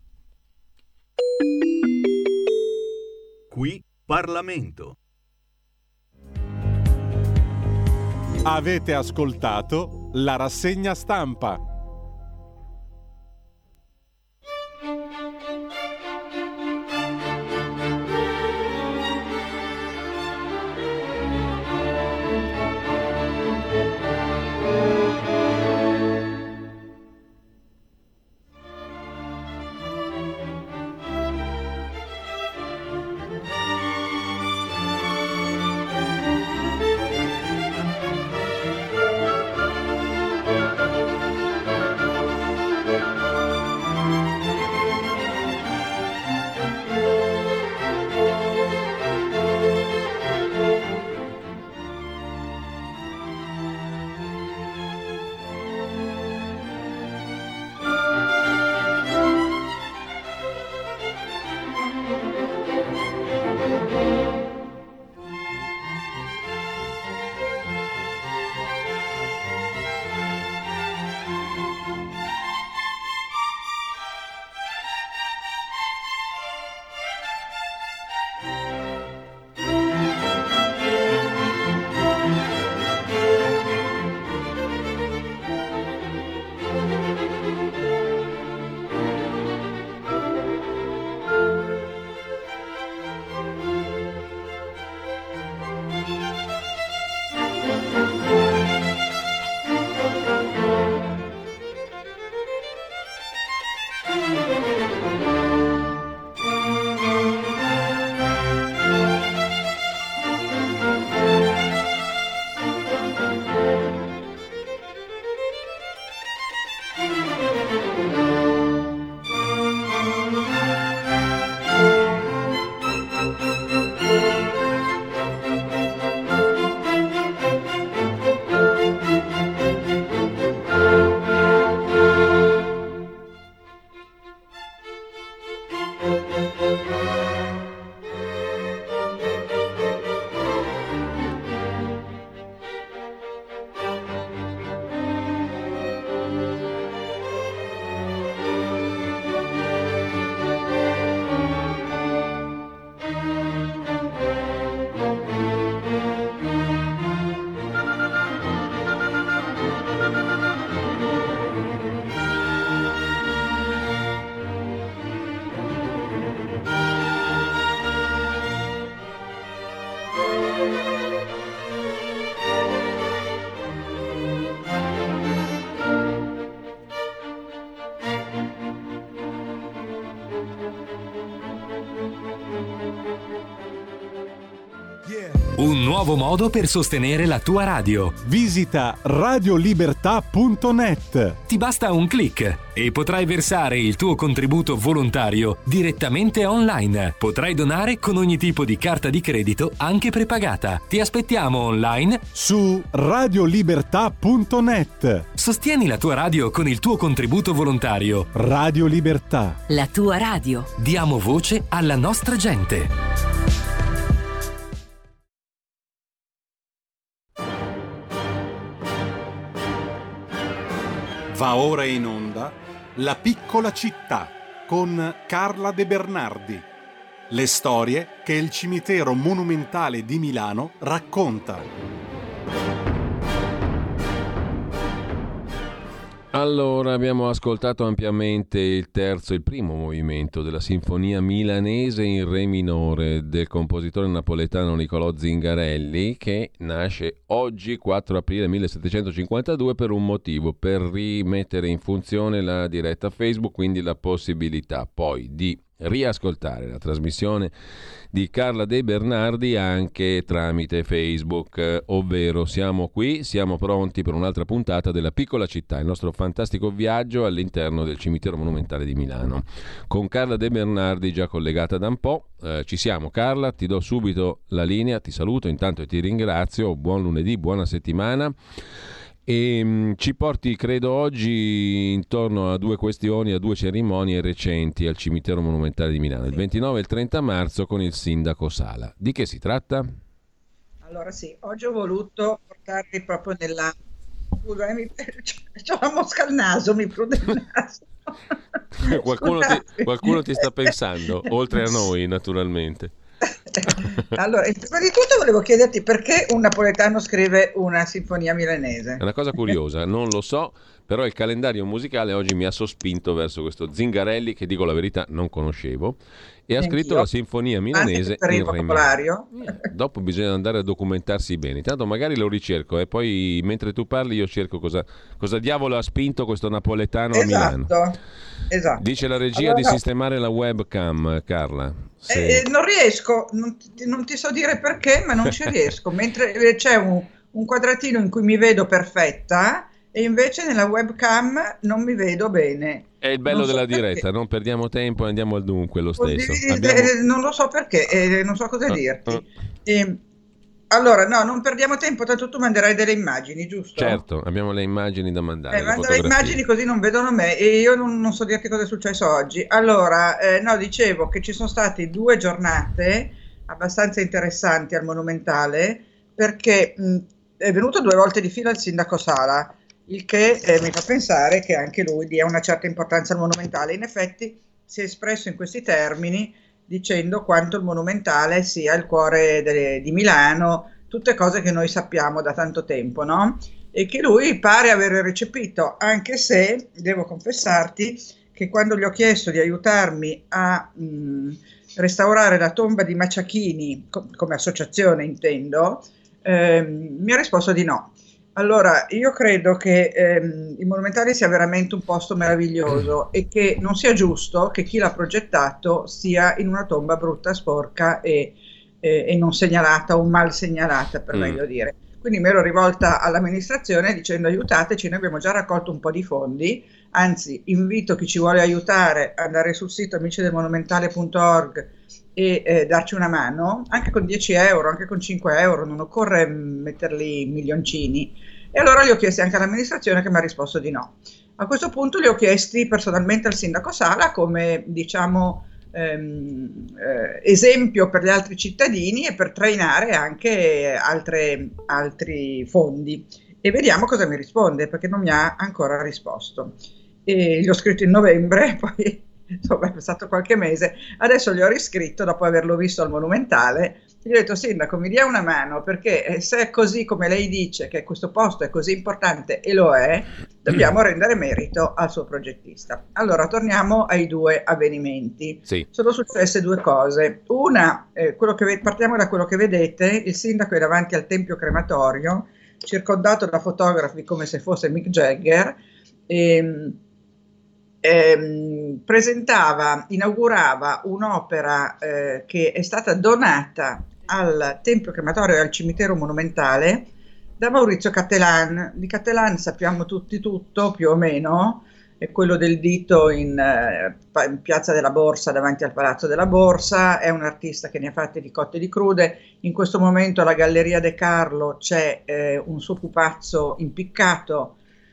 Qui Parlamento. Avete ascoltato la rassegna stampa. Un nuovo modo per sostenere la tua radio. Visita radiolibertà punto net. Ti basta un click e potrai versare il tuo contributo volontario direttamente online. Potrai donare con ogni tipo di carta di credito, anche prepagata. Ti aspettiamo online su radiolibertà punto net. Sostieni la tua radio con il tuo contributo volontario. Radio Libertà. La tua radio. Diamo voce alla nostra gente. Va ora in onda La piccola città con Carla De Bernardi. Le storie che il cimitero monumentale di Milano racconta. Allora, abbiamo ascoltato ampiamente il terzo, il primo movimento della Sinfonia milanese in re minore del compositore napoletano Niccolò Zingarelli, che nasce oggi quattro aprile millesettecentocinquantadue per un motivo: per rimettere in funzione la diretta Facebook, quindi la possibilità poi di riascoltare la trasmissione di Carla De Bernardi anche tramite Facebook, ovvero siamo qui, siamo pronti per un'altra puntata della Piccola Città, il nostro fantastico viaggio all'interno del cimitero monumentale di Milano, con Carla De Bernardi già collegata da un po'. Eh, ci siamo Carla, ti do subito la linea, ti saluto intanto e ti ringrazio, buon lunedì, buona settimana. E mh, ci porti, credo, oggi intorno a due questioni, a due cerimonie recenti al cimitero monumentale di Milano, il ventinove e il trenta marzo, con il sindaco Sala. Di che si tratta? Allora sì, oggi ho voluto portarvi proprio nella... C'ho la mosca al naso, mi prude il naso. qualcuno, ti, qualcuno ti sta pensando, oltre a noi naturalmente. Allora, prima di tutto volevo chiederti perché un napoletano scrive una sinfonia milanese. È una cosa curiosa, non lo so, però il calendario musicale oggi mi ha sospinto verso questo Zingarelli, che dico la verità non conoscevo, e ha scritto la sinfonia milanese per il in re vocabolario. Dopo bisogna andare a documentarsi bene. Tanto magari lo ricerco e poi mentre tu parli io cerco cosa, cosa diavolo ha spinto questo napoletano Esatto. a Milano. Esatto. Dice la regia allora, di sistemare la webcam, Carla. Se... Eh, non riesco, non ti, non ti so dire perché, ma non ci riesco. Mentre c'è un, un quadratino in cui mi vedo perfetta e invece nella webcam non mi vedo bene. È il bello non della so diretta, perché. non perdiamo tempo e andiamo al dunque lo stesso. Eh, Abbiamo... eh, non lo so perché, eh, non so cosa uh, dirti. Uh. Eh, allora, no, non perdiamo tempo, tanto tu manderai delle immagini, giusto? Certo, abbiamo le immagini da mandare. Eh, manda le immagini così non vedono me e io non, non so dirti cosa è successo oggi. Allora, eh, no, dicevo che ci sono state due giornate abbastanza interessanti al Monumentale, perché mh, è venuto due volte di fila il sindaco Sala, il che eh, mi fa pensare che anche lui dia una certa importanza al Monumentale. In effetti si è espresso in questi termini, dicendo quanto il Monumentale sia il cuore de- di Milano, tutte cose che noi sappiamo da tanto tempo, no? E che lui pare aver recepito, anche se devo confessarti che quando gli ho chiesto di aiutarmi a mh, restaurare la tomba di Maciachini, co- come associazione intendo, ehm, mi ha risposto di no. Allora, io credo che ehm, il Monumentale sia veramente un posto meraviglioso e che non sia giusto che chi l'ha progettato sia in una tomba brutta, sporca e, e, e non segnalata o mal segnalata, per mm. meglio dire. Quindi mi ero rivolta all'amministrazione dicendo aiutateci, noi abbiamo già raccolto un po' di fondi, anzi invito chi ci vuole aiutare ad andare sul sito amici del monumentale punto org e eh, darci una mano, anche con dieci euro, anche con cinque euro, non occorre metterli milioncini. E allora gli ho chiesti anche all'amministrazione, che mi ha risposto di no. A questo punto li ho chiesti personalmente al sindaco Sala come, diciamo, ehm, eh, esempio per gli altri cittadini e per trainare anche altre, altri fondi. E vediamo cosa mi risponde, perché non mi ha ancora risposto. E gli ho scritto in novembre, poi... insomma è passato qualche mese, adesso gli ho riscritto dopo averlo visto al Monumentale, gli ho detto sindaco mi dia una mano perché se è così come lei dice che questo posto è così importante e lo è, dobbiamo rendere merito al suo progettista. Allora torniamo ai due avvenimenti. Sì. Sono successe due cose, una, eh, quello che, partiamo da quello che vedete, il sindaco è davanti al tempio crematorio circondato da fotografi come se fosse Mick Jagger e Ehm, presentava, inaugurava un'opera eh, che è stata donata al Tempio Crematorio e al Cimitero Monumentale da Maurizio Cattelan. Di Cattelan sappiamo tutti tutto, più o meno, è quello del dito in, eh, in Piazza della Borsa, davanti al Palazzo della Borsa, è un artista che ne ha fatte di cotte e di crude. In questo momento alla Galleria De Carlo c'è eh, un suo pupazzo impiccato.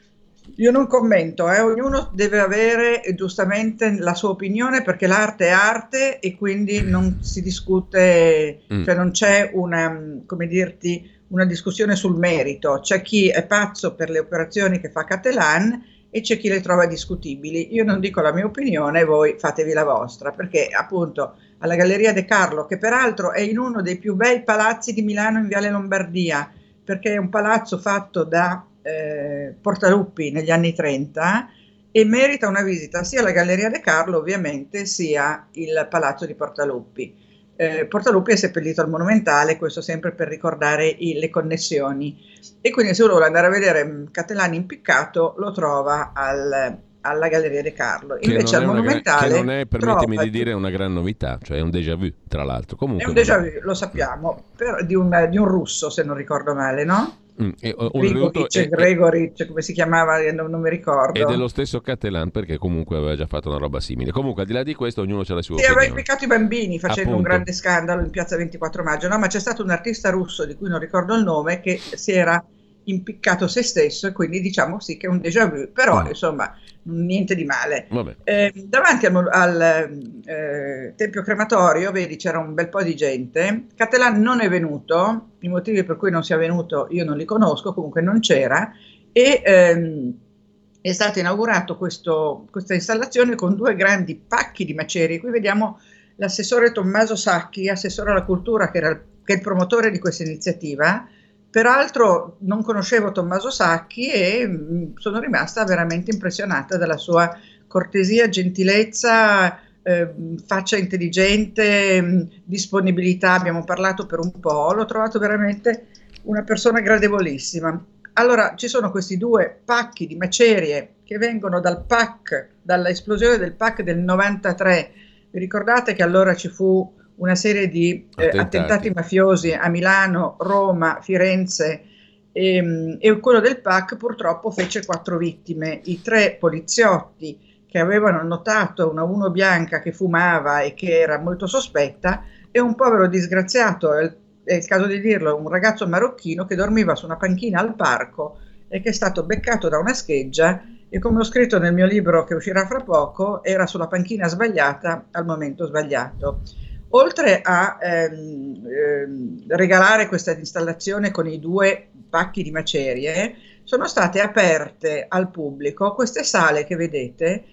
Io non commento, eh, ognuno deve avere eh, giustamente la sua opinione, perché l'arte è arte e quindi non si discute, mm. cioè non c'è una, come dirti, una discussione sul merito. C'è chi è pazzo per le operazioni che fa Cattelan e c'è chi le trova discutibili. Io non dico la mia opinione, voi fatevi la vostra, perché appunto alla Galleria De Carlo, che peraltro è in uno dei più bei palazzi di Milano in Viale Lombardia, perché è un palazzo fatto da Eh, Portaluppi negli anni trenta e merita una visita sia alla Galleria De Carlo ovviamente sia il Palazzo di Portaluppi. Eh, Portaluppi è seppellito al Monumentale, questo sempre per ricordare i, le connessioni, e quindi se uno vuole andare a vedere Cattelan impiccato lo trova al, alla Galleria De Carlo. Invece al Monumentale gra- che non è, permettimi trova, di dire, una gran novità, cioè è un déjà vu, tra l'altro. Comunque è un déjà vu, lo sappiamo, per, di, un, di un russo, se non ricordo male, no? Mm, e, Grigoric, e, Gregoric, come si chiamava, non, non mi ricordo. Ed è lo stesso Cattelan, perché comunque aveva già fatto una roba simile. Comunque, al di là di questo, ognuno ha le sue sì, opinioni. aveva impiccato i bambini facendo Appunto. un grande scandalo in piazza ventiquattro maggio. No, ma c'è stato un artista russo di cui non ricordo il nome che si era impiccato se stesso, e quindi diciamo sì che è un déjà vu, però mm. insomma niente di male. Eh, davanti al, al eh, Tempio Crematorio, vedi, c'era un bel po' di gente. Cattelan non è venuto, i motivi per cui non sia venuto io non li conosco, comunque non c'era, e ehm, è stato inaugurato questo, questa installazione con due grandi pacchi di macerie. Qui vediamo l'assessore Tommaso Sacchi, assessore alla cultura, che, era il, che è il promotore di questa iniziativa. Peraltro non conoscevo Tommaso Sacchi e mh, sono rimasta veramente impressionata dalla sua cortesia, gentilezza, eh, faccia intelligente, mh, disponibilità. Abbiamo parlato per un po', l'ho trovato veramente una persona gradevolissima. Allora, ci sono questi due pacchi di macerie che vengono dal P A C, dall'esplosione del P A C del novantatré. Vi ricordate che allora ci fu una serie di eh, attentati. attentati mafiosi a Milano, Roma, Firenze, e, e quello del P A C purtroppo fece quattro vittime. I tre poliziotti che avevano notato una uno bianca che fumava e che era molto sospetta, e un povero disgraziato, è, è il caso di dirlo, un ragazzo marocchino che dormiva su una panchina al parco e che è stato beccato da una scheggia, e come ho scritto nel mio libro che uscirà fra poco, era sulla panchina sbagliata al momento sbagliato. Oltre a ehm, ehm, regalare questa installazione con i due pacchi di macerie, sono state aperte al pubblico queste sale che vedete,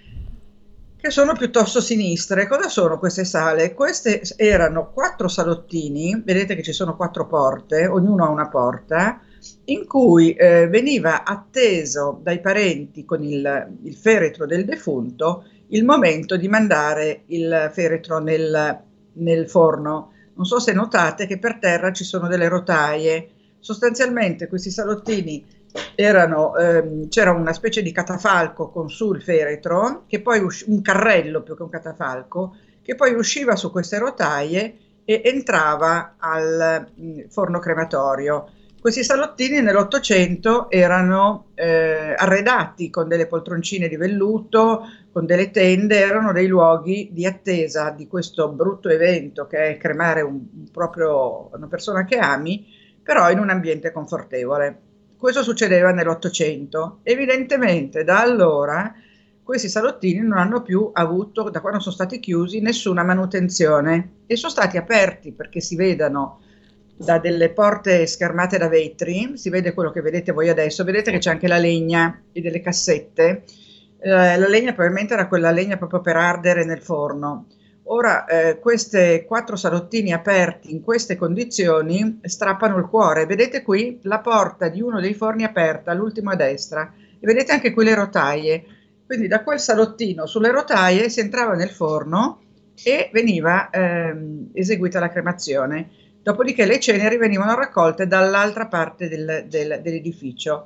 che sono piuttosto sinistre. Cosa sono queste sale? Queste erano quattro salottini, vedete che ci sono quattro porte, ognuno ha una porta, in cui eh, veniva atteso dai parenti con il, il feretro del defunto il momento di mandare il feretro nel nel forno. Non so se notate che per terra ci sono delle rotaie. Sostanzialmente questi salottini erano, ehm, c'era una specie di catafalco con su il feretro, che poi usci- un carrello più che un catafalco, che poi usciva su queste rotaie e entrava al mh, forno crematorio. Questi salottini nell'Ottocento erano eh, arredati con delle poltroncine di velluto, con delle tende, erano dei luoghi di attesa di questo brutto evento che è cremare un, proprio una persona che ami, però in un ambiente confortevole. Questo succedeva nell'Ottocento. Evidentemente da allora questi salottini non hanno più avuto, da quando sono stati chiusi, nessuna manutenzione, e sono stati aperti perché si vedano da delle porte schermate da vetri, si vede quello che vedete voi adesso, vedete che c'è anche la legna e delle cassette. Eh, la legna probabilmente era quella legna proprio per ardere nel forno. Ora eh, questi quattro salottini aperti in queste condizioni strappano il cuore. Vedete qui la porta di uno dei forni aperta, l'ultimo a destra, e vedete anche qui le rotaie. Quindi da quel salottino sulle rotaie si entrava nel forno e veniva ehm, eseguita la cremazione. Dopodiché le ceneri venivano raccolte dall'altra parte del, del, dell'edificio.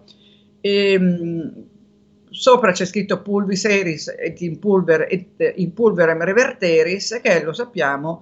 E, mh, sopra c'è scritto pulvis eris et in, pulver, et in pulverem reverteris, che è, lo sappiamo,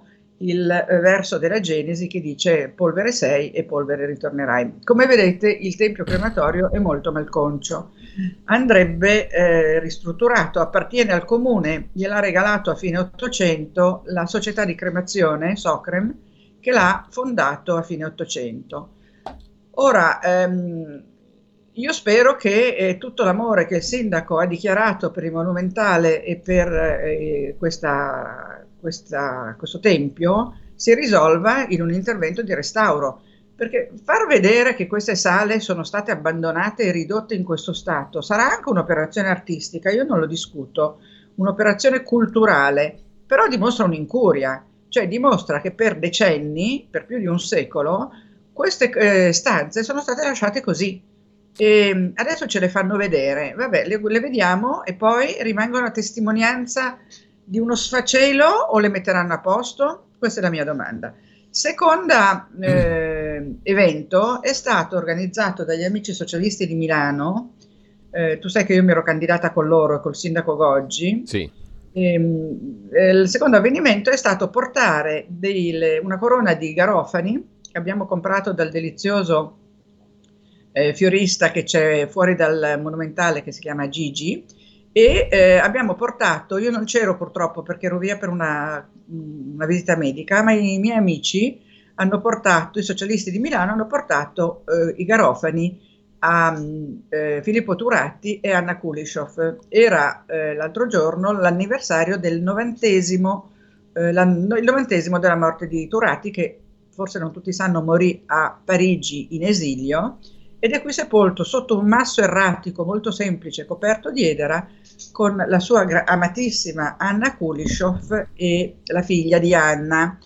il eh, verso della Genesi che dice polvere sei e polvere ritornerai. Come vedete, il tempio crematorio è molto malconcio, andrebbe eh, ristrutturato, appartiene al comune, gliel'ha regalato a fine Ottocento la società di cremazione Socrem, che l'ha fondato a fine Ottocento. Ora, ehm, io spero che eh, tutto l'amore che il sindaco ha dichiarato per il Monumentale e per eh, questa, questa, questo tempio si risolva in un intervento di restauro, perché far vedere che queste sale sono state abbandonate e ridotte in questo stato sarà anche un'operazione artistica, io non lo discuto, un'operazione culturale, però dimostra un'incuria, cioè dimostra che per decenni, per più di un secolo, queste eh, stanze sono state lasciate così. E adesso ce le fanno vedere, vabbè, le, le vediamo e poi rimangono a testimonianza di uno sfacelo o le metteranno a posto? Questa è la mia domanda. Seconda eh, evento è stato organizzato dagli amici socialisti di Milano, eh, tu sai che io mi ero candidata con loro e col sindaco Goggi. Sì. E, eh, il secondo avvenimento è stato portare dei, una corona di garofani che abbiamo comprato dal delizioso Eh, fiorista che c'è fuori dal Monumentale, che si chiama Gigi, e eh, abbiamo portato, io non c'ero purtroppo perché ero via per una, una visita medica, ma i miei amici hanno portato, i socialisti di Milano hanno portato eh, i garofani a eh, Filippo Turati e Anna Kulishov. Era eh, l'altro giorno l'anniversario del novantesimo, eh, il novantesimo della morte di Turati, che forse non tutti sanno morì a Parigi in esilio, ed è qui sepolto sotto un masso erratico molto semplice, coperto di edera, con la sua gra- amatissima Anna Kulishov e la figlia di Anna,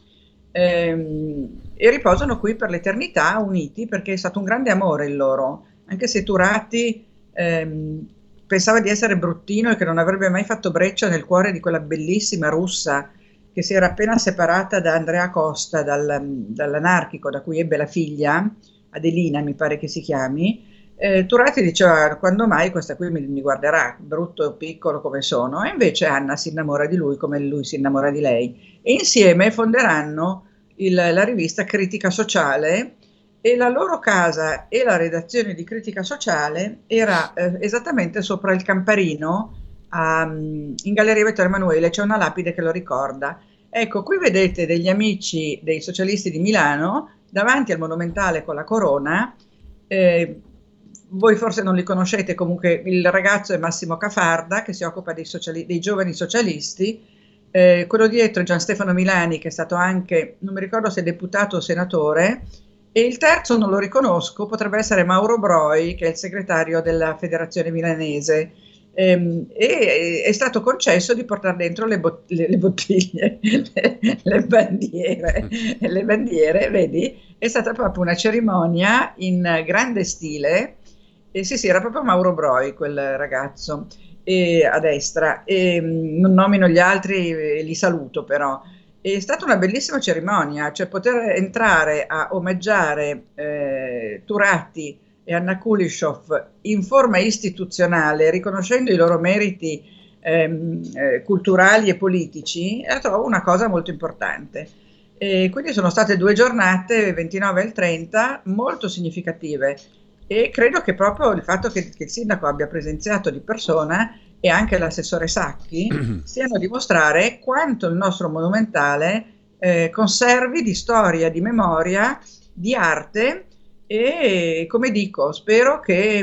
ehm, e riposano qui per l'eternità uniti, perché è stato un grande amore il loro, anche se Turati ehm, pensava di essere bruttino e che non avrebbe mai fatto breccia nel cuore di quella bellissima russa che si era appena separata da Andrea Costa, dal, dall'anarchico da cui ebbe la figlia, Adelina mi pare che si chiami. eh, Turati diceva quando mai questa qui mi, mi guarderà, brutto o piccolo come sono, e invece Anna si innamora di lui come lui si innamora di lei, e insieme fonderanno il, la rivista Critica Sociale, e la loro casa e la redazione di Critica Sociale era eh, esattamente sopra il Camparino a, in Galleria Vittorio Emanuele, c'è una lapide che lo ricorda. Ecco, qui vedete degli amici dei socialisti di Milano davanti al Monumentale con la corona. Eh, voi forse non li conoscete, comunque il ragazzo è Massimo Cafarda, che si occupa dei, sociali- dei giovani socialisti, eh, quello dietro è Gian Stefano Milani, che è stato anche, non mi ricordo se deputato o senatore, e il terzo non lo riconosco, potrebbe essere Mauro Broi, che è il segretario della Federazione Milanese. Ehm, e è stato concesso di portare dentro le, bot- le, le bottiglie, le, le bandiere, le bandiere, vedi? È stata proprio una cerimonia in grande stile, e sì sì, era proprio Mauro Broi quel ragazzo, e, a destra, e non nomino gli altri, e li saluto però. È stata una bellissima cerimonia, cioè poter entrare a omaggiare eh, Turati e Anna Kulishov in forma istituzionale, riconoscendo i loro meriti ehm, eh, culturali e politici, la trovo una cosa molto importante. E quindi sono state due giornate, ventinove e il trenta, molto significative, e credo che proprio il fatto che, che il sindaco abbia presenziato di persona e anche l'assessore Sacchi stiano a dimostrare quanto il nostro Monumentale eh, conservi di storia, di memoria, di arte. E come dico, spero che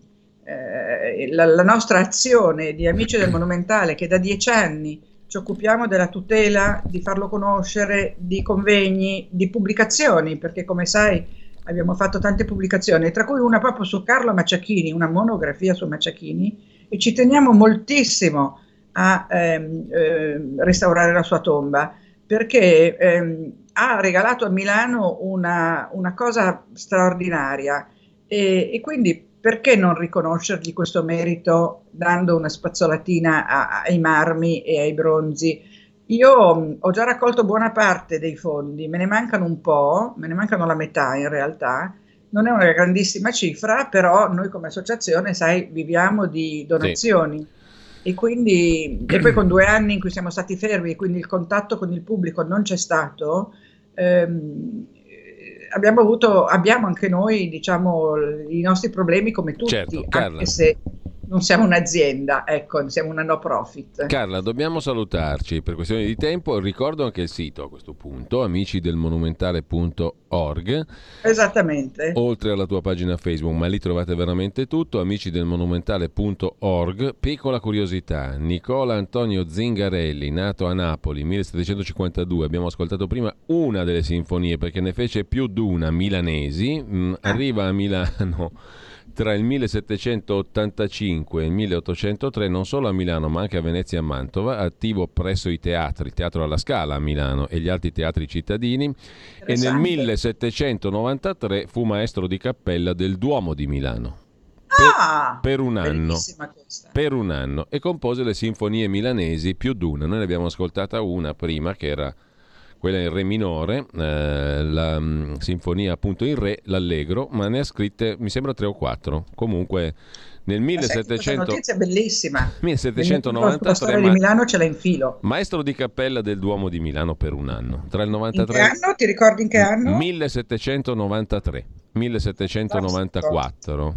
eh, la, la nostra azione di amici del Monumentale, che da dieci anni ci occupiamo della tutela, di farlo conoscere, di convegni, di pubblicazioni, perché come sai abbiamo fatto tante pubblicazioni, tra cui una proprio su Carlo Macciachini, una monografia su Macciachini, e ci teniamo moltissimo a ehm, eh, restaurare la sua tomba, perché ehm, ha regalato a Milano una, una cosa straordinaria, e, e quindi perché non riconoscergli questo merito dando una spazzolatina a, ai marmi e ai bronzi? Io mh, ho già raccolto buona parte dei fondi, me ne mancano un po', me ne mancano la metà in realtà, non è una grandissima cifra, però noi come associazione, sai, viviamo di donazioni. Sì. E quindi, e poi con due anni in cui siamo stati fermi, quindi il contatto con il pubblico non c'è stato, ehm, abbiamo avuto, abbiamo anche noi, diciamo, i nostri problemi come tutti, certo, anche se non siamo un'azienda, ecco, siamo una no profit. Carla, dobbiamo salutarci per questioni di tempo. Ricordo anche il sito a questo punto, amici del monumentale punto org. Esattamente. Oltre alla tua pagina Facebook, ma lì trovate veramente tutto, amici del monumentale punto org. Piccola curiosità, Nicola Antonio Zingarelli, nato a Napoli millesettecentocinquantadue, abbiamo ascoltato prima una delle sinfonie perché ne fece più di una milanesi, mh, arriva a Milano tra il millesettecentottantacinque e il milleottocentotre, non solo a Milano ma anche a Venezia e a Mantova, attivo presso i teatri, il Teatro alla Scala a Milano e gli altri teatri cittadini, e nel millesettecentonovantatré fu maestro di cappella del Duomo di Milano per, ah, per un anno per un anno e compose le sinfonie milanesi più d'una. Noi ne abbiamo ascoltata una prima che era quella in re minore, eh, la mh, sinfonia appunto in re, l'allegro, ma ne ha scritte mi sembra tre o quattro. Comunque nel millesettecento... Questa notizia è bellissima. millesettecentonovantatré, la storia di Milano ce l'ha in filo. Maestro di cappella del Duomo di Milano per un anno. Tra il novantatré... In che anno? Ti ricordi in che anno? millesettecentonovantatré, millesettecentonovantaquattro.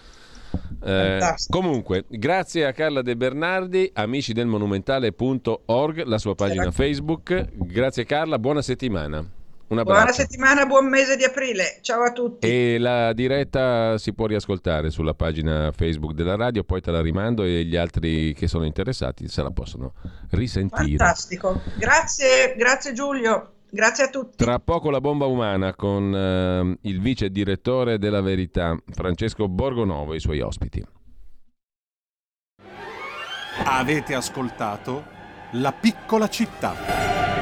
Eh, comunque, grazie a Carla De Bernardi, amici del monumentale punto org, la sua pagina Facebook. Grazie Carla, buona settimana. Un abbraccio. Buona settimana, buon mese di aprile. Ciao a tutti. E la diretta si può riascoltare sulla pagina Facebook della radio, poi te la rimando e gli altri che sono interessati se la possono risentire. Fantastico. Grazie, grazie Giulio. Grazie a tutti. Tra poco la bomba umana con eh, il vice direttore della Verità, Francesco Borgonovo, e i suoi ospiti. Avete ascoltato La piccola città.